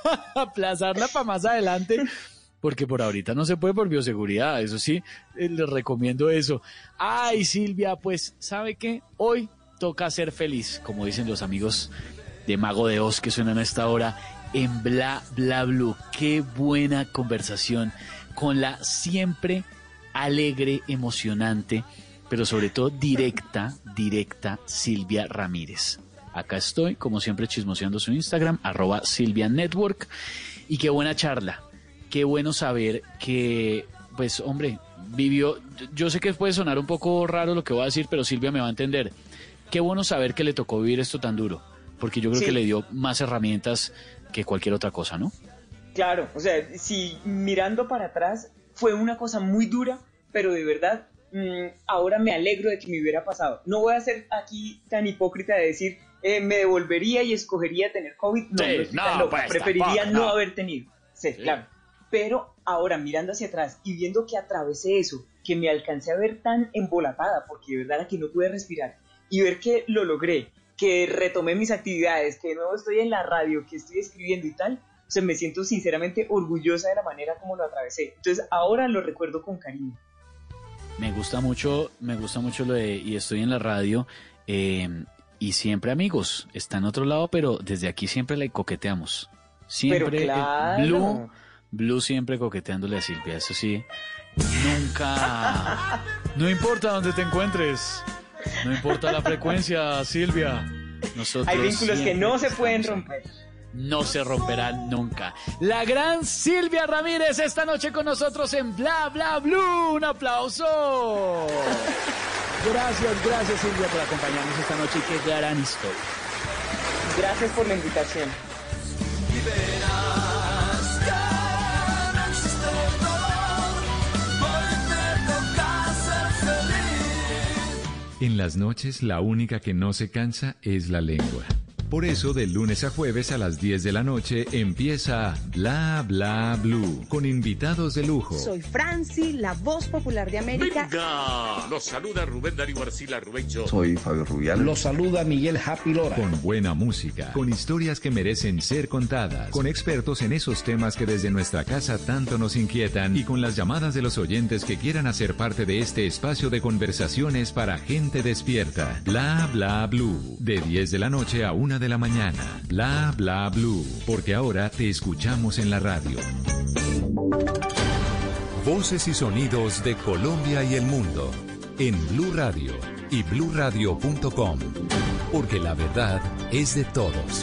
aplazarla para más adelante, porque por ahorita no se puede por bioseguridad. Eso sí, eh, les recomiendo eso. Ay, Silvia, pues, ¿sabe qué? Hoy toca ser feliz, como dicen los amigos de Mago de Oz que suenan a esta hora en Bla Bla Blue. Qué buena conversación con la siempre alegre, emocionante, pero sobre todo directa, directa Silvia Ramírez. Acá estoy, como siempre, chismoseando su Instagram, arroba Silvia Network. Y qué buena charla, qué bueno saber que, pues, hombre, vivió. Yo sé que puede sonar un poco raro lo que voy a decir, pero Silvia me va a entender. Qué bueno saber que le tocó vivir esto tan duro, porque yo creo sí. que le dio más herramientas que cualquier otra cosa, ¿no? Claro, o sea, si mirando para atrás fue una cosa muy dura, pero de verdad, mmm, ahora me alegro de que me hubiera pasado. No voy a ser aquí tan hipócrita de decir, eh, me devolvería y escogería tener COVID. No, sí, no, no pues, preferiría tampoco, no. no haber tenido. Sí, sí, claro. Pero ahora, mirando hacia atrás y viendo que atravesé eso, que me alcancé a ver tan embolatada, porque de verdad era que no pude respirar, y ver que lo logré, que retomé mis actividades, que de nuevo estoy en la radio, que estoy escribiendo y tal, o sea, me siento sinceramente orgullosa de la manera como lo atravesé. Entonces ahora lo recuerdo con cariño. Me gusta mucho, me gusta mucho lo de y estoy en la radio, eh, y siempre amigos, está en otro lado, pero desde aquí siempre le coqueteamos. Siempre, pero claro. Blue, Blue siempre coqueteándole a Silvia, eso sí, nunca, no importa dónde te encuentres. No importa la frecuencia, Silvia. Nosotros hay vínculos que no se pueden romper. no se romperán nunca. La gran Silvia Ramírez esta noche con nosotros en Bla Bla Blue. ¡Un aplauso! Gracias, gracias Silvia por acompañarnos esta noche y qué gran historia. Gracias por la invitación. En las noches la única que no se cansa es la lengua. Por eso, de lunes a jueves a las diez de la noche empieza Bla Bla Blue, con invitados de lujo. Soy Franci, la voz popular de América. ¡Venga! Los saluda Rubén Darío Arcila Rubencho. Soy Fabio Rubial. Los saluda Miguel Happy Lora. Con buena música, con historias que merecen ser contadas, con expertos en esos temas que desde nuestra casa tanto nos inquietan y con las llamadas de los oyentes que quieran hacer parte de este espacio de conversaciones para gente despierta. Bla Bla Blue, de diez de la noche a una de la mañana. Bla Bla Blue, porque ahora te escuchamos en la radio. Voces y sonidos de Colombia y el mundo en Blue Radio y blue radio punto com, porque la verdad es de todos.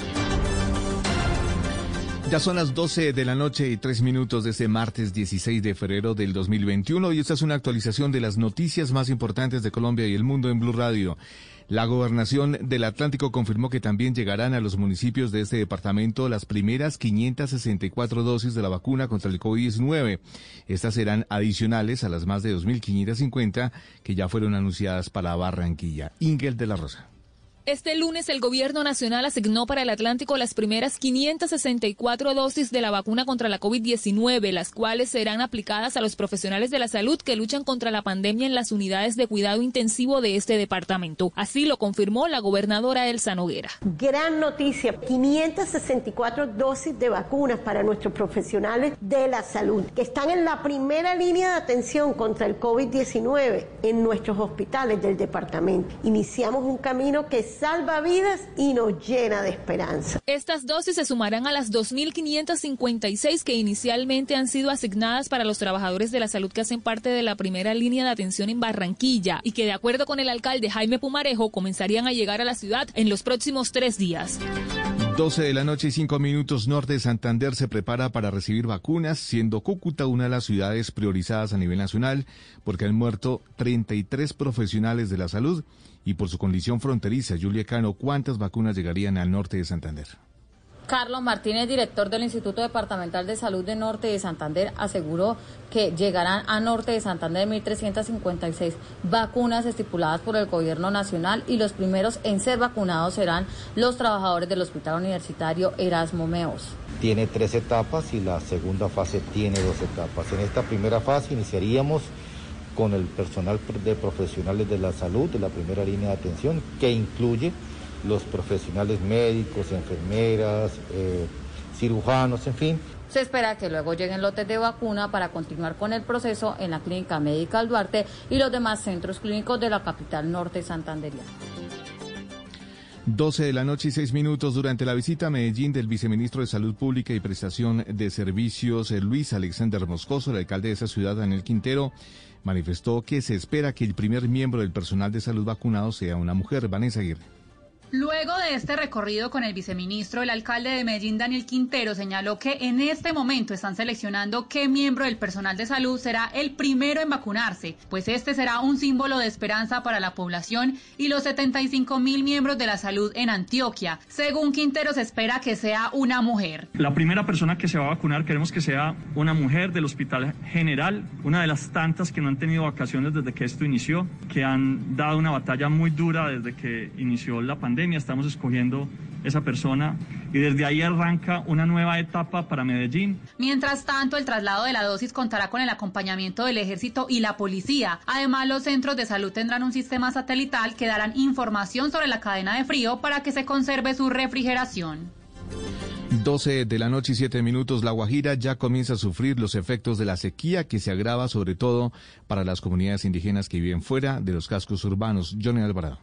Ya son las doce de la noche y tres minutos de este martes dieciséis de febrero del dos mil veintiuno y esta es una actualización de las noticias más importantes de Colombia y el mundo en Blue Radio. La Gobernación del Atlántico confirmó que también llegarán a los municipios de este departamento las primeras quinientas sesenta y cuatro dosis de la vacuna contra el COVID diecinueve. Estas serán adicionales a las más de dos mil quinientas cincuenta que ya fueron anunciadas para Barranquilla. Ingel de la Rosa. Este lunes el Gobierno Nacional asignó para el Atlántico las primeras quinientas sesenta y cuatro dosis de la vacuna contra la COVID diecinueve, las cuales serán aplicadas a los profesionales de la salud que luchan contra la pandemia en las unidades de cuidado intensivo de este departamento. Así lo confirmó la gobernadora Elsa Noguera. Gran noticia, quinientas sesenta y cuatro dosis de vacunas para nuestros profesionales de la salud, que están en la primera línea de atención contra el COVID diecinueve en nuestros hospitales del departamento. Iniciamos un camino que salva vidas y nos llena de esperanza. Estas dosis se sumarán a las dos mil quinientas cincuenta y seis que inicialmente han sido asignadas para los trabajadores de la salud que hacen parte de la primera línea de atención en Barranquilla y que, de acuerdo con el alcalde Jaime Pumarejo, comenzarían a llegar a la ciudad en los próximos tres días. doce de la noche y cinco minutos. Norte de Santander se prepara para recibir vacunas, siendo Cúcuta una de las ciudades priorizadas a nivel nacional porque han muerto treinta y tres profesionales de la salud. Y por su condición fronteriza, Julia Cano, ¿cuántas vacunas llegarían al norte de Santander? Carlos Martínez, director del Instituto Departamental de Salud de Norte de Santander, aseguró que llegarán a Norte de Santander mil trescientas cincuenta y seis vacunas estipuladas por el Gobierno Nacional y los primeros en ser vacunados serán los trabajadores del Hospital Universitario Erasmo Meos. Tiene tres etapas y la segunda fase tiene dos etapas. En esta primera fase iniciaríamos con el personal de profesionales de la salud de la primera línea de atención, que incluye los profesionales médicos, enfermeras, eh, cirujanos, en fin. Se espera que luego lleguen lotes de vacuna para continuar con el proceso en la Clínica Médica Duarte y los demás centros clínicos de la capital norte santanderiana. doce de la noche y seis minutos. Durante la visita a Medellín del viceministro de Salud Pública y Prestación de Servicios, Luis Alexander Moscoso, el alcalde de esa ciudad, Daniel Quintero, manifestó que se espera que el primer miembro del personal de salud vacunado sea una mujer. Vanessa Aguirre. Luego de este recorrido con el viceministro, el alcalde de Medellín, Daniel Quintero, señaló que en este momento están seleccionando qué miembro del personal de salud será el primero en vacunarse, pues este será un símbolo de esperanza para la población y los setenta y cinco mil miembros de la salud en Antioquia. Según Quintero, se espera que sea una mujer. La primera persona que se va a vacunar queremos que sea una mujer del Hospital General, una de las tantas que no han tenido vacaciones desde que esto inició, que han dado una batalla muy dura desde que inició la pandemia. Estamos escogiendo esa persona y desde ahí arranca una nueva etapa para Medellín. Mientras tanto, el traslado de la dosis contará con el acompañamiento del Ejército y la Policía. Además, los centros de salud tendrán un sistema satelital que darán información sobre la cadena de frío para que se conserve su refrigeración. doce de la noche y siete minutos. La Guajira ya comienza a sufrir los efectos de la sequía que se agrava sobre todo para las comunidades indígenas que viven fuera de los cascos urbanos. Johnny Alvarado.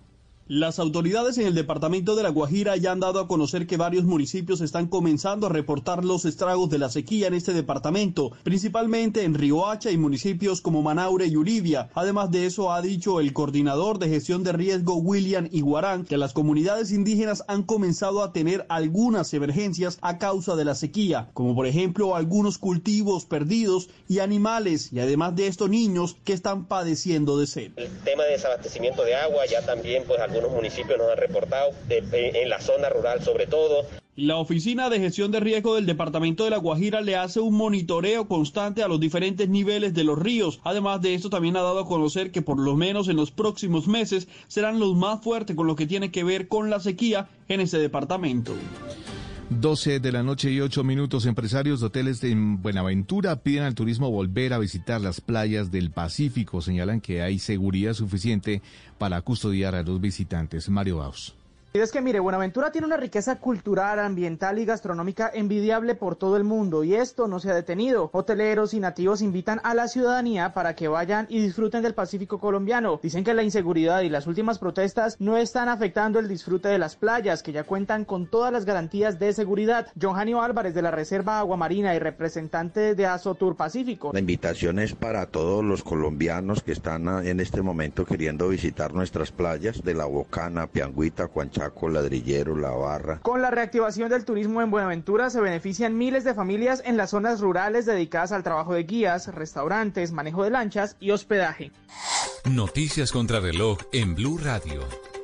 Las autoridades en el departamento de La Guajira ya han dado a conocer que varios municipios están comenzando a reportar los estragos de la sequía en este departamento, principalmente en Riohacha y municipios como Manaure y Uribia. Además de eso, ha dicho el coordinador de gestión de riesgo William Iguarán que las comunidades indígenas han comenzado a tener algunas emergencias a causa de la sequía, como por ejemplo algunos cultivos perdidos y animales, y además de esto niños que están padeciendo de sed. El tema de desabastecimiento de agua ya también pues algunos municipios nos han reportado, de, en la zona rural sobre todo. La Oficina de Gestión de Riesgo del Departamento de La Guajira le hace un monitoreo constante a los diferentes niveles de los ríos. Además de esto, también ha dado a conocer que por lo menos en los próximos meses serán los más fuertes con lo que tiene que ver con la sequía en ese departamento. doce de la noche y ocho minutos. Empresarios de hoteles de Buenaventura piden al turismo volver a visitar las playas del Pacífico. Señalan que hay seguridad suficiente para custodiar a los visitantes. Mario Baus. Y es que mire, Buenaventura tiene una riqueza cultural, ambiental y gastronómica envidiable por todo el mundo, y esto no se ha detenido. Hoteleros y nativos invitan a la ciudadanía para que vayan y disfruten del Pacífico colombiano. Dicen que la inseguridad y las últimas protestas no están afectando el disfrute de las playas, que ya cuentan con todas las garantías de seguridad. John Janio Álvarez, de la Reserva Aguamarina y representante de Azotur Pacífico. La invitación es para todos los colombianos que están en este momento queriendo visitar nuestras playas de La Bocana, Piangüita, Cuancha, Ladrillero, La Barra. Con la reactivación del turismo en Buenaventura se benefician miles de familias en las zonas rurales dedicadas al trabajo de guías, restaurantes, manejo de lanchas y hospedaje. Noticias contra reloj en Blue Radio.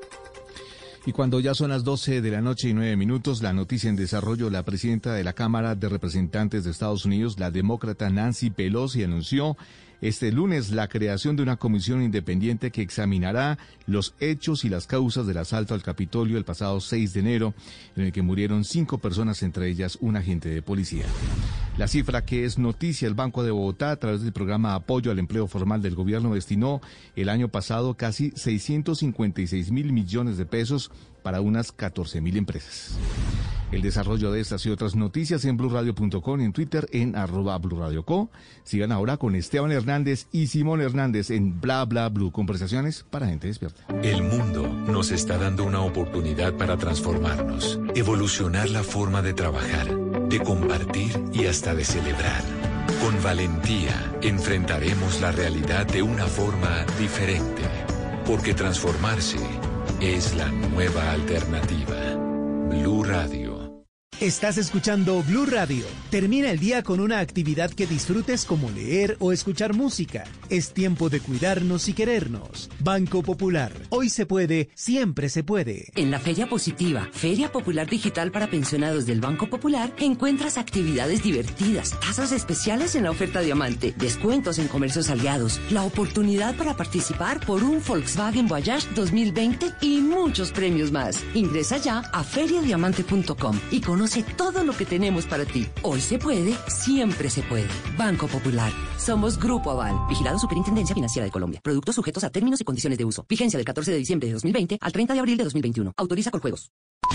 Y cuando ya son las doce de la noche y nueve minutos, la noticia en desarrollo, la presidenta de la Cámara de Representantes de Estados Unidos, la demócrata Nancy Pelosi, anunció este lunes la creación de una comisión independiente que examinará los hechos y las causas del asalto al Capitolio el pasado seis de enero, en el que murieron cinco personas, entre ellas un agente de policía. La cifra que es noticia: el Banco de Bogotá, a través del programa Apoyo al Empleo Formal del gobierno, destinó el año pasado casi seiscientos cincuenta y seis mil millones de pesos para unas catorce mil empresas. El desarrollo de estas y otras noticias en blue radio punto com, en Twitter en arroba blue radio co. Sigan ahora con Esteban Hernández y Simón Hernández en Bla Bla Blue, conversaciones para gente despierta. El mundo nos está dando una oportunidad para transformarnos, evolucionar la forma de trabajar, de compartir y hasta de celebrar. Con valentía enfrentaremos la realidad de una forma diferente, porque transformarse es la nueva alternativa. Blue Radio. Estás escuchando Blue Radio. Termina el día con una actividad que disfrutes, como leer o escuchar música. Es tiempo de cuidarnos y querernos. Banco Popular. Hoy se puede, siempre se puede. En la Feria Positiva, Feria Popular Digital para pensionados del Banco Popular, encuentras actividades divertidas, tasas especiales en la oferta Diamante, descuentos en comercios aliados, la oportunidad para participar por un Volkswagen Voyage dos mil veinte y muchos premios más. Ingresa ya a feria diamante punto com y conoce todo lo que tenemos para ti. Hoy se puede, siempre se puede. Banco Popular. Somos Grupo Aval. Vigilado Superintendencia Financiera de Colombia. Productos sujetos a términos y condiciones de uso. Vigencia del catorce de diciembre de dos mil veinte al treinta de abril de dos mil veintiuno. Autoriza Coljuegos.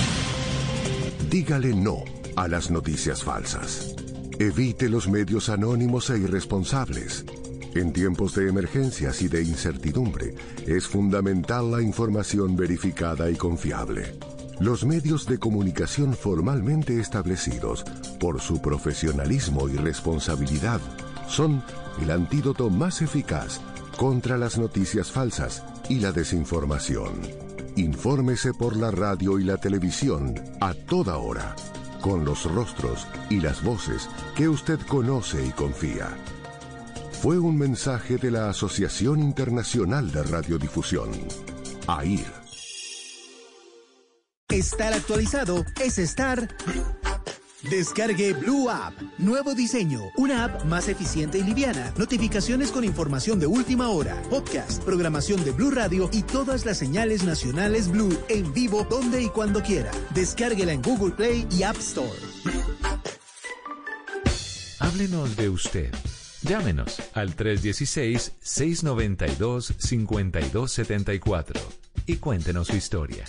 Dígale no a las noticias falsas. Evite los medios anónimos e irresponsables. En tiempos de emergencias y de incertidumbre, es fundamental la información verificada y confiable. Los medios de comunicación formalmente establecidos, por su profesionalismo y responsabilidad, son el antídoto más eficaz contra las noticias falsas y la desinformación. Infórmese por la radio y la televisión a toda hora, con los rostros y las voces que usted conoce y confía. Fue un mensaje de la Asociación Internacional de Radiodifusión, A I R. Estar actualizado es estar... Descargue Blue App. Nuevo diseño. Una app más eficiente y liviana. Notificaciones con información de última hora. Podcast, programación de Blue Radio y todas las señales nacionales Blue en vivo donde y cuando quiera. Descárguela en Google Play y App Store. Háblenos de usted. Llámenos al tres uno seis, seis nueve dos, cinco dos siete cuatro y cuéntenos su historia.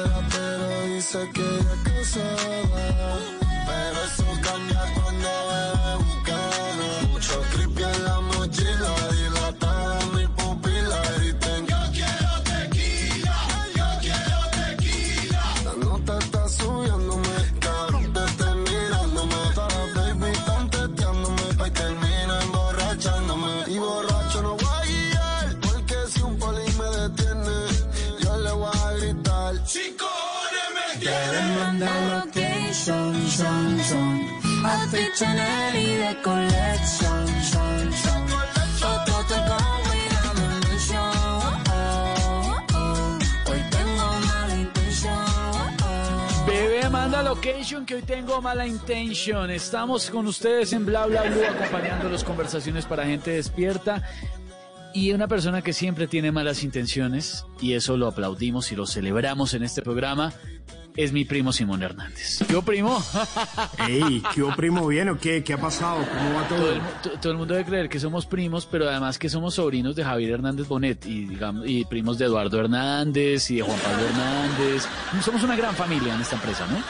soltera, pero dice que ella es casada. Pero eso cambia cuando bebe Bucana. Mucho creepy en la mochila, dilatada mi pupila. Griten, yo quiero tequila, yo quiero tequila. La nota está subiéndome, cabrón, te estoy mirándome. Todas las baby están teteándome, pa' y termina emborrachándome. Y borracho no voy a guiar, porque si un poli me detiene, yo le voy a gritar. Si cojones me Quieren mandar location, son, son. Outfit Chanel y de colección, son, son. Fotos te combinamos en show, oh, oh. Hoy tengo mala intención. Bebé, manda location que hoy tengo mala intention. Estamos con ustedes en Bla Bla Blue, acompañando las conversaciones para gente despierta. Y una persona que siempre tiene malas intenciones, y eso lo aplaudimos y lo celebramos en este programa, es mi primo Simón Hernández. ¿Qué primo? Ey, ¿qué primo? ¿Bien o qué? ¿Qué ha pasado? ¿Cómo va todo? Todo el, to- todo el mundo debe creer que somos primos, pero además que somos sobrinos de Javier Hernández Bonet y, digamos, y primos de Eduardo Hernández y de Juan Pablo Hernández. Somos una gran familia en esta empresa, ¿no?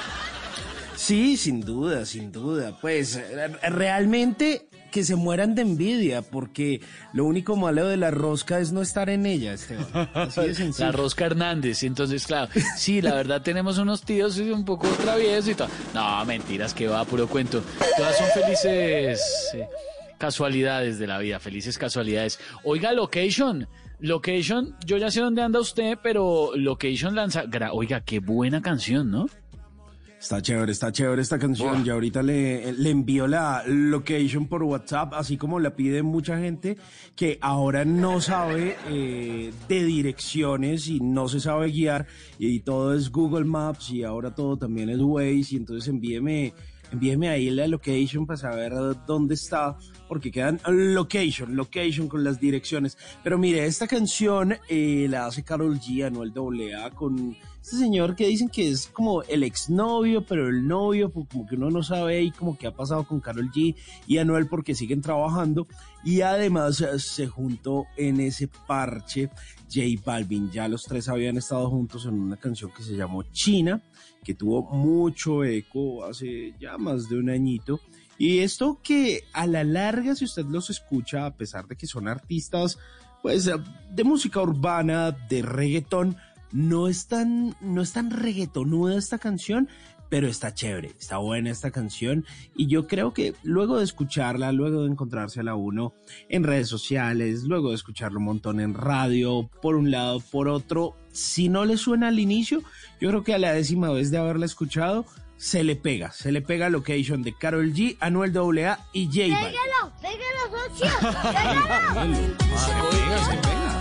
Sí, sin duda, sin duda. Pues realmente que se mueran de envidia, porque lo único malo de la rosca es no estar en ella, Esteban. Así de sencillo. La rosca Hernández, entonces claro, sí, la verdad tenemos unos tíos un poco traviesos y todo. No, mentiras, que va, puro cuento. Todas son felices eh, casualidades de la vida, felices casualidades. Oiga, Location, Location, yo ya sé dónde anda usted, pero Location lanza, gra- oiga, qué buena canción, ¿no? Está chévere, está chévere esta canción. Buah. Ya ahorita le, le envío la location por WhatsApp, así como la pide mucha gente que ahora no sabe eh, de direcciones y no se sabe guiar, y todo es Google Maps y ahora todo también es Waze, y entonces envíeme, envíeme ahí la location para saber dónde está, porque quedan location, location con las direcciones. Pero mire, esta canción eh, la hace Karol G, Anuel A A, con este señor que dicen que es como el exnovio, pero el novio, pues como que uno no sabe ahí como qué ha pasado con Karol G y Anuel, porque siguen trabajando, y además se juntó en ese parche J Balvin. Ya los tres habían estado juntos en una canción que se llamó China, que tuvo mucho eco hace ya más de un añito. Y esto que a la larga, si usted los escucha, a pesar de que son artistas pues de música urbana, de reggaetón, no es tan, no es tan reggaetonuda esta canción, pero está chévere, está buena esta canción, y yo creo que luego de escucharla, luego de encontrársela uno en redes sociales, luego de escucharlo un montón en radio, por un lado, por otro, si no le suena al inicio, yo creo que a la décima vez de haberla escuchado, se le pega, se le pega Location de Karol G, Anuel A A y J Balvin. ¡Pégalo, pégalo, socio! ¡Pégalo!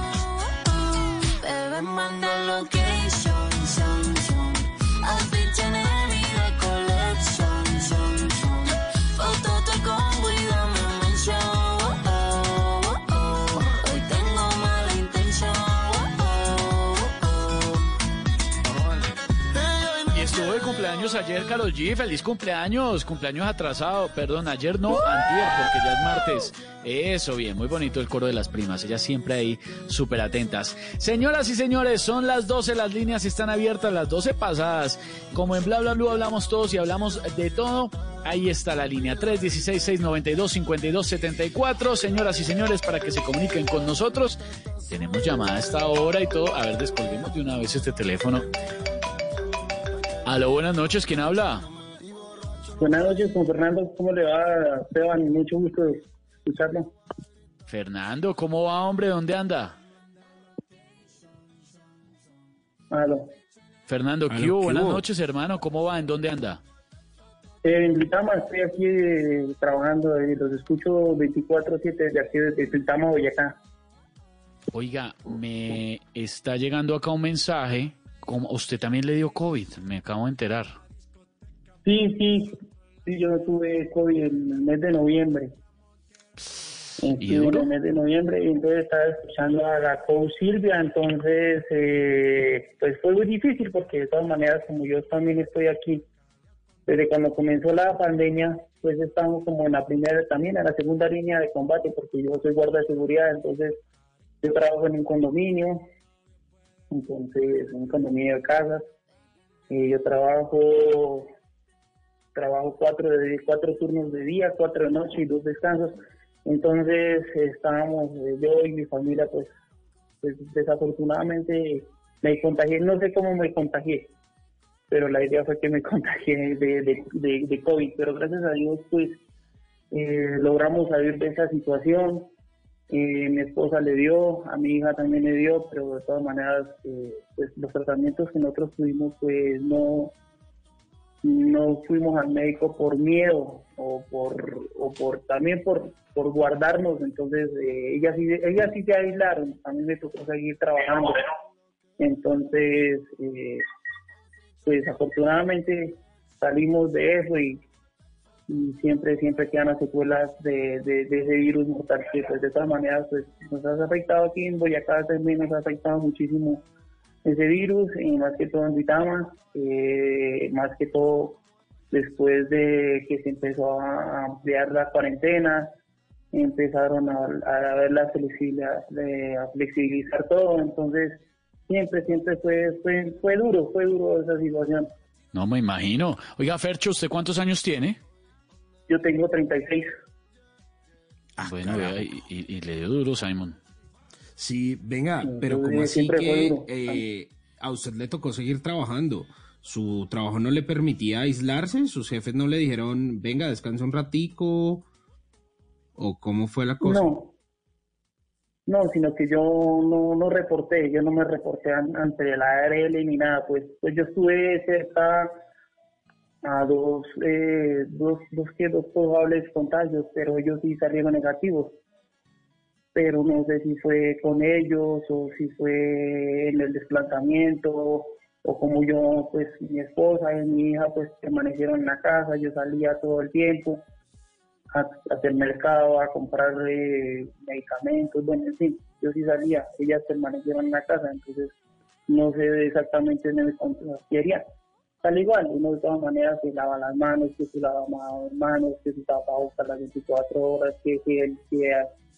Bebé, manda location, son, son. Outfit Chanel y de colección, son, son. Foto te combo y dame mención, oh, oh, oh. Hoy tengo mala intención, oh, oh, oh. Y estuvo de cumpleaños ayer Karol G, feliz cumpleaños, cumpleaños atrasado, perdón, ayer no, antier, porque ya es martes. Eso, bien, muy bonito el coro de las primas, ellas siempre ahí súper atentas. Señoras y señores, son las doce, las líneas están abiertas, las doce pasadas. Como en Bla Bla Blue hablamos todos y hablamos de todo, ahí está la línea, tres uno seis, seis nueve dos, cinco dos siete cuatro. Señoras y señores, para que se comuniquen con nosotros, tenemos llamada a esta hora y todo. A ver, descolguemos de una vez este teléfono. Aló, buenas noches, ¿quién habla? Buenas noches, con Fernando, ¿cómo le va, Esteban? Mucho gusto escucharlo. Fernando, ¿cómo va, hombre? ¿Dónde anda? Aló. Fernando, ¿qué hubo? Buenas noches, hermano, ¿cómo va? ¿En dónde anda? Eh, en Duitama, estoy aquí eh, trabajando, eh, los escucho veinticuatro siete de aquí desde Duitama, Boyacá. Oiga, me está llegando acá un mensaje, como usted también le dio COVID, me acabo de enterar. Sí, sí, sí, yo tuve COVID en el mes de noviembre. ¿Y en duro? el mes de noviembre, y entonces estaba escuchando a la coach Silvia, entonces eh, pues fue muy difícil porque de todas maneras, como yo también estoy aquí, desde cuando comenzó la pandemia, pues estamos como en la primera, también en la segunda línea de combate, porque yo soy guardia de seguridad, entonces yo trabajo en un condominio, entonces un condominio de casas, Eh, yo trabajo trabajo cuatro, de, cuatro turnos de día, cuatro de noche y dos descansos. Entonces estábamos, eh, yo y mi familia, pues, pues desafortunadamente me contagié, no sé cómo me contagié, pero la idea fue que me contagié de, de, de, de COVID, pero gracias a Dios pues eh, logramos salir de esa situación. Eh, mi esposa le dio, a mi hija también le dio, pero de todas maneras eh, pues los tratamientos que nosotros tuvimos pues no no fuimos al médico por miedo o por o por también por por guardarnos. Entonces eh, ellas sí ellas sí se aislaron, a mí me tocó seguir trabajando. Entonces eh, pues afortunadamente salimos de eso y y siempre siempre quedan las secuelas de, de, de ese virus mortal que pues de todas maneras pues nos ha afectado aquí en Boyacá, también nos ha afectado muchísimo ese virus, y más que todo en Duitama, eh, más que todo después de que se empezó a ampliar la cuarentena, empezaron a, a ver la flexibilidad, de, a flexibilizar todo. Entonces siempre siempre fue, fue fue duro, fue duro esa situación. No me imagino. Oiga, Fercho, ¿usted cuántos años tiene? Yo tengo treinta y seis. Ah, bueno, vea, y, y, y le dio duro, Simon. Sí, venga, pero Sí, como así siempre fue que duro. eh, a usted le tocó seguir trabajando? ¿Su trabajo no le permitía aislarse? ¿Sus jefes no le dijeron, venga, descansa un ratico? ¿O cómo fue la cosa? No, no, sino que yo no, no reporté, yo no me reporté an- ante la A R L ni nada, pues, pues yo estuve cerca a dos, eh, dos, dos, que dos probables contagios, pero ellos sí salieron negativos. Pero no sé si fue con ellos o si fue en el desplazamiento o como yo, pues mi esposa y mi hija pues permanecieron en la casa, yo salía todo el tiempo a, a hacer mercado, a comprar eh, medicamentos, bueno, en fin, yo sí salía, ellas permanecieron en la casa, entonces no sé exactamente en el contagiaría. Al igual, uno de todas maneras se lava las manos, que se lava las manos, que se tapa boca las veinticuatro horas, que gel, que,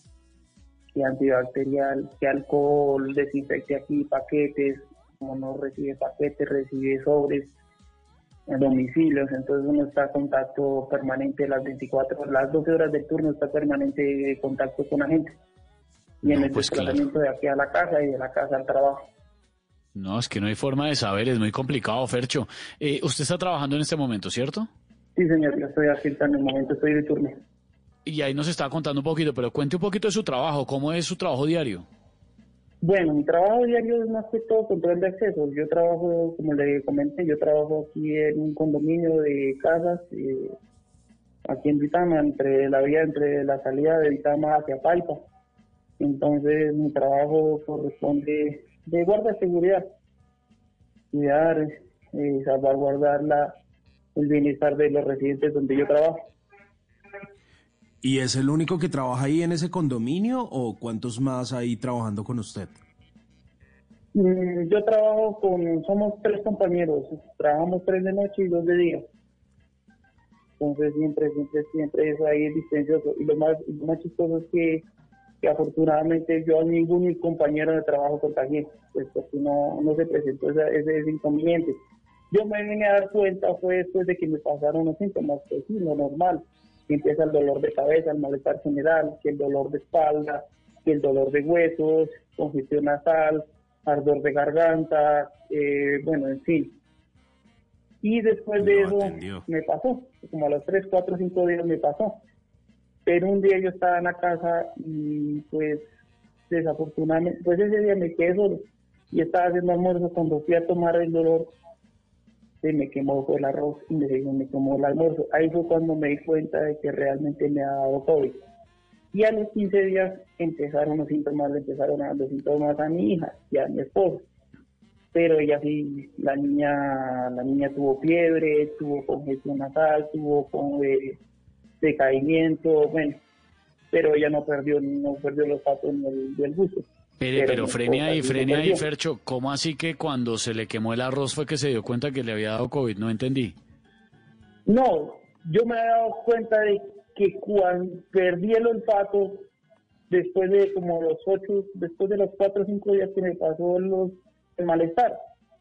que antibacterial, que alcohol, desinfecte aquí paquetes, como no recibe paquetes, recibe sobres en domicilios, entonces uno está en contacto permanente las veinticuatro horas, las doce horas del turno está permanente en contacto con la gente. Y en No, el pues desplazamiento de aquí a la casa y de la casa al trabajo. No, es que no hay forma de saber, es muy complicado, Fercho. Eh, usted está trabajando en este momento, ¿cierto? Sí, señor, yo estoy aquí en el momento, estoy de turno. Y ahí nos estaba contando un poquito, pero cuente un poquito de su trabajo, ¿cómo es su trabajo diario? Bueno, mi trabajo diario es más que todo control de accesos. Yo trabajo, como le comenté, yo trabajo aquí en un condominio de casas, eh, aquí en Duitama, entre la vía, entre la salida de Duitama hacia Paipa. Entonces, mi trabajo corresponde de guardia de seguridad, cuidar, eh, salvaguardar la, el bienestar de los residentes donde yo trabajo. ¿Y es el único que trabaja ahí en ese condominio o cuántos más hay trabajando con usted? Mm, Yo trabajo con, somos tres compañeros, trabajamos tres de noche y dos de día. Entonces siempre, siempre, siempre eso ahí es dispendioso. Y lo más, lo más chistoso es que, que afortunadamente yo a ningún compañero de trabajo contagié, pues porque no, no se presentó ese, ese, ese inconveniente. Yo me vine a dar cuenta fue después de que me pasaron los síntomas, pues sí, lo normal. Que empieza el dolor de cabeza, el malestar general, que el dolor de espalda, que el dolor de huesos, congestión nasal, ardor de garganta, eh, bueno, en fin. Y después de eso me pasó, como a los tres, cuatro, cinco días me pasó. Pero un día yo estaba en la casa y pues desafortunadamente, pues ese día me quedé solo y estaba haciendo almuerzo. Cuando fui a tomar el dolor, se me quemó el arroz y me, me quemó el almuerzo. Ahí fue cuando me di cuenta de que realmente me ha dado COVID. Y a los quince días empezaron los síntomas, le empezaron a dar los síntomas a mi hija y a mi esposa. Pero ella sí, la niña, la niña tuvo fiebre, tuvo congestión nasal, tuvo con, eh, decaimiento, bueno, pero ella no perdió, no perdió los datos ni el, ni el gusto. Pero, pero frene ahí, sí frene lo ahí, perdió. Fercho. ¿Cómo así que cuando se le quemó el arroz fue que se dio cuenta que le había dado COVID? No entendí. No, yo me he dado cuenta de que cuando perdí el olfato, después de como los ocho, después de los cuatro o cinco días que me pasó los, el malestar,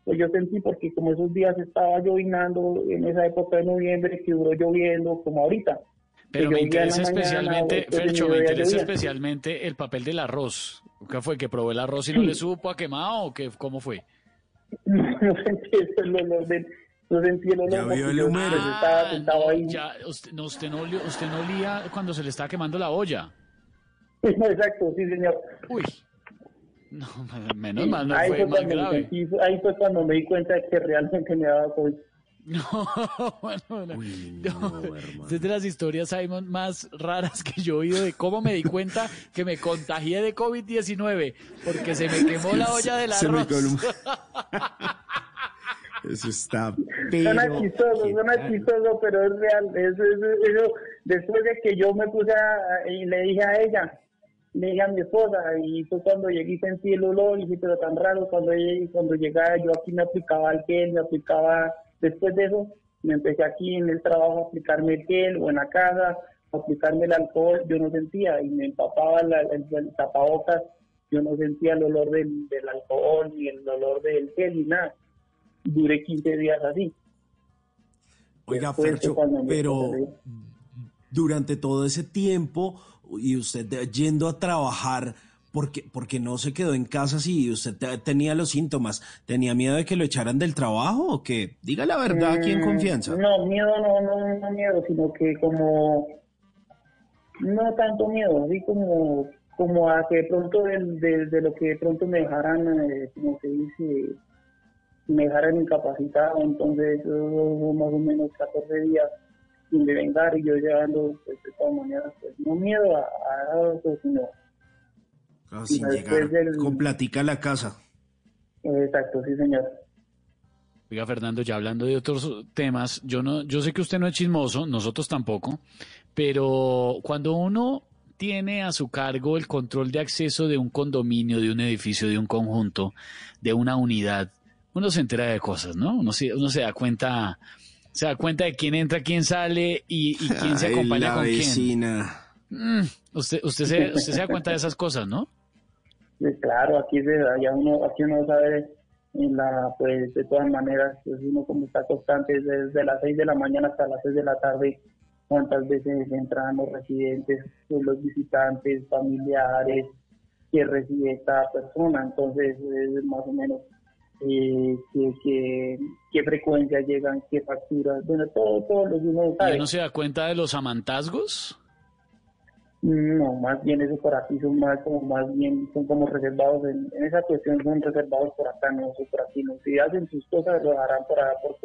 pues yo sentí, porque como esos días estaba llovinando, en esa época de noviembre que duró lloviendo, como ahorita. Pero que me llovía en la interesa mañana, especialmente, después de Fercho, me mediodía interesa llovía. especialmente el papel del arroz. ¿Qué fue? ¿Que probó el arroz y no Sí. le supo a quemado o qué, cómo fue? No, no sentí el olor del, no sentí el olor. Ya vio porque el yo, humero. pues, estaba sentado ahí. Ya, usted, no, usted, no, olió- usted no olía cuando se le estaba quemando la olla. Exacto, sí, señor. Uy. No, menos Sí, mal, no ahí fue fue más cuando me grave. sentí- ahí fue cuando me di cuenta de que realmente me daba COVID. No, bueno, bueno. No, es de las historias, Simon, más raras que yo he oído de cómo me di cuenta que me contagié de COVID diecinueve, porque se me quemó la olla del Se me arroz. Eso está Suena pero... chistoso, suena chistoso, pero es real. Eso, eso, eso, después de que yo me puse a, y le dije a ella, le dije a mi esposa, y fue cuando llegué y sentí el olor, y dije, pero tan raro, cuando, ella, cuando llegaba yo aquí me aplicaba el gel, me aplicaba, después de eso, me empecé aquí en el trabajo a aplicarme el gel, o en la casa, a aplicarme el alcohol, yo no sentía, y me empapaba la, el, el tapabocas, yo no sentía el olor del, del alcohol, ni el olor del gel, ni nada. Duré quince días así. Oiga, Después fue Fercho, cuando me pero enteré. durante todo ese tiempo y usted de- yendo a trabajar, porque porque no se quedó en casa si usted te- tenía los síntomas, ¿tenía miedo de que lo echaran del trabajo o qué? Diga la verdad aquí en Mm, confianza. No, miedo no, no, no miedo, sino que como, no tanto miedo, así como, como a que de pronto del- de, de lo que de pronto me dejaran, eh, como se dice, me dejaran incapacitado, entonces yo más o menos catorce días sin devengar y yo llegando, pues, de todas maneras, pues no miedo a, a eso, sino Ah, sin después llegar del- con platica a la casa. exacto, sí señor. Oiga, Fernando, ya hablando de otros temas, yo no, yo sé que usted no es chismoso, nosotros tampoco, pero cuando uno tiene a su cargo el control de acceso de un condominio, de un edificio, de un conjunto, de una unidad, uno se entera de cosas, ¿no? Uno se, uno se da cuenta, se da cuenta de quién entra, quién sale y, y quién se Ay, acompaña la con vecina. quién. Mm, usted, usted se, usted se da cuenta de esas cosas, ¿no? Pues claro, aquí se da, ya uno, aquí uno sabe en la, pues de todas maneras, pues uno como está constante desde las seis de la mañana hasta las seis de la tarde, cuántas veces entran los residentes, pues, los visitantes, familiares, que recibe cada persona, entonces es más o menos eh, qué, qué, qué frecuencia llegan, qué facturas, bueno, todo, todo lo que uno ¿Y sabe. uno se da cuenta de los amantazgos? No, más bien eso por aquí son más como más bien son como reservados en, en esa cuestión son reservados por acá, no eso por aquí no. Si hacen sus cosas lo harán por acá porque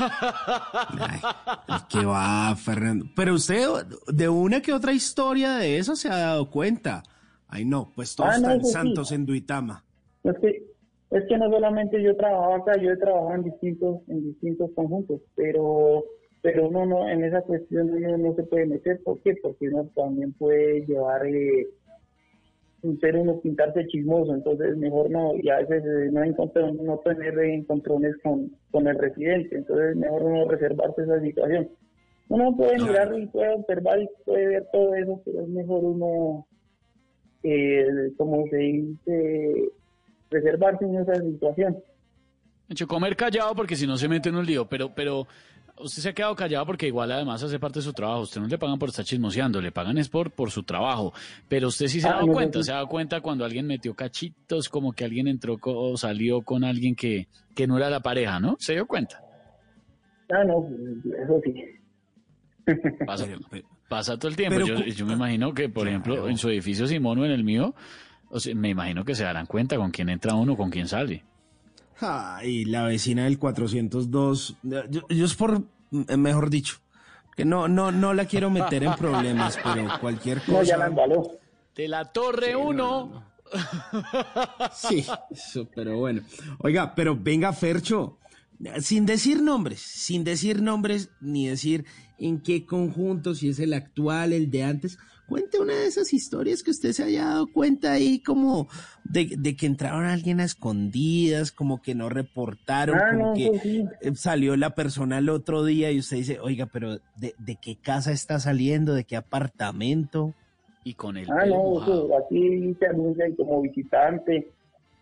aquí. ¿Qué va, Fernando? Pero usted de una que otra historia de eso se ha dado cuenta. Ay, no, pues todos Ah, no, están eso sí. santos en Duitama. Es que es que no solamente yo trabajo acá, yo he trabajado en distintos en distintos conjuntos, pero pero uno no en esa cuestión uno no se puede meter. ¿Por qué? Porque uno también puede llevar eh, ser uno pintarse chismoso, entonces mejor no, y a veces eh, no, encontrar, no tener encontrones con, con el residente, entonces mejor uno reservarse esa situación. Uno puede mirar y puede observar y puede ver todo eso, pero es mejor uno, eh, como se dice, reservarse en esa situación. Hecho, comer callado porque si no se mete en un lío, pero, pero usted se ha quedado callado porque igual además hace parte de su trabajo. Usted no le pagan por estar chismoseando, le pagan es por, por su trabajo. Pero usted sí se ha Ah, dado no, cuenta, no, se ha dado cuenta cuando alguien metió cachitos, como que alguien entró co- o salió con alguien que, que no era la pareja, ¿no? ¿Se dio cuenta? Ah, no, eso sí. Pasa, pasa todo el tiempo. Pero Yo, cu- yo me imagino que, por ejemplo, en su edificio Simón o en el mío, o sea, me imagino que se darán cuenta con quién entra uno, con quién sale. Ay, la vecina del cuatrocientos dos, yo, yo es por, eh, mejor dicho, que no, no, no la quiero meter en problemas, pero cualquier cosa. No, ya la embaló. De la Torre uno. Sí, eso, pero bueno. Oiga, pero venga, Fercho, sin decir nombres, sin decir nombres, ni decir en qué conjunto, si es el actual, el de antes, cuente una de esas historias que usted se haya dado cuenta ahí como de, de que entraron alguien a escondidas, como que no reportaron, Ah, como no, que eso sí. eh, salió la persona el otro día y usted dice, oiga, pero ¿de, de qué casa está saliendo? ¿De qué apartamento? Y con el Ah, pelo no, mojado. eso aquí se anuncia como visitante.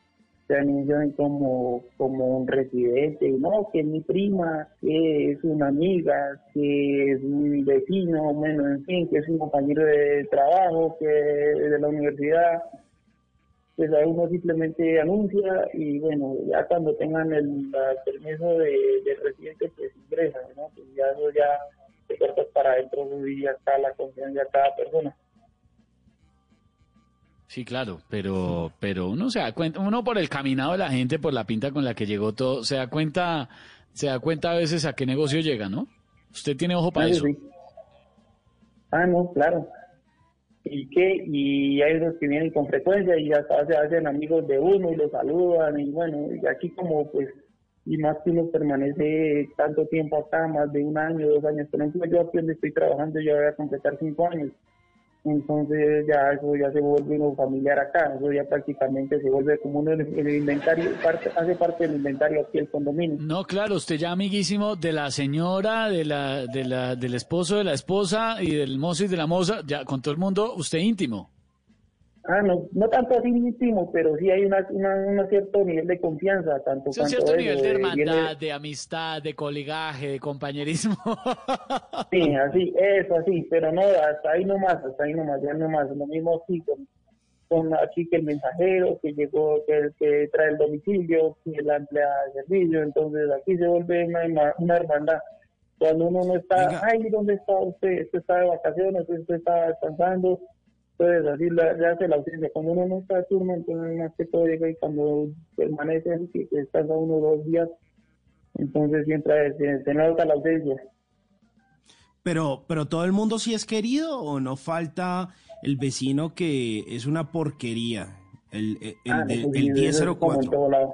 se anuncian como, como un residente, no, que es mi prima, que es una amiga, que es un vecino, bueno, en fin, que es un compañero de trabajo, que es de la universidad. Pues a uno simplemente anuncia y bueno, ya cuando tengan el la permiso de, de residente, pues ingresan, ¿no? Pues ya eso ya te cortas para adentro y ya está la confianza de cada persona. Sí, claro, pero pero uno se da cuenta, uno por el caminado de la gente, por la pinta con la que llegó todo, se da cuenta, se da cuenta a veces a qué negocio llega, ¿no? Usted tiene ojo para Ah, eso. sí. Ah, no, claro. ¿Y qué? Y hay los que vienen con frecuencia y hasta se hacen amigos de uno y los saludan y bueno, y aquí como pues, y más que uno permanece tanto tiempo acá, más de un año, dos años, por ejemplo, yo aquí donde estoy trabajando ya voy a completar cinco años, entonces ya eso ya se vuelve uno familiar acá, eso ya prácticamente se vuelve como uno el, el inventario, parte, hace parte del inventario aquí el condominio. No, claro, usted ya amiguísimo de la señora, de la, de la, del esposo, de la esposa y del mozo y de la moza, ya con todo el mundo, usted íntimo. Ah, no, no tanto así íntimo, pero sí hay una, una, un cierto nivel de confianza, tanto Es un cuanto cierto eso, nivel de hermandad, viene- de amistad, de coligaje, de compañerismo. Sí, así, eso así, pero no, hasta ahí nomás, hasta ahí nomás, ya nomás, lo mismo así con, con aquí que el mensajero, que llegó, que, el que trae el domicilio, que la empleada de servicio, entonces aquí se vuelve una, herma- una hermandad. Cuando uno no está, ay, ¿dónde está usted? Usted está de vacaciones, usted está descansando, entonces así la, le hace la ausencia. Cuando uno no está de turno, entonces más que todo llega y cuando permanece así, que descansa uno o dos días, entonces siempre se, se nota la ausencia. Pero, pero todo el mundo sí es querido o no falta el vecino que es una porquería, el, el, el, Ah, de- no, pues, el sí, diez eso cero es como en cuatro. todo lado.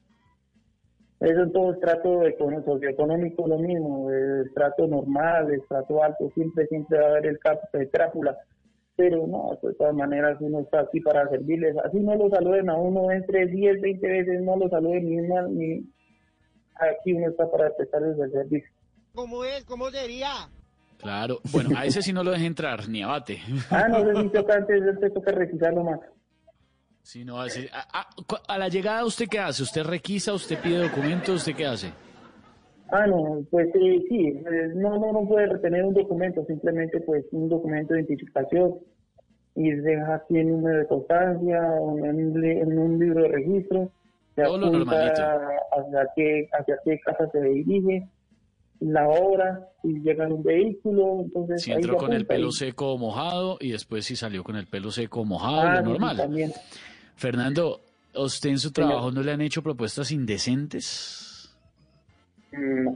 Eso en todo estrato económico, socioeconómico lo mismo, el estrato normal, el estrato alto, siempre, siempre va a haber el capo de crápula, pero no, de todas maneras uno está aquí para servirles, así no lo saluden a uno entre diez, veinte veces, no lo saluden ni una, ni aquí uno está para prestarles el servicio. ¿Cómo es? ¿Cómo sería? Claro, bueno, a ese sí no lo deje entrar, ni abate. Ah, no sé si toca antes, te toca requisarlo más. Sí, no, así- a, a- cu- a la llegada, ¿usted qué hace? ¿Usted requisa? ¿Usted pide documentos? ¿Usted qué hace? Ah, no, pues eh, sí, eh, no, no, no puede retener un documento, simplemente pues un documento de identificación y se deja aquí en un número de constancia o en un, li- en un libro de registro, se Todo lo apunta normalito. hacia qué, hacia qué casa se dirige, la hora, si llega en un vehículo, entonces Si ahí entró se con el apunta pelo y- seco o mojado y después si salió con el pelo seco o mojado, Ah, lo sí, sí, normal. también. Fernando, ¿a usted en su Señor. trabajo no le han hecho propuestas indecentes? No.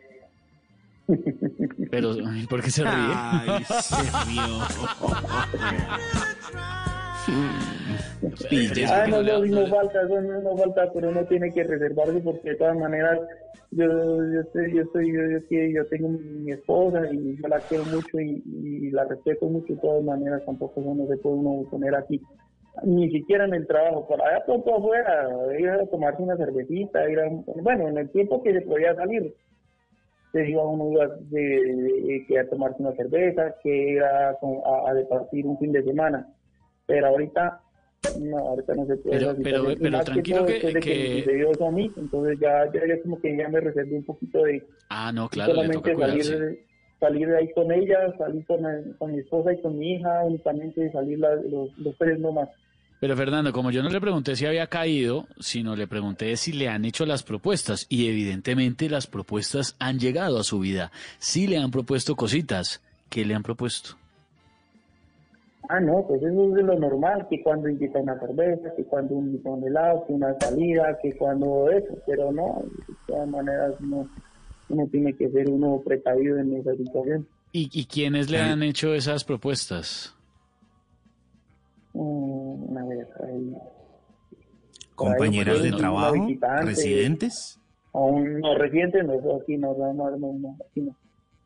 Pero, ¿por qué se ríe? Ay, se rió. Pillas, Ah, no, no le- no, no no le- falta, eso no, no falta, pero uno tiene que reservarse porque de todas maneras yo yo estoy, yo estoy, yo, yo, yo, yo tengo mi, mi esposa y yo la quiero mucho y, y la respeto mucho, de todas maneras tampoco eso no se puede uno poner aquí, ni siquiera en el trabajo, por allá pronto afuera, ir a tomarse una cervecita, ir a, bueno, en el tiempo que se podía salir, se iba uno iba de, de- que a tomarse una cerveza, que era con- a, a departir un fin de semana, pero ahorita no, ahorita no se puede. Pero- esa pero- situación. Y pero más tranquilo todo que- después de que, que- me sucedió eso a mí, entonces ya, ya, ya como que ya me reservé un poquito de Ah, no, claro, le solamente toca cuidarse. salir, salir de ahí con ella, salir con, el- con mi esposa y con mi hija, únicamente salir la- los, los tres nomás. Pero Fernando, como yo no le pregunté si había caído, sino le pregunté si le han hecho las propuestas. Y evidentemente las propuestas han llegado a su vida. Sí le han propuesto cositas. ¿Qué le han propuesto? Ah, no, pues eso es lo normal, que cuando invita una cerveza, que cuando invita un helado, que una salida, que cuando eso, pero no, de todas maneras uno, uno tiene que ser uno precavido en esa situación. ¿Y, y quiénes le han hecho esas propuestas? Mm, a ver, ahí, Compañeras por ahí, de una trabajo, visitante, residentes. o un, no, residentes, no, eso aquí no, no, no, no, no, aquí no.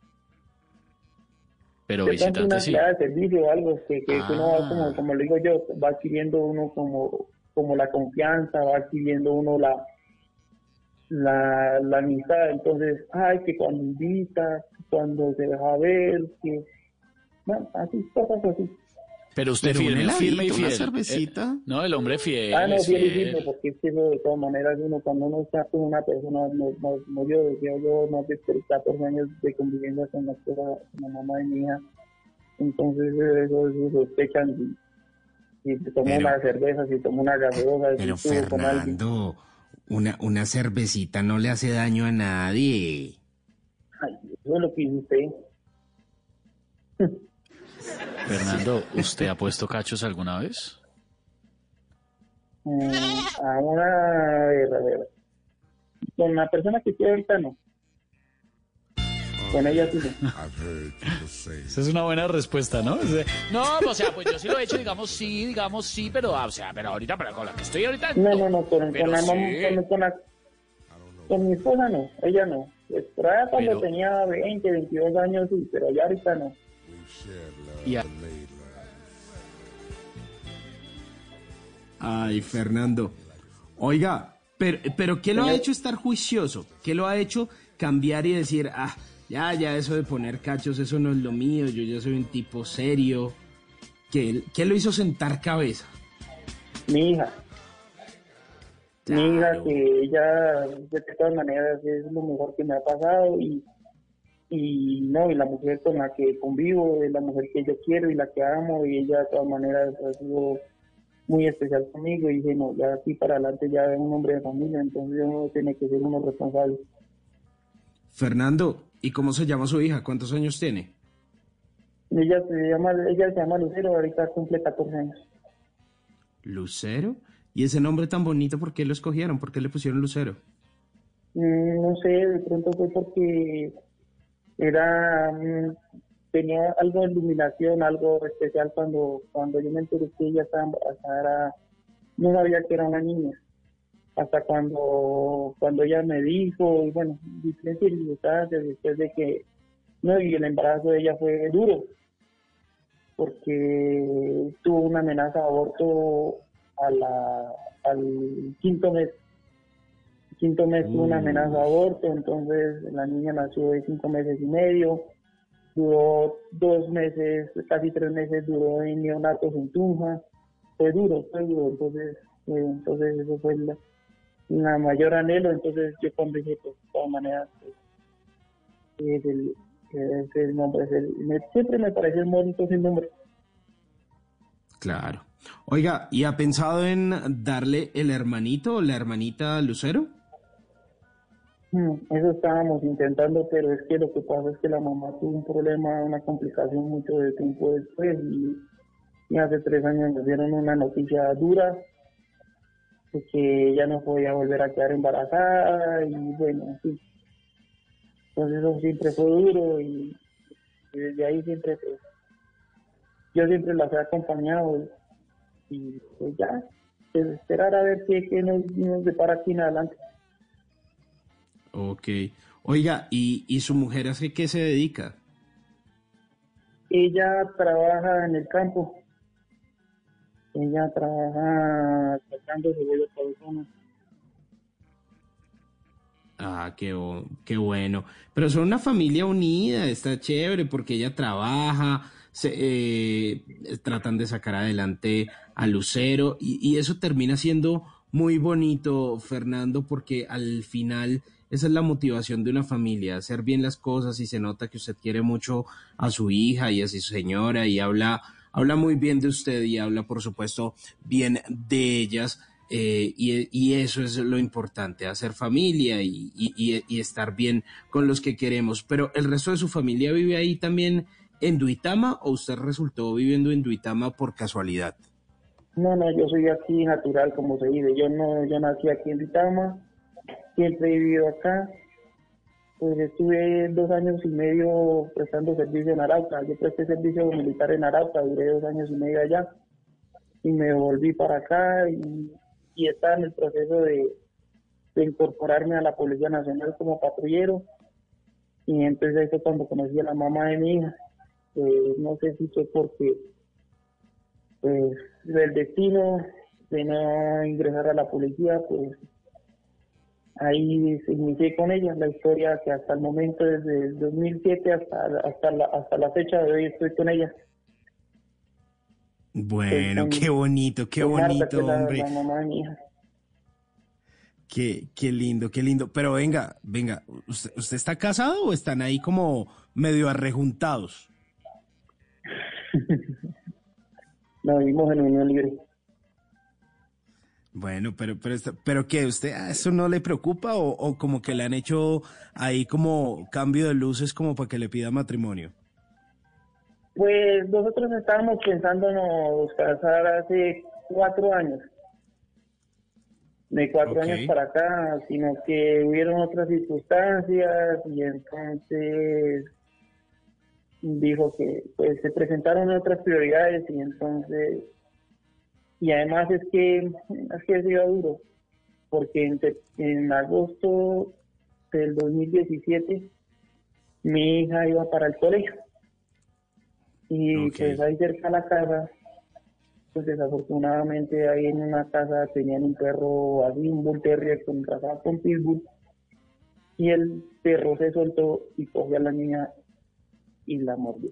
Pero De pronto una visitantes sí. empleada de servicio o algo que, que, que uno va Ah. como, como le digo yo, va adquiriendo uno como, como la confianza, va adquiriendo uno la la, la amistad, entonces, ay, que cuando invita, que cuando se deja ver, que, bueno, así, cosas así. Pero usted Pero un firme, heladito, firme y una fiel. cervecita. Eh, no, el hombre fiel. Ah, no, es fiel y fiel. firme, porque es que eso, de todas maneras, uno cuando uno está con una persona, no, no, no yo decía yo más de catorce años de convivencia con la, esposa, con la mamá de mi hija, entonces eso, eso sospechan si, si tomo Pero- una cerveza, si tomo una gaseosa, Pero si estuvo con alguien. Fernando, una, una cervecita no le hace daño a nadie. Ay, eso es lo que dice usted. Fernando, ¿usted ha puesto cachos alguna vez? Mm, a una, a ver, a ver. Con la persona que estoy ahorita no. Con ella sí no. Esa es una buena respuesta, ¿no? No, o sea, pues yo sí lo he hecho, digamos sí, digamos sí, pero, o sea, pero ahorita, pero con la que estoy ahorita. No, no, no, con, Pero con la mamá, sí. con, con la, con mi esposa no, ella no. Pues, por allá cuando Pero- tenía veinte, veintidós años sí, pero ya ahorita no. Y a- Ay, Fernando. Oiga, pero, pero ¿qué lo ha Señor. hecho estar juicioso? ¿Qué lo ha hecho cambiar y decir, ah, ya, ya, eso de poner cachos, eso no es lo mío, yo ya soy un tipo serio? ¿Qué, qué lo hizo sentar cabeza? Mi hija. Mi hija, que ella, de todas maneras, es lo mejor que me ha pasado y, y no, y la mujer con la que convivo, es la mujer que yo quiero y la que amo, y ella de todas maneras ha sido muy especial conmigo, y dije, no, ya aquí para adelante ya es un hombre de familia, entonces uno tiene que ser uno responsable. Fernando, ¿y cómo se llama su hija? ¿Cuántos años tiene? Ella se llama, ella se llama Lucero, ahorita cumple catorce años. ¿Lucero? ¿Y ese nombre tan bonito, por qué lo escogieron? ¿Por qué le pusieron Lucero? Mm, no sé, de pronto fue porque era mm, tenía algo de iluminación, algo especial cuando cuando yo me enteré que ella estaba embarazada, no sabía que era una niña. Hasta cuando cuando ella me dijo, y bueno, diferentes circunstancias, después de que, no, y el embarazo de ella fue duro, porque tuvo una amenaza de aborto a la, al quinto mes. Quinto mes tuvo una amenaza de aborto, entonces la niña nació de cinco meses y medio, duró dos meses, casi tres meses duró en neonatos en Tunja, fue duro, fue duro, entonces, eh, entonces eso fue la, la mayor anhelo, entonces yo cuando dije, pues de todas maneras, pues, es el, es el nombre, es el, me, siempre me pareció bonito ese nombre. Claro. Oiga, ¿y ha pensado en darle el hermanito o la hermanita a Lucero? Mm, Eso estábamos intentando, pero es que lo que pasa es que la mamá tuvo un problema, una complicación mucho de tiempo después, y, y hace tres años nos dieron una noticia dura de que ella no podía volver a quedar embarazada, y bueno, en fin. Entonces eso siempre fue duro, y, y desde ahí siempre, pues, yo siempre las he acompañado, y, y pues ya, pues esperar a ver qué, qué nos, nos depara aquí en adelante. Ok. Oiga, ¿y, y su mujer a qué se dedica? Ella trabaja en el campo. Ella trabaja sacando cebollas cabezonas. Ah, qué, bo- qué bueno. Pero son una familia unida, está chévere porque ella trabaja, se, eh, tratan de sacar adelante a Lucero y, y eso termina siendo muy bonito, Fernando, porque al final esa es la motivación de una familia, hacer bien las cosas, y se nota que usted quiere mucho a su hija y a su señora y habla, habla muy bien de usted y habla, por supuesto, bien de ellas. Eh, y, y eso es lo importante, hacer familia y, y, y estar bien con los que queremos. Pero ¿el resto de su familia vive ahí también en Duitama o usted resultó viviendo en Duitama por casualidad? No, no, yo soy aquí natural, como se dice. Yo no, yo nací aquí en Duitama, siempre he vivido acá. Pues estuve dos años y medio prestando servicio en Arauca. Yo presté servicio militar en Arauca, duré dos años y medio allá. Y me volví para acá y, y estaba en el proceso de, de incorporarme a la Policía Nacional como patrullero. Y entonces ahí fue cuando conocí a la mamá de mi hija. Eh, no sé si fue porque pues del destino de no ingresar a la policía, pues ahí inicié con ella la historia que hasta el momento, desde el dos mil siete hasta hasta la, hasta la fecha de hoy estoy con ella. Bueno, Pues, qué bonito, qué con Marta, bonito, que es la- hombre. la mamá de mi hija. Qué, qué lindo, qué lindo. Pero venga, venga, ¿usted, usted está casado o están ahí como medio arrejuntados? No, vivimos en unión libre. Bueno, pero, pero, está- pero ¿qué? ¿Usted a eso no le preocupa o, o como que le han hecho ahí como cambio de luces como para que le pida matrimonio? Pues nosotros estábamos pensando nos casar hace cuatro años. De cuatro Ok. años para acá, sino que hubieron otras circunstancias y entonces dijo que pues se presentaron otras prioridades y entonces y además es que es que ha sido duro porque en, sep- en agosto del dos mil diecisiete mi hija iba para el colegio y Ok. pues ahí cerca de la casa pues desafortunadamente ahí en una casa tenían un perro así, un Bull Terrier contratado con Pitbull y el perro se soltó y cogió a la niña y la mordió.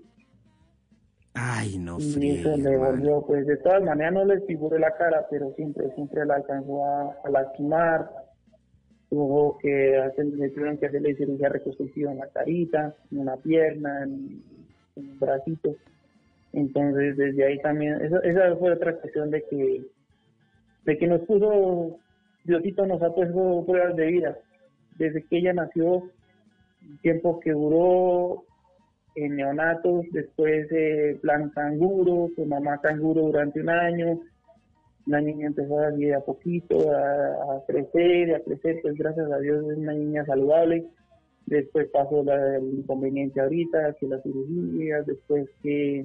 Ay, no Y friegue, eso le hermano. volvió, pues de todas maneras no le figuré la cara, pero siempre, siempre la alcanzó a, a lastimar. Tuvo que hacer, le tuvieron que hacerle cirugía reconstructiva en la carita, en una pierna, en, en un bracito. Entonces desde ahí también, esa, esa fue otra cuestión de que, de que nos puso, Diosito nos ha puesto pruebas de vida. Desde que ella nació, el tiempo que duró en neonatos, después eh, plan canguro, su mamá canguro durante un año, la niña empezó a de a poquito a, a crecer, a crecer, pues gracias a Dios es una niña saludable. Después pasó la, el inconveniente ahorita, que la cirugía, después que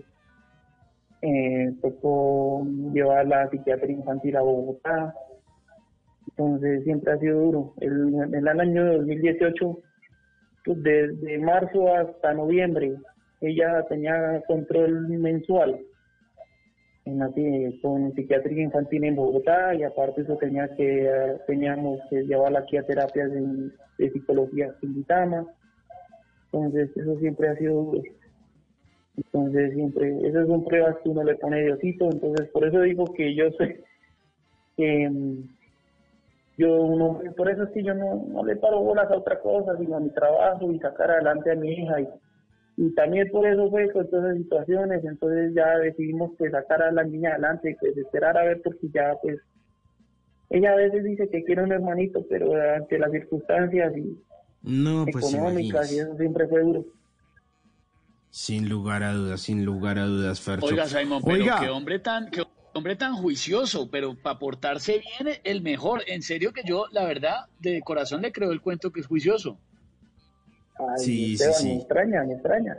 eh, tocó llevarla a psiquiatría infantil a Bogotá. Entonces siempre ha sido duro. El, en el año dos mil dieciocho, pues desde marzo hasta noviembre, ella tenía control mensual en la, con psiquiatría infantil en Bogotá y aparte eso tenía que teníamos que llevarla aquí a terapias de, de psicología en Vitama. Entonces eso siempre ha sido duro. Entonces siempre, esas son pruebas que uno le pone Diosito. Entonces por eso digo que yo sé que yo uno, por eso es que yo no, no le paro bolas a otra cosa, sino a mi trabajo y sacar adelante a mi hija. Y, y también por eso fue con todas esas situaciones, entonces ya decidimos pues sacar a la niña adelante y pues esperar a ver, porque ya pues ella a veces dice que quiere un hermanito, pero ante las circunstancias y No, pues económicas y imagínese. eso siempre fue duro. Sin lugar a dudas, sin lugar a dudas, Fercho. Oiga, Simon, pero Oiga, qué hombre tan, qué hombre tan juicioso, pero para portarse bien, el mejor. En serio que yo, la verdad, de corazón le creo el cuento que es juicioso. Ay, Sí, Esteban, sí, sí. me extraña, me extraña.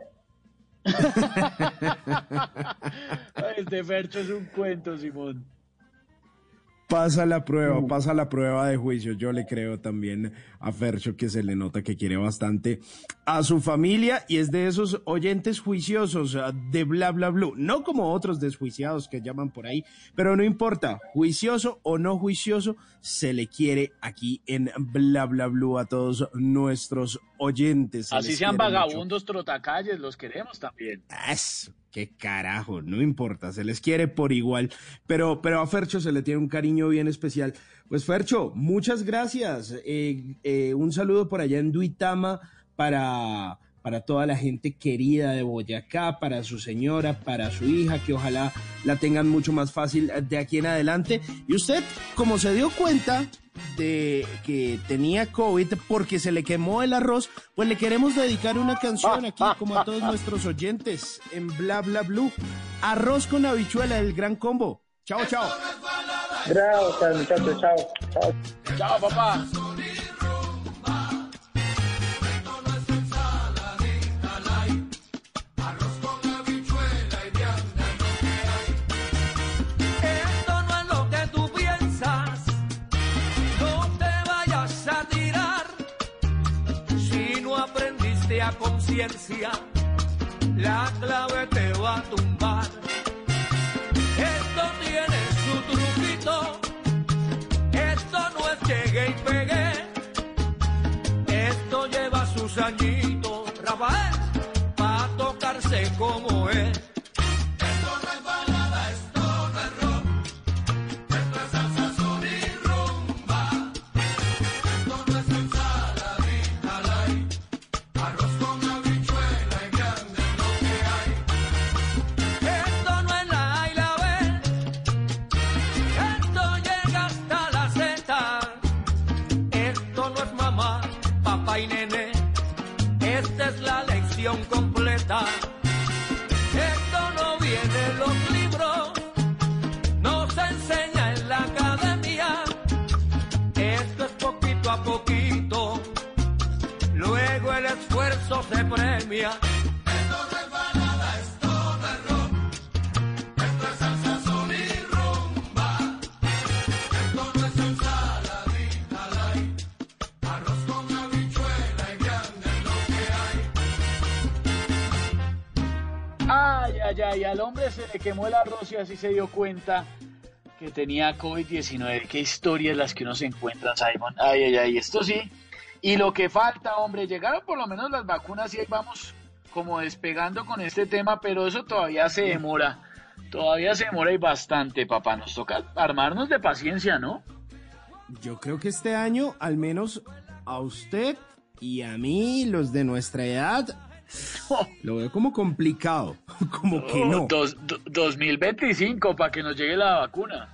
Este Fercho es un cuento, Simón. pasa la prueba, pasa la prueba de juicio. Yo le creo también a Fercho que se le nota que quiere bastante a su familia y es de esos oyentes juiciosos ah, de Bla Bla Blue. No como otros desjuiciados que llaman por ahí, pero no importa, juicioso o no juicioso, se le quiere aquí en Bla Bla Blue a todos nuestros oyentes. Se Así les sean quiere mucho. vagabundos, trotacalles, los queremos también. Eso, qué carajo, no importa, se les quiere por igual, pero, pero a Fercho se le tiene un cariño bien especial. Pues Fercho, muchas gracias, eh, eh, un saludo por allá en Duitama para, para toda la gente querida de Boyacá, para su señora, para su hija, que ojalá la tengan mucho más fácil de aquí en adelante. Y usted, como se dio cuenta de que tenía COVID porque se le quemó el arroz, pues le queremos dedicar una canción aquí, como a todos nuestros oyentes en Bla Bla Blue. Arroz con habichuela, el gran combo. Chao, chao. Gracias, muchachos, chao. Chao, chao papá. Esto no es lo que tú piensas, no te vayas a tirar. Si no aprendiste a conciencia, la clave te va a tumbar. Esto tiene su truquito, esto no es llegue y pegué, esto lleva sus añitos, Rafael, pa' tocarse como es. Esto no es balada, esto Esta es la lección completa. Esto no viene en los libros, no se enseña en la academia. Esto es poquito a poquito, luego el esfuerzo se premia. Esto no es balada, esto no es rock, esto es salsa, son y rumba. Esto no es ensaladita light, arroz con habichuela y grande es lo que hay. Ay, ay, ay, al hombre se le quemó el arroz y así se dio cuenta que tenía COVID diecinueve. Qué historias las que uno se encuentra, Simon. Ay, ay, ay, esto sí. Y lo que falta, hombre, llegaron por lo menos las vacunas y ahí vamos como despegando con este tema, pero eso todavía se demora. Todavía se demora y bastante, papá. Nos toca armarnos de paciencia, ¿no? Yo creo que este año, al menos a usted y a mí, los de nuestra edad, lo veo como complicado, como que no. Dos, do, dos mil veinticinco para que nos llegue la vacuna.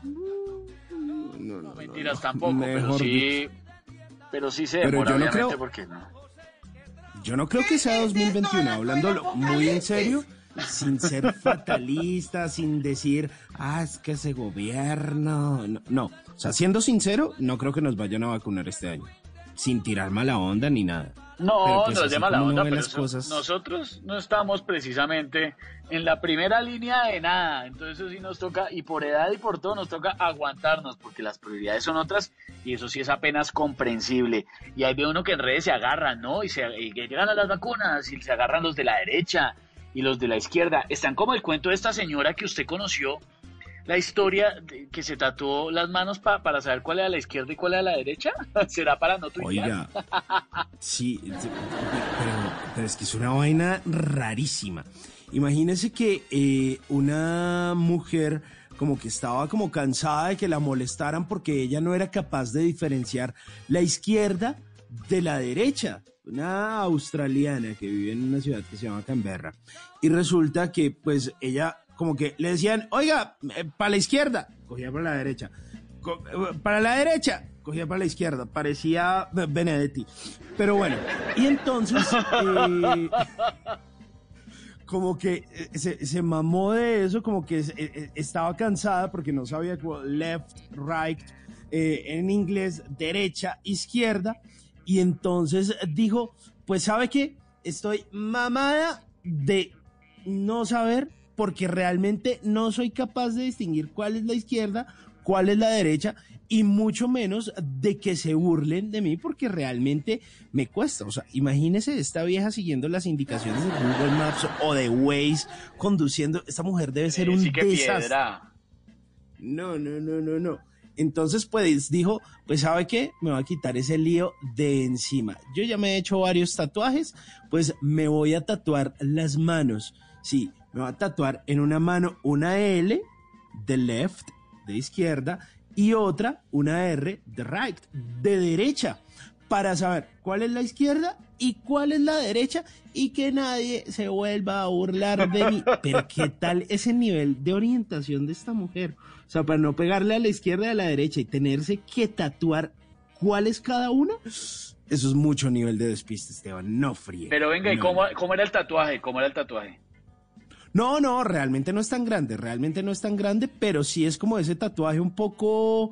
No, no mentiras tampoco, Mejor pero sí, dicho. pero sí se Pero demora, yo no obviamente, creo- porque no. Yo no creo que sea dos mil veintiuno, hablándolo muy en serio, sin ser fatalista, sin decir, ah, es que ese gobierno... No, no, o sea, siendo sincero, no creo que nos vayan a vacunar este año, sin tirar mala onda ni nada. No, Pero pues no es así de mala como uno onda, ve pero las eso- cosas- nosotros no estamos precisamente en la primera línea de nada, entonces eso sí nos toca, y por edad y por todo nos toca aguantarnos, porque las prioridades son otras, y eso sí es apenas comprensible. Y ahí ve uno que en redes se agarran, ¿no? Y, se, y que llegan a las vacunas, y se agarran los de la derecha y los de la izquierda. Están como el cuento de esta señora que usted conoció, la historia de que se tatuó las manos pa- para saber cuál era la izquierda y cuál era la derecha. ¿Será para no tuitear? Oiga, sí, sí, pero, pero es que es una vaina rarísima. Imagínese que eh, una mujer como que estaba como cansada de que la molestaran porque ella no era capaz de diferenciar la izquierda de la derecha. Una australiana que vive en una ciudad que se llama Canberra. Y resulta que pues ella como que le decían, oiga, eh, para la izquierda, cogía para la derecha. Co- eh, para la derecha, cogía para la izquierda. Parecía eh, Benedetti. Pero bueno, y entonces... eh, como que eh, se, se mamó de eso, como que eh, eh, estaba cansada porque no sabía como left, right, eh, en inglés, derecha, izquierda, y entonces dijo, pues ¿sabe qué? Estoy mamada de no saber porque realmente no soy capaz de distinguir cuál es la izquierda, cuál es la derecha, y mucho menos de que se burlen de mí porque realmente me cuesta. O sea, imagínese esta vieja siguiendo las indicaciones de Google Maps o de Waze, conduciendo. Esta mujer debe ser un Sí, qué desastre. piedra. No, no, no, no, no. Entonces, pues dijo, pues ¿sabe qué? Me va a quitar ese lío de encima. Yo ya me he hecho varios tatuajes, pues me voy a tatuar las manos. Sí, me voy a tatuar en una mano una L de left, de izquierda, y otra, una R de right, de derecha, para saber cuál es la izquierda y cuál es la derecha y que nadie se vuelva a burlar de mí. Pero ¿qué tal ese nivel de orientación de esta mujer? O sea, para no pegarle a la izquierda y a la derecha y tenerse que tatuar cuál es cada una, eso es mucho nivel de despiste, Esteban, no fríe. Pero venga, ¿y No. cómo, cómo era el tatuaje? ¿Cómo era el tatuaje? No, no, realmente no es tan grande, realmente no es tan grande, pero sí es como ese tatuaje un poco,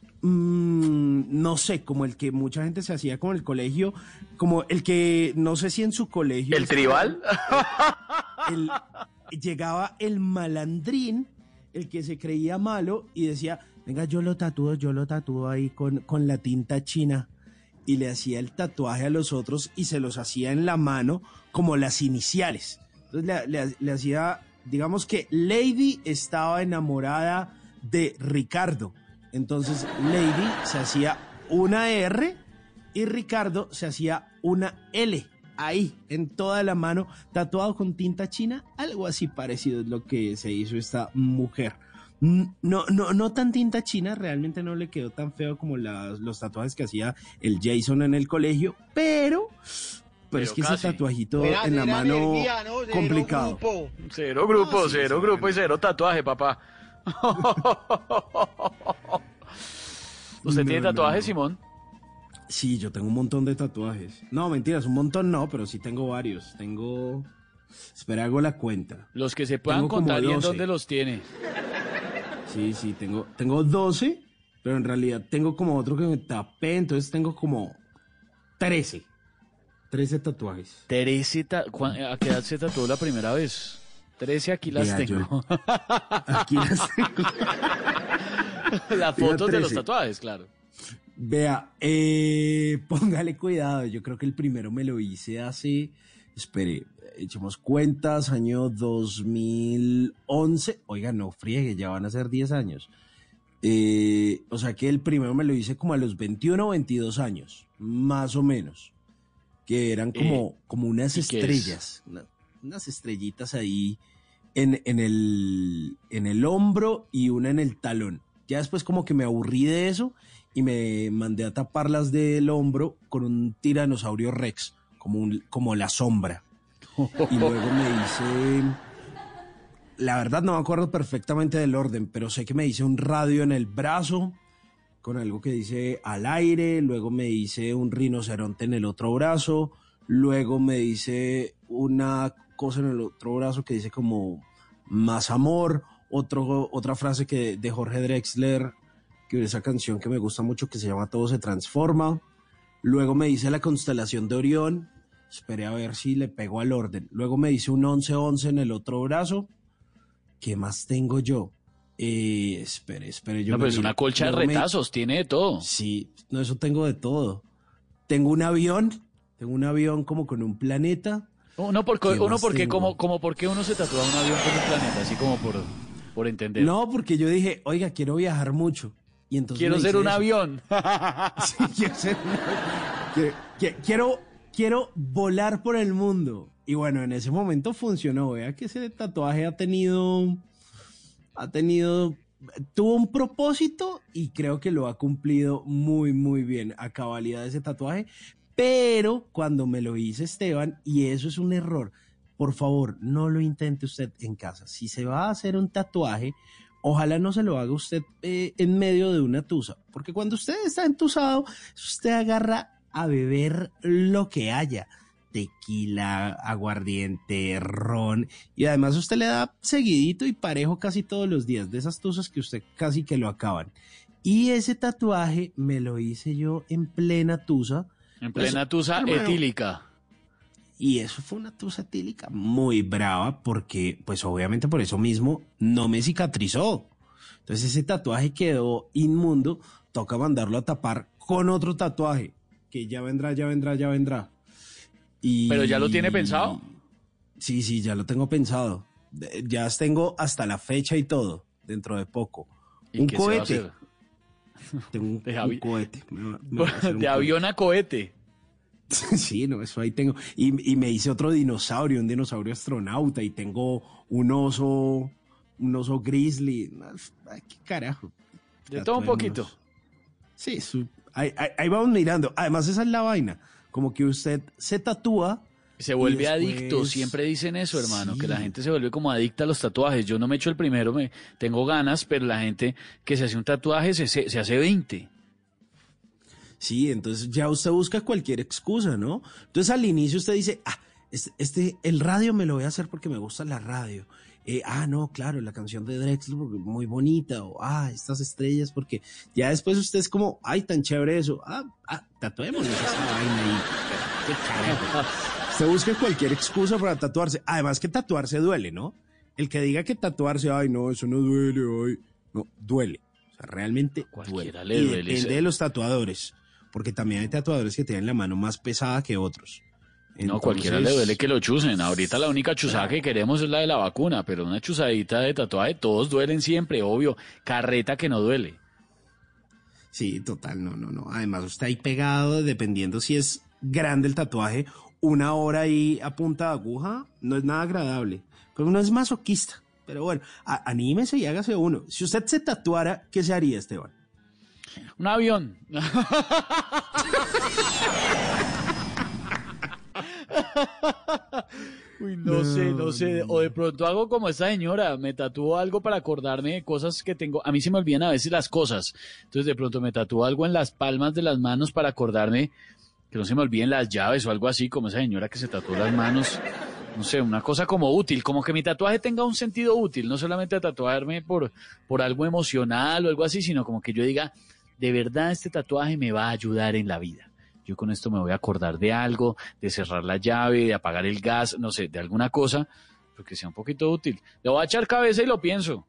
mmm, no sé, como el que mucha gente se hacía con el colegio, como el que, no sé si en su colegio... ¿El tribal? El, llegaba el malandrín, el que se creía malo y decía, venga, yo lo tatúo, yo lo tatúo ahí con, con la tinta china. Y le hacía el tatuaje a los otros y se los hacía en la mano como las iniciales. Entonces le, le- le hacía, digamos que Lady estaba enamorada de Ricardo. Entonces Lady se hacía una R y Ricardo se hacía una L. Ahí, en toda la mano, tatuado con tinta china, algo así parecido es lo que se hizo esta mujer. No, no, no tan tinta china, realmente no le quedó tan feo como las- los tatuajes que hacía el Jason en el colegio, pero... Pero, es que casi. ese tatuajito Era- en la era mano energía, ¿no? Cero complicado. grupo. Cero grupo, Ah, sí, cero sí, grupo y cero tatuaje, papá. ¿Usted No, tiene no, tatuaje, no. Simón? Sí, yo tengo un montón de tatuajes. No, mentiras, un montón no, pero sí tengo varios. Tengo... Espera, hago la cuenta. Los que se puedan Tengo como contar y en doce. dónde los tiene. Sí, sí, tengo, tengo doce, pero en realidad tengo como otro que me tapé, entonces tengo como trece. trece tatuajes. trece, ta- ¿cuá- ¿a qué edad se tatuó la primera vez? trece, aquí las Vea, yo- tengo. Aquí las tengo. Las Tengo fotos de los trece. tatuajes, claro. Vea, eh, póngale cuidado, yo creo que el primero me lo hice hace, espere, echemos cuentas, año dos mil once, oiga, no friegue, ya van a ser diez años. Eh, o sea que el primero me lo hice como a los veintiuno o veintidós años, más o menos, que eran como, Eh, como unas ¿y qué es? estrellas, una- unas estrellitas ahí en, en, el, en el hombro y una en el talón. Ya después como que me aburrí de eso y me mandé a taparlas del hombro con un tiranosaurio rex, como, un, como la sombra. Y luego me hice... La verdad no me acuerdo perfectamente del orden, pero sé que me hice un radio en el brazo con algo que dice al aire, luego me hice un rinoceronte en el otro brazo, luego me hice una cosa en el otro brazo que dice como más amor, otro, otra frase que de Jorge Drexler, que esa canción que me gusta mucho que se llama Todo se transforma. Luego me hice la constelación de Orión, esperé a ver si le pego al orden. Luego me hice un once once en el otro brazo. ¿Qué más tengo yo? Eh, espere, espere. Yo No, me pero es miro. una colcha de Luego me- retazos, tiene de todo. Sí, no, eso tengo de todo. Tengo un avión, tengo un avión como con un planeta. Uno porque, ¿Qué uno más porque tengo? como, como porque uno se tatúa un avión con un planeta, así como por, por entender. No, porque yo dije, oiga, quiero viajar mucho. Y entonces Quiero me ser hice un eso. avión. Sí, quiero ser un- quiero, qui- quiero, quiero volar por el mundo. Y bueno, en ese momento funcionó. Vea que ese tatuaje ha tenido, ha tenido, tuvo un propósito y creo que lo ha cumplido muy, muy bien a cabalidad ese tatuaje. Pero cuando me lo hice, Esteban, y eso es un error, por favor, no lo intente usted en casa. Si se va a hacer un tatuaje, ojalá no se lo haga usted eh, en medio de una tusa, porque cuando usted está entusado, usted agarra a beber lo que haya, tequila, aguardiente, ron, y además usted le da seguidito y parejo casi todos los días, de esas tusas que usted casi que lo acaban. Y ese tatuaje me lo hice yo en plena tusa. En plena Pues, tusa hermano, etílica. y eso fue una tusa etílica muy brava porque, pues obviamente por eso mismo, no me cicatrizó. Entonces ese tatuaje quedó inmundo, toca mandarlo a tapar con otro tatuaje, que ya vendrá, ya vendrá, ya vendrá. Y... ¿Pero ya lo tiene pensado? Sí, sí, ya lo tengo pensado. De- Ya tengo hasta la fecha y todo, dentro de poco. ¿Y Un qué se va a cohete. hacer? Tengo un, De un avi- cohete. Me va- me va a hacer un De avión a cohete. Sí, no, eso ahí tengo. Y, y me hice otro dinosaurio, un dinosaurio astronauta, y tengo un oso, un oso grizzly. Ay, qué carajo. De todo un poquito. Sí, su- ahí, ahí- ahí vamos mirando. Además, esa es la vaina. Como que usted se tatúa. Se vuelve y después- adicto, siempre dicen eso, hermano, Sí. que la gente se vuelve como adicta a los tatuajes. Yo no me echo el primero, me tengo ganas, pero la gente que se hace un tatuaje se, se, se hace veinte. Sí, entonces ya usted busca cualquier excusa, ¿no? Entonces al inicio usted dice, ah, este, este el radio me lo voy a hacer porque me gusta la radio. Eh, ah, no, claro, la canción de Drexler porque muy bonita, o ah, estas estrellas, porque ya después usted es como, ay, tan chévere eso, ah, ah tatuémonos esa vaina ahí. Qué carajo. Usted busca cualquier excusa para tatuarse, además que tatuarse duele, ¿no? El que diga que tatuarse, ay, no, eso no duele, ay, no, duele, o sea, realmente Cualquiera duele. le Y duele depende ese- de los tatuadores, porque también hay tatuadores que tienen la mano más pesada que otros. No, cualquiera le duele que lo chusen. Ahorita la única chuzada que queremos es la de la vacuna, pero una chuzadita de tatuaje, todos duelen siempre, obvio. Carreta que no duele. Sí, total, no, no, no. Además, usted ahí pegado, dependiendo si es grande el tatuaje, una hora ahí a punta de aguja, no es nada agradable. Pero uno es masoquista. Pero bueno, a- anímese y hágase uno. Si usted se tatuara, ¿qué se haría, Esteban? Un avión. Uy, no, no sé, no sé. O de pronto hago como esta señora, me tatúo algo para acordarme de cosas que tengo. A mí se me olvidan a veces las cosas. Entonces de pronto me tatúo algo en las palmas de las manos para acordarme que no se me olviden las llaves o algo así, como esa señora que se tatuó las manos. No sé, una cosa como útil, como que mi tatuaje tenga un sentido útil, no solamente tatuarme por, por algo emocional o algo así, sino como que yo diga, de verdad este tatuaje me va a ayudar en la vida. Yo con esto me voy a acordar de algo, de cerrar la llave, de apagar el gas, no sé, de alguna cosa, pero que sea un poquito útil. Le voy a echar cabeza y lo pienso.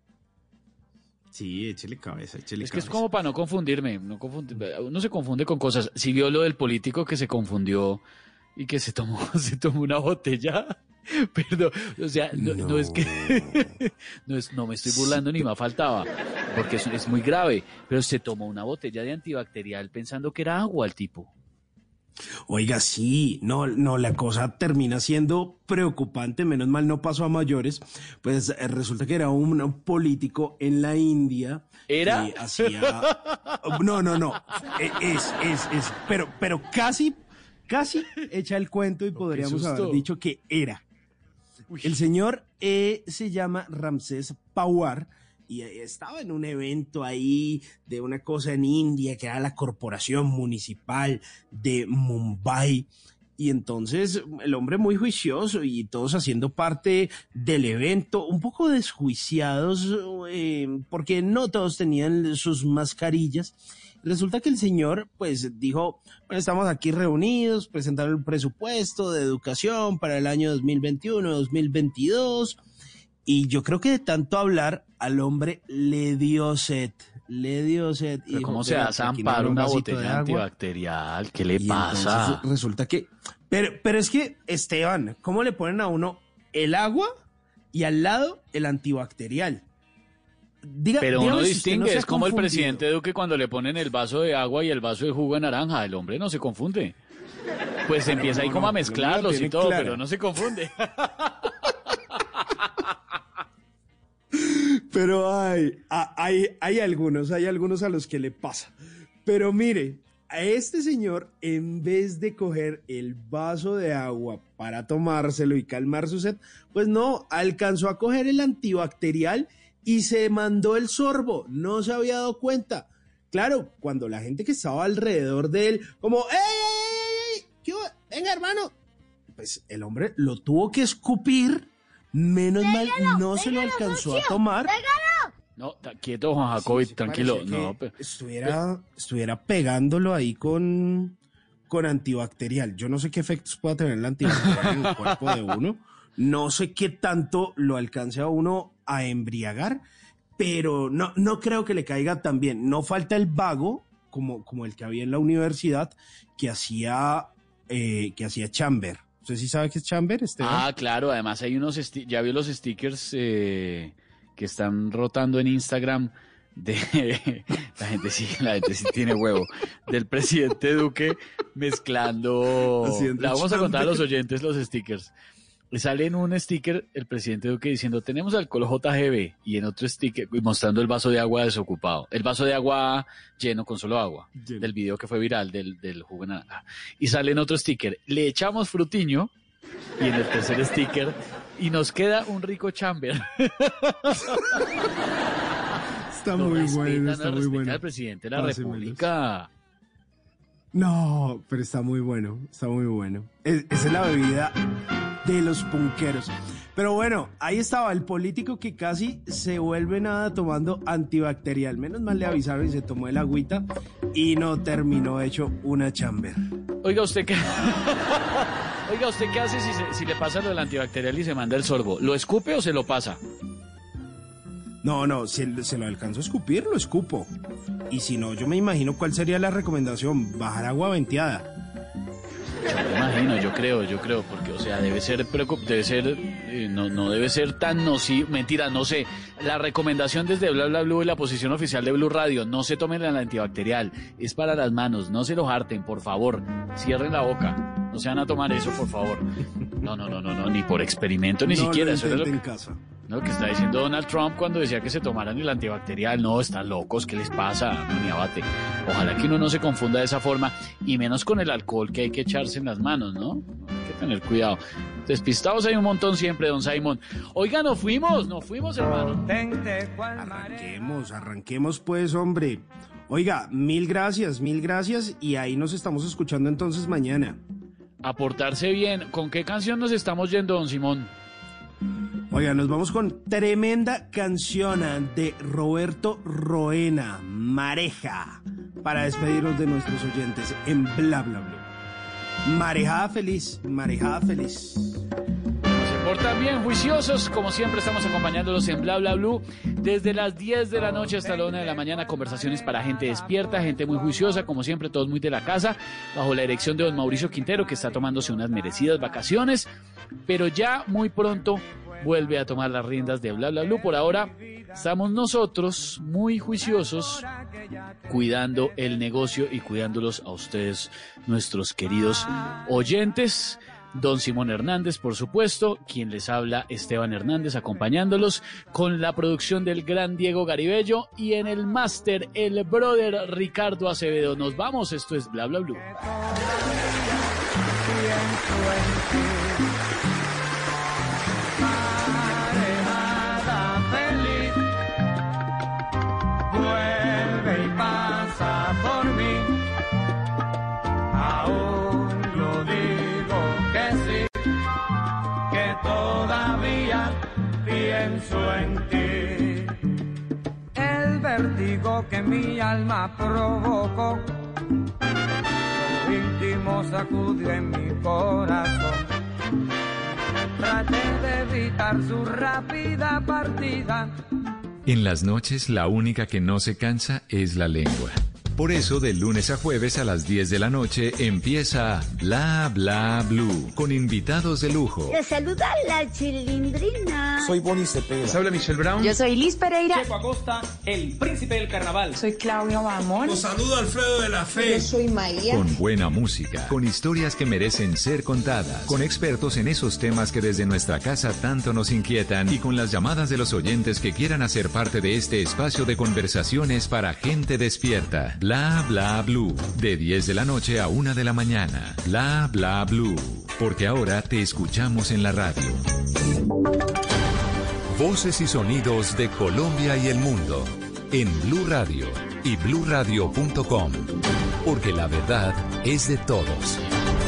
Sí, échele cabeza, échele Es que cabeza. es como para no confundirme, no confundir, uno se confunde con cosas. Si vio lo del político que se confundió y que se tomó, se tomó una botella... Perdón, o sea, no, no. no es que no, es, no me estoy burlando ni me faltaba, porque es, es muy grave, pero se tomó una botella de antibacterial pensando que era agua el tipo. Oiga, sí, no, no, la cosa termina siendo preocupante, menos mal no pasó a mayores, pues eh, resulta que era un, un político en la India. ¿Era? Que hacía... No, no, no, eh, es, es, es, pero, pero casi, casi echa el cuento y podríamos haber dicho que era. Uy. El señor eh, se llama Ramsés Pawar y eh, estaba en un evento ahí de una cosa en India que era la corporación municipal de Mumbai. Y entonces el hombre muy juicioso y todos haciendo parte del evento, un poco desjuiciados eh, porque no todos tenían sus mascarillas. Resulta que el señor pues dijo, bueno, estamos aquí reunidos, presentaron el presupuesto de educación para el año dos mil veintiuno, dos mil veintidós y yo creo que de tanto hablar al hombre le dio sed, le dio sed. ¿Pero y cómo dijo, se va a zampar una botella de antibacterial? ¿Qué le y pasa? Resulta que, pero, pero es que Esteban, ¿cómo le ponen a uno el agua y al lado el antibacterial? Diga, pero uno si distingue, no es como confundido. El presidente Duque cuando le ponen el vaso de agua y el vaso de jugo de naranja, el hombre no se confunde. Pues Pero empieza no, ahí como no, a mezclarlos no, no, y todo, clara. pero no se confunde. Pero hay, hay, hay algunos, hay algunos a los que le pasa. Pero mire, a este señor, en vez de coger el vaso de agua para tomárselo y calmar su sed, pues no, alcanzó a coger el antibacterial y se mandó el sorbo, no se había dado cuenta. Claro, cuando la gente que estaba alrededor de él, como, ¡ey, ey, ey, ey! ¿Qué hubo? Venga, hermano. Pues el hombre lo tuvo que escupir, menos mal no se lo alcanzó a tomar. No, ta- quieto, Juan Jacobi, Sí, sí, tranquilo. parecía No, que pe- estuviera, estuviera pegándolo ahí con, con antibacterial. Yo no sé qué efectos pueda tener el antibacterial en el cuerpo de uno. No sé qué tanto lo alcance a uno a embriagar, pero no, no creo que le caiga tan bien. No falta el vago, como, como el que había en la universidad, que hacía, eh, que hacía chamber. ¿Usted sí sabe qué es chamber, Esteban? Ah, claro, además hay unos, sti- ya vio los stickers eh, que están rotando en Instagram de la gente sí, la gente sí tiene huevo, del presidente Duque mezclando, Haciendo la vamos a contar a los chamber. oyentes los stickers. Y sale en un sticker el presidente Duque diciendo tenemos alcohol J G B y en otro sticker y mostrando el vaso de agua desocupado, el vaso de agua lleno con solo agua, Lleno. del video que fue viral del, del jugo de naranja. Y sale en otro sticker, le echamos frutiño y en el tercer sticker y nos queda un rico chamber. Está No muy respetan, bueno, no está muy respetan bueno. al presidente de la Pásemelos. República. No, pero está muy bueno, está muy bueno. Es, esa es la bebida de los punqueros. Pero bueno, ahí estaba el político que casi se vuelve nada tomando antibacterial. Menos mal le avisaron y se tomó el agüita y no terminó hecho una chamber. Oiga, ¿usted qué? Oiga, ¿usted qué hace si, se- si le pasa lo del antibacterial y se manda el sorbo? ¿Lo escupe o se lo pasa? No, no, si se lo alcanzo a escupir, lo escupo. Y si no, yo me imagino cuál sería la recomendación, bajar agua venteada. Yo me imagino, yo creo, yo creo, porque, o sea, debe ser, preocup- debe ser, eh, no, no debe ser tan nocivo, mentira, no sé. La recomendación desde Bla Bla Blue y la posición oficial de Blue Radio, no se tomen el antibacterial, es para las manos, no se lo harten, por favor, cierren la boca, no se van a tomar eso, por favor. No, no, no, no, no, ni por experimento, ni No siquiera, lo eso era lo intenten que... en casa. No, que está diciendo Donald Trump cuando decía que se tomaran el antibacterial. No, están locos, ¿qué les pasa? No, ni abate. Ojalá que uno no se confunda de esa forma, y menos con el alcohol que hay que echarse en las manos, ¿no? Hay que tener cuidado. Despistados hay un montón siempre, don Simon. Oiga, nos fuimos, nos fuimos, hermano. Arranquemos, arranquemos pues, hombre. Oiga, mil gracias, mil gracias y ahí nos estamos escuchando entonces mañana. A portarse bien. ¿Con qué canción nos estamos yendo, don Simón? Oiga, nos vamos con tremenda canción de Roberto Roena, Mareja, para despedirnos de nuestros oyentes en Bla Bla Blue. Marejada feliz, marejada feliz. Se portan bien, juiciosos, como siempre estamos acompañándolos en Bla Bla Blue desde las diez de la noche hasta la una de la mañana, conversaciones para gente despierta, gente muy juiciosa, como siempre todos muy de la casa, bajo la dirección de don Mauricio Quintero, que está tomándose unas merecidas vacaciones, pero ya muy pronto vuelve a tomar las riendas de Bla Bla Blue. Por ahora estamos nosotros muy juiciosos, cuidando el negocio y cuidándolos a ustedes, nuestros queridos oyentes. Don Simón Hernández, por supuesto, quien les habla, Esteban Hernández, acompañándolos con la producción del gran Diego Garibello y en el máster el brother Ricardo Acevedo. Nos vamos, esto es Bla Bla Blue. Vuelve y pasa por mí, aún lo digo que sí, que todavía pienso en ti. El vértigo que mi alma provocó, lo íntimo sacudió en mi corazón. Traté de evitar su rápida partida. En las noches, la única que no se cansa es la lengua. Por eso, de lunes a jueves a las diez de la noche, empieza Bla Bla Blue, con invitados de lujo. Les saluda la Chilindrina. Soy Bonnie Cepeda. Les habla Michelle Brown. Yo soy Liz Pereira. Checo Acosta, el príncipe del carnaval. Soy Claudia Bamón. Los saluda Alfredo de la Fe. Yo soy María. Con buena música, con historias que merecen ser contadas, con expertos en esos temas que desde nuestra casa tanto nos inquietan y con las llamadas de los oyentes que quieran hacer parte de este espacio de conversaciones para gente despierta. Bla Bla Blue, de diez de la noche a una de la mañana. Bla Bla Blue, porque ahora te escuchamos en la radio. Voces y sonidos de Colombia y el mundo en Blue Radio y blue radio punto com, porque la verdad es de todos.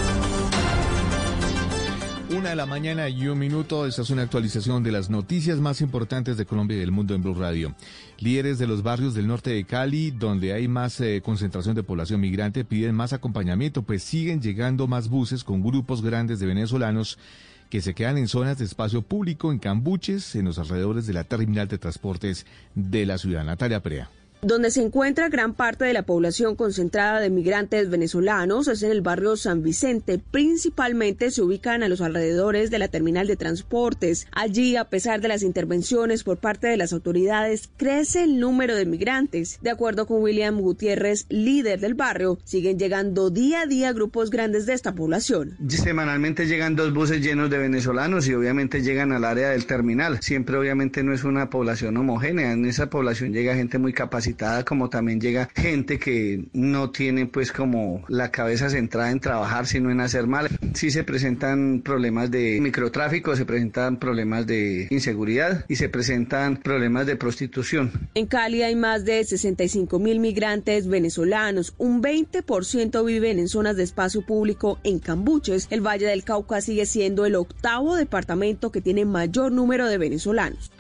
Una de la mañana y un minuto. Esta es una actualización de las noticias más importantes de Colombia y del mundo en Blue Radio. Líderes de los barrios del norte de Cali, donde hay más eh, concentración de población migrante, piden más acompañamiento, pues siguen llegando más buses con grupos grandes de venezolanos que se quedan en zonas de espacio público, en cambuches, en los alrededores de la terminal de transportes de la ciudad. Natalia Prea. Donde se encuentra gran parte de la población concentrada de migrantes venezolanos es en el barrio San Vicente. Principalmente se ubican a los alrededores de la terminal de transportes. Allí, a pesar de las intervenciones por parte de las autoridades, crece el número de migrantes. De acuerdo con William Gutiérrez, líder del barrio, siguen llegando día a día grupos grandes de esta población. Semanalmente llegan dos buses llenos de venezolanos y obviamente llegan al área del terminal. Siempre obviamente no es una población homogénea. En esa población llega gente muy capacitada, como también llega gente que no tiene pues como la cabeza centrada en trabajar, sino en hacer mal. Sí se presentan problemas de microtráfico, se presentan problemas de inseguridad y se presentan problemas de prostitución. En Cali hay más de sesenta y cinco mil migrantes venezolanos, un veinte por ciento viven en zonas de espacio público en cambuches. El Valle del Cauca sigue siendo el octavo departamento que tiene mayor número de venezolanos.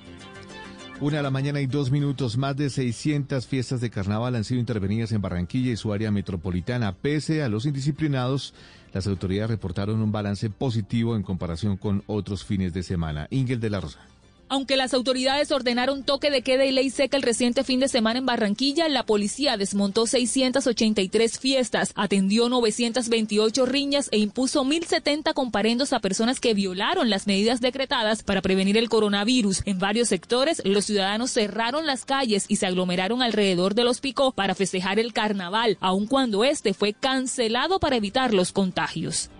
Una de la mañana y dos minutos. Más de seiscientas fiestas de carnaval han sido intervenidas en Barranquilla y su área metropolitana. Pese a los indisciplinados, las autoridades reportaron un balance positivo en comparación con otros fines de semana. Ingel de la Rosa. Aunque las autoridades ordenaron toque de queda y ley seca el reciente fin de semana en Barranquilla, la policía desmontó seiscientas ochenta y tres fiestas, atendió novecientas veintiocho riñas e impuso mil setenta comparendos a personas que violaron las medidas decretadas para prevenir el coronavirus. En varios sectores, los ciudadanos cerraron las calles y se aglomeraron alrededor de los picos para festejar el carnaval, aun cuando este fue cancelado para evitar los contagios.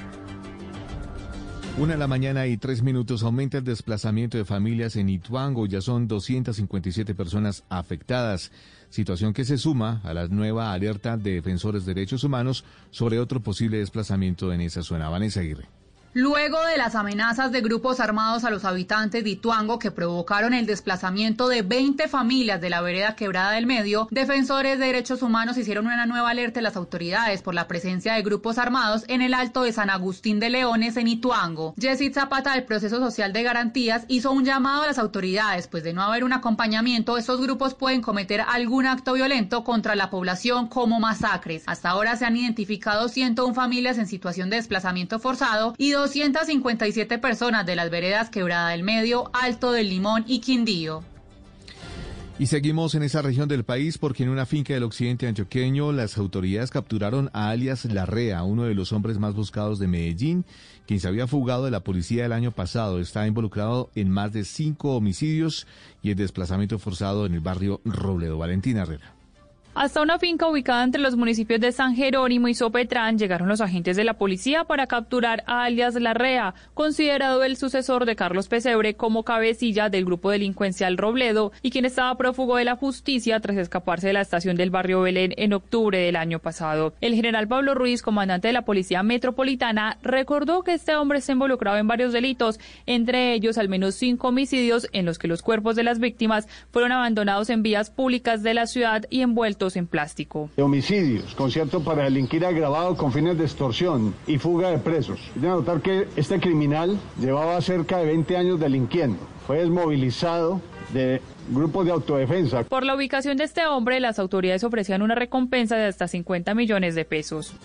Una de la mañana y tres minutos. Aumenta el desplazamiento de familias en Ituango. Ya son doscientas cincuenta y siete personas afectadas. Situación que se suma a la nueva alerta de defensores de derechos humanos sobre otro posible desplazamiento en esa zona. Vanessa Aguirre. Luego de las amenazas de grupos armados a los habitantes de Ituango que provocaron el desplazamiento de veinte familias de la vereda Quebrada del Medio, defensores de derechos humanos hicieron una nueva alerta a las autoridades por la presencia de grupos armados en el Alto de San Agustín de Leones en Ituango. Yesid Zapata del Proceso Social de Garantías hizo un llamado a las autoridades, pues de no haber un acompañamiento, estos grupos pueden cometer algún acto violento contra la población como masacres. Hasta ahora se han identificado ciento una familias en situación de desplazamiento forzado y doscientas cincuenta y siete personas de las veredas Quebrada del Medio, Alto del Limón y Quindío. Y seguimos en esa región del país porque en una finca del occidente antioqueño las autoridades capturaron a alias Larrea, uno de los hombres más buscados de Medellín, quien se había fugado de la policía el año pasado. Está involucrado en más de cinco homicidios y el desplazamiento forzado en el barrio Robledo. Valentina Herrera. Hasta una finca ubicada entre los municipios de San Jerónimo y Sopetrán llegaron los agentes de la policía para capturar a alias Larrea, considerado el sucesor de Carlos Pesebre como cabecilla del grupo delincuencial Robledo y quien estaba prófugo de la justicia tras escaparse de la estación del barrio Belén en octubre del año pasado. El general Pablo Ruiz, comandante de la Policía Metropolitana, recordó que este hombre está involucrado en varios delitos, entre ellos al menos cinco homicidios en los que los cuerpos de las víctimas fueron abandonados en vías públicas de la ciudad y envueltos en plástico. De homicidios, concierto para delinquir agravado con fines de extorsión y fuga de presos. Debe notar que este criminal llevaba cerca de veinte años delinquiendo. Fue desmovilizado de grupos de autodefensa. Por la ubicación de este hombre, las autoridades ofrecían una recompensa de hasta cincuenta millones de pesos.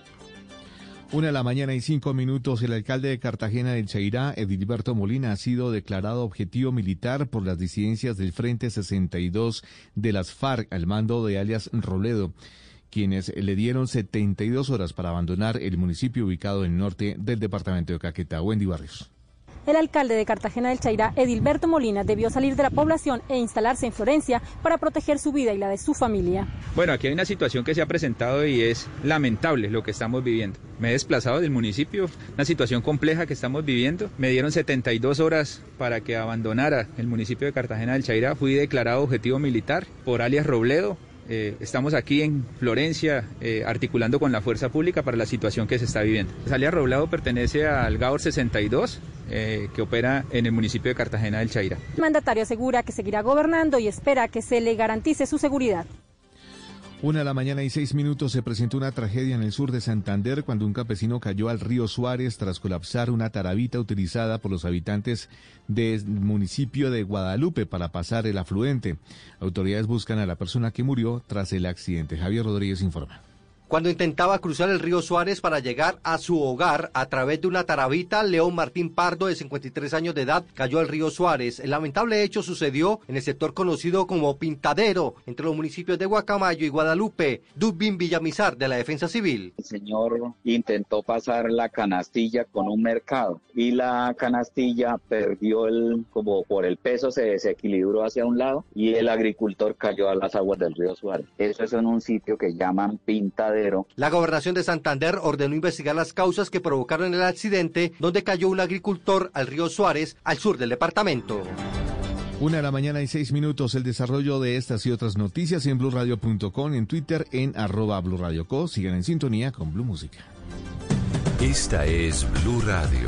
Una de la mañana y cinco minutos, el alcalde de Cartagena del Chairá, Edilberto Molina, ha sido declarado objetivo militar por las disidencias del Frente sesenta y dos de las FARC al mando de alias Robledo, quienes le dieron setenta y dos horas para abandonar el municipio ubicado en el norte del departamento de Caquetá. Wendy Barrios. El alcalde de Cartagena del Chairá, Edilberto Molina, debió salir de la población e instalarse en Florencia para proteger su vida y la de su familia. Bueno, aquí hay una situación que se ha presentado y es lamentable lo que estamos viviendo. Me he desplazado del municipio, una situación compleja que estamos viviendo. Me dieron setenta y dos horas para que abandonara el municipio de Cartagena del Chairá. Fui declarado objetivo militar por alias Robledo. Eh, estamos aquí en Florencia eh, articulando con la fuerza pública para la situación que se está viviendo. Alias Robledo pertenece al Gaor sesenta y dos eh, que opera en el municipio de Cartagena del Chairá. El mandatario asegura que seguirá gobernando y espera que se le garantice su seguridad. Una de la mañana y seis minutos se presentó una tragedia en el sur de Santander cuando un campesino cayó al río Suárez tras colapsar una tarabita utilizada por los habitantes del municipio de Guadalupe para pasar el afluente. Autoridades buscan a la persona que murió tras el accidente. Javier Rodríguez informa. Cuando intentaba cruzar el río Suárez para llegar a su hogar a través de una tarabita, León Martín Pardo, de cincuenta y tres años de edad, cayó al río Suárez. El lamentable hecho sucedió en el sector conocido como Pintadero, entre los municipios de Guacamayo y Guadalupe. Dubín Villamizar, de la Defensa Civil. El señor intentó pasar la canastilla con un mercado y la canastilla perdió el, como por el peso se desequilibró hacia un lado y el agricultor cayó a las aguas del río Suárez. Eso es en un sitio que llaman Pintadero. La Gobernación de Santander ordenó investigar las causas que provocaron el accidente donde cayó un agricultor al río Suárez, al sur del departamento. Una de la mañana y seis minutos, el desarrollo de estas y otras noticias en blue radio punto com, en Twitter en arroba Blue Radio Co. Sigan en sintonía con Blue Música. Esta es Blue Radio.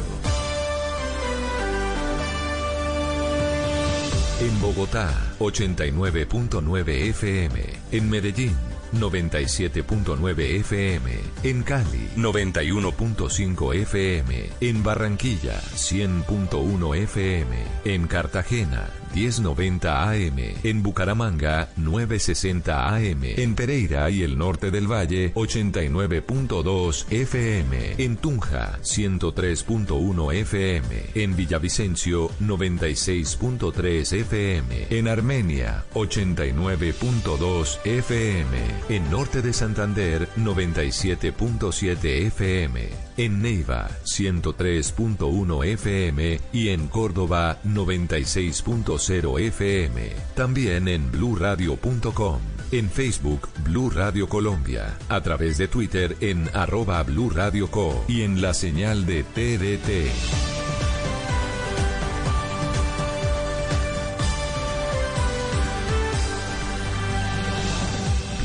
En Bogotá, ochenta y nueve punto nueve F M. En Medellín, noventa y siete punto nueve F M, en Cali noventa y uno punto cinco F M, en Barranquilla cien punto uno F M, en Cartagena diez noventa A M, en Bucaramanga novecientos sesenta A M, en Pereira y el norte del Valle ochenta y nueve punto dos F M, en Tunja ciento tres punto uno F M, en Villavicencio noventa y seis punto tres F M, en Armenia ochenta y nueve punto dos F M, en norte de Santander noventa y siete punto siete F M, en Neiva ciento tres punto uno F M y en Córdoba noventa y seis punto cero F M. También en blue radio punto com, en Facebook Blue Radio Colombia, a través de Twitter en arroba Blue Radio Co y en la señal de T D T.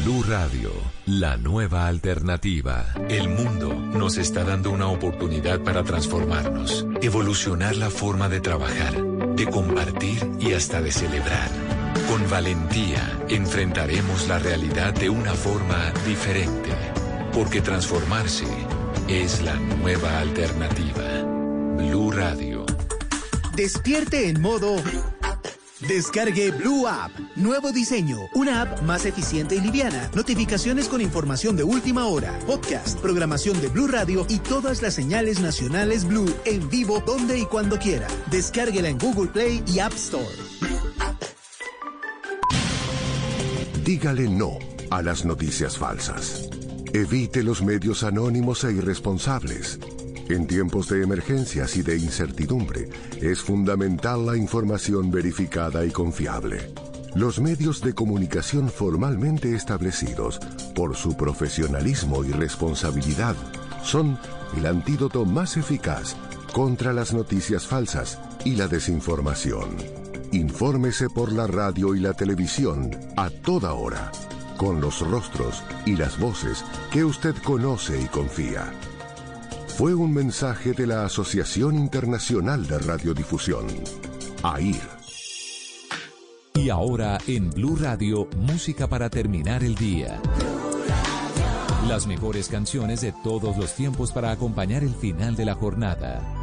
Blue Radio, la nueva alternativa. El mundo nos está dando una oportunidad para transformarnos, evolucionar la forma de trabajar, de compartir y hasta de celebrar. Con valentía enfrentaremos la realidad de una forma diferente, porque transformarse es la nueva alternativa. Blue Radio. Despierte en modo... Descargue Blue App. Nuevo diseño. Una app más eficiente y liviana. Notificaciones con información de última hora. Podcast, programación de Blue Radio y todas las señales nacionales Blue en vivo donde y cuando quiera. Descárguela en Google Play y App Store. Dígale no a las noticias falsas. Evite los medios anónimos e irresponsables. En tiempos de emergencias y de incertidumbre, es fundamental la información verificada y confiable. Los medios de comunicación formalmente establecidos, por su profesionalismo y responsabilidad, son el antídoto más eficaz contra las noticias falsas y la desinformación. Infórmese por la radio y la televisión a toda hora, con los rostros y las voces que usted conoce y confía. Fue un mensaje de la Asociación Internacional de Radiodifusión, A I R. Y ahora en Blue Radio, música para terminar el día. Las mejores canciones de todos los tiempos para acompañar el final de la jornada.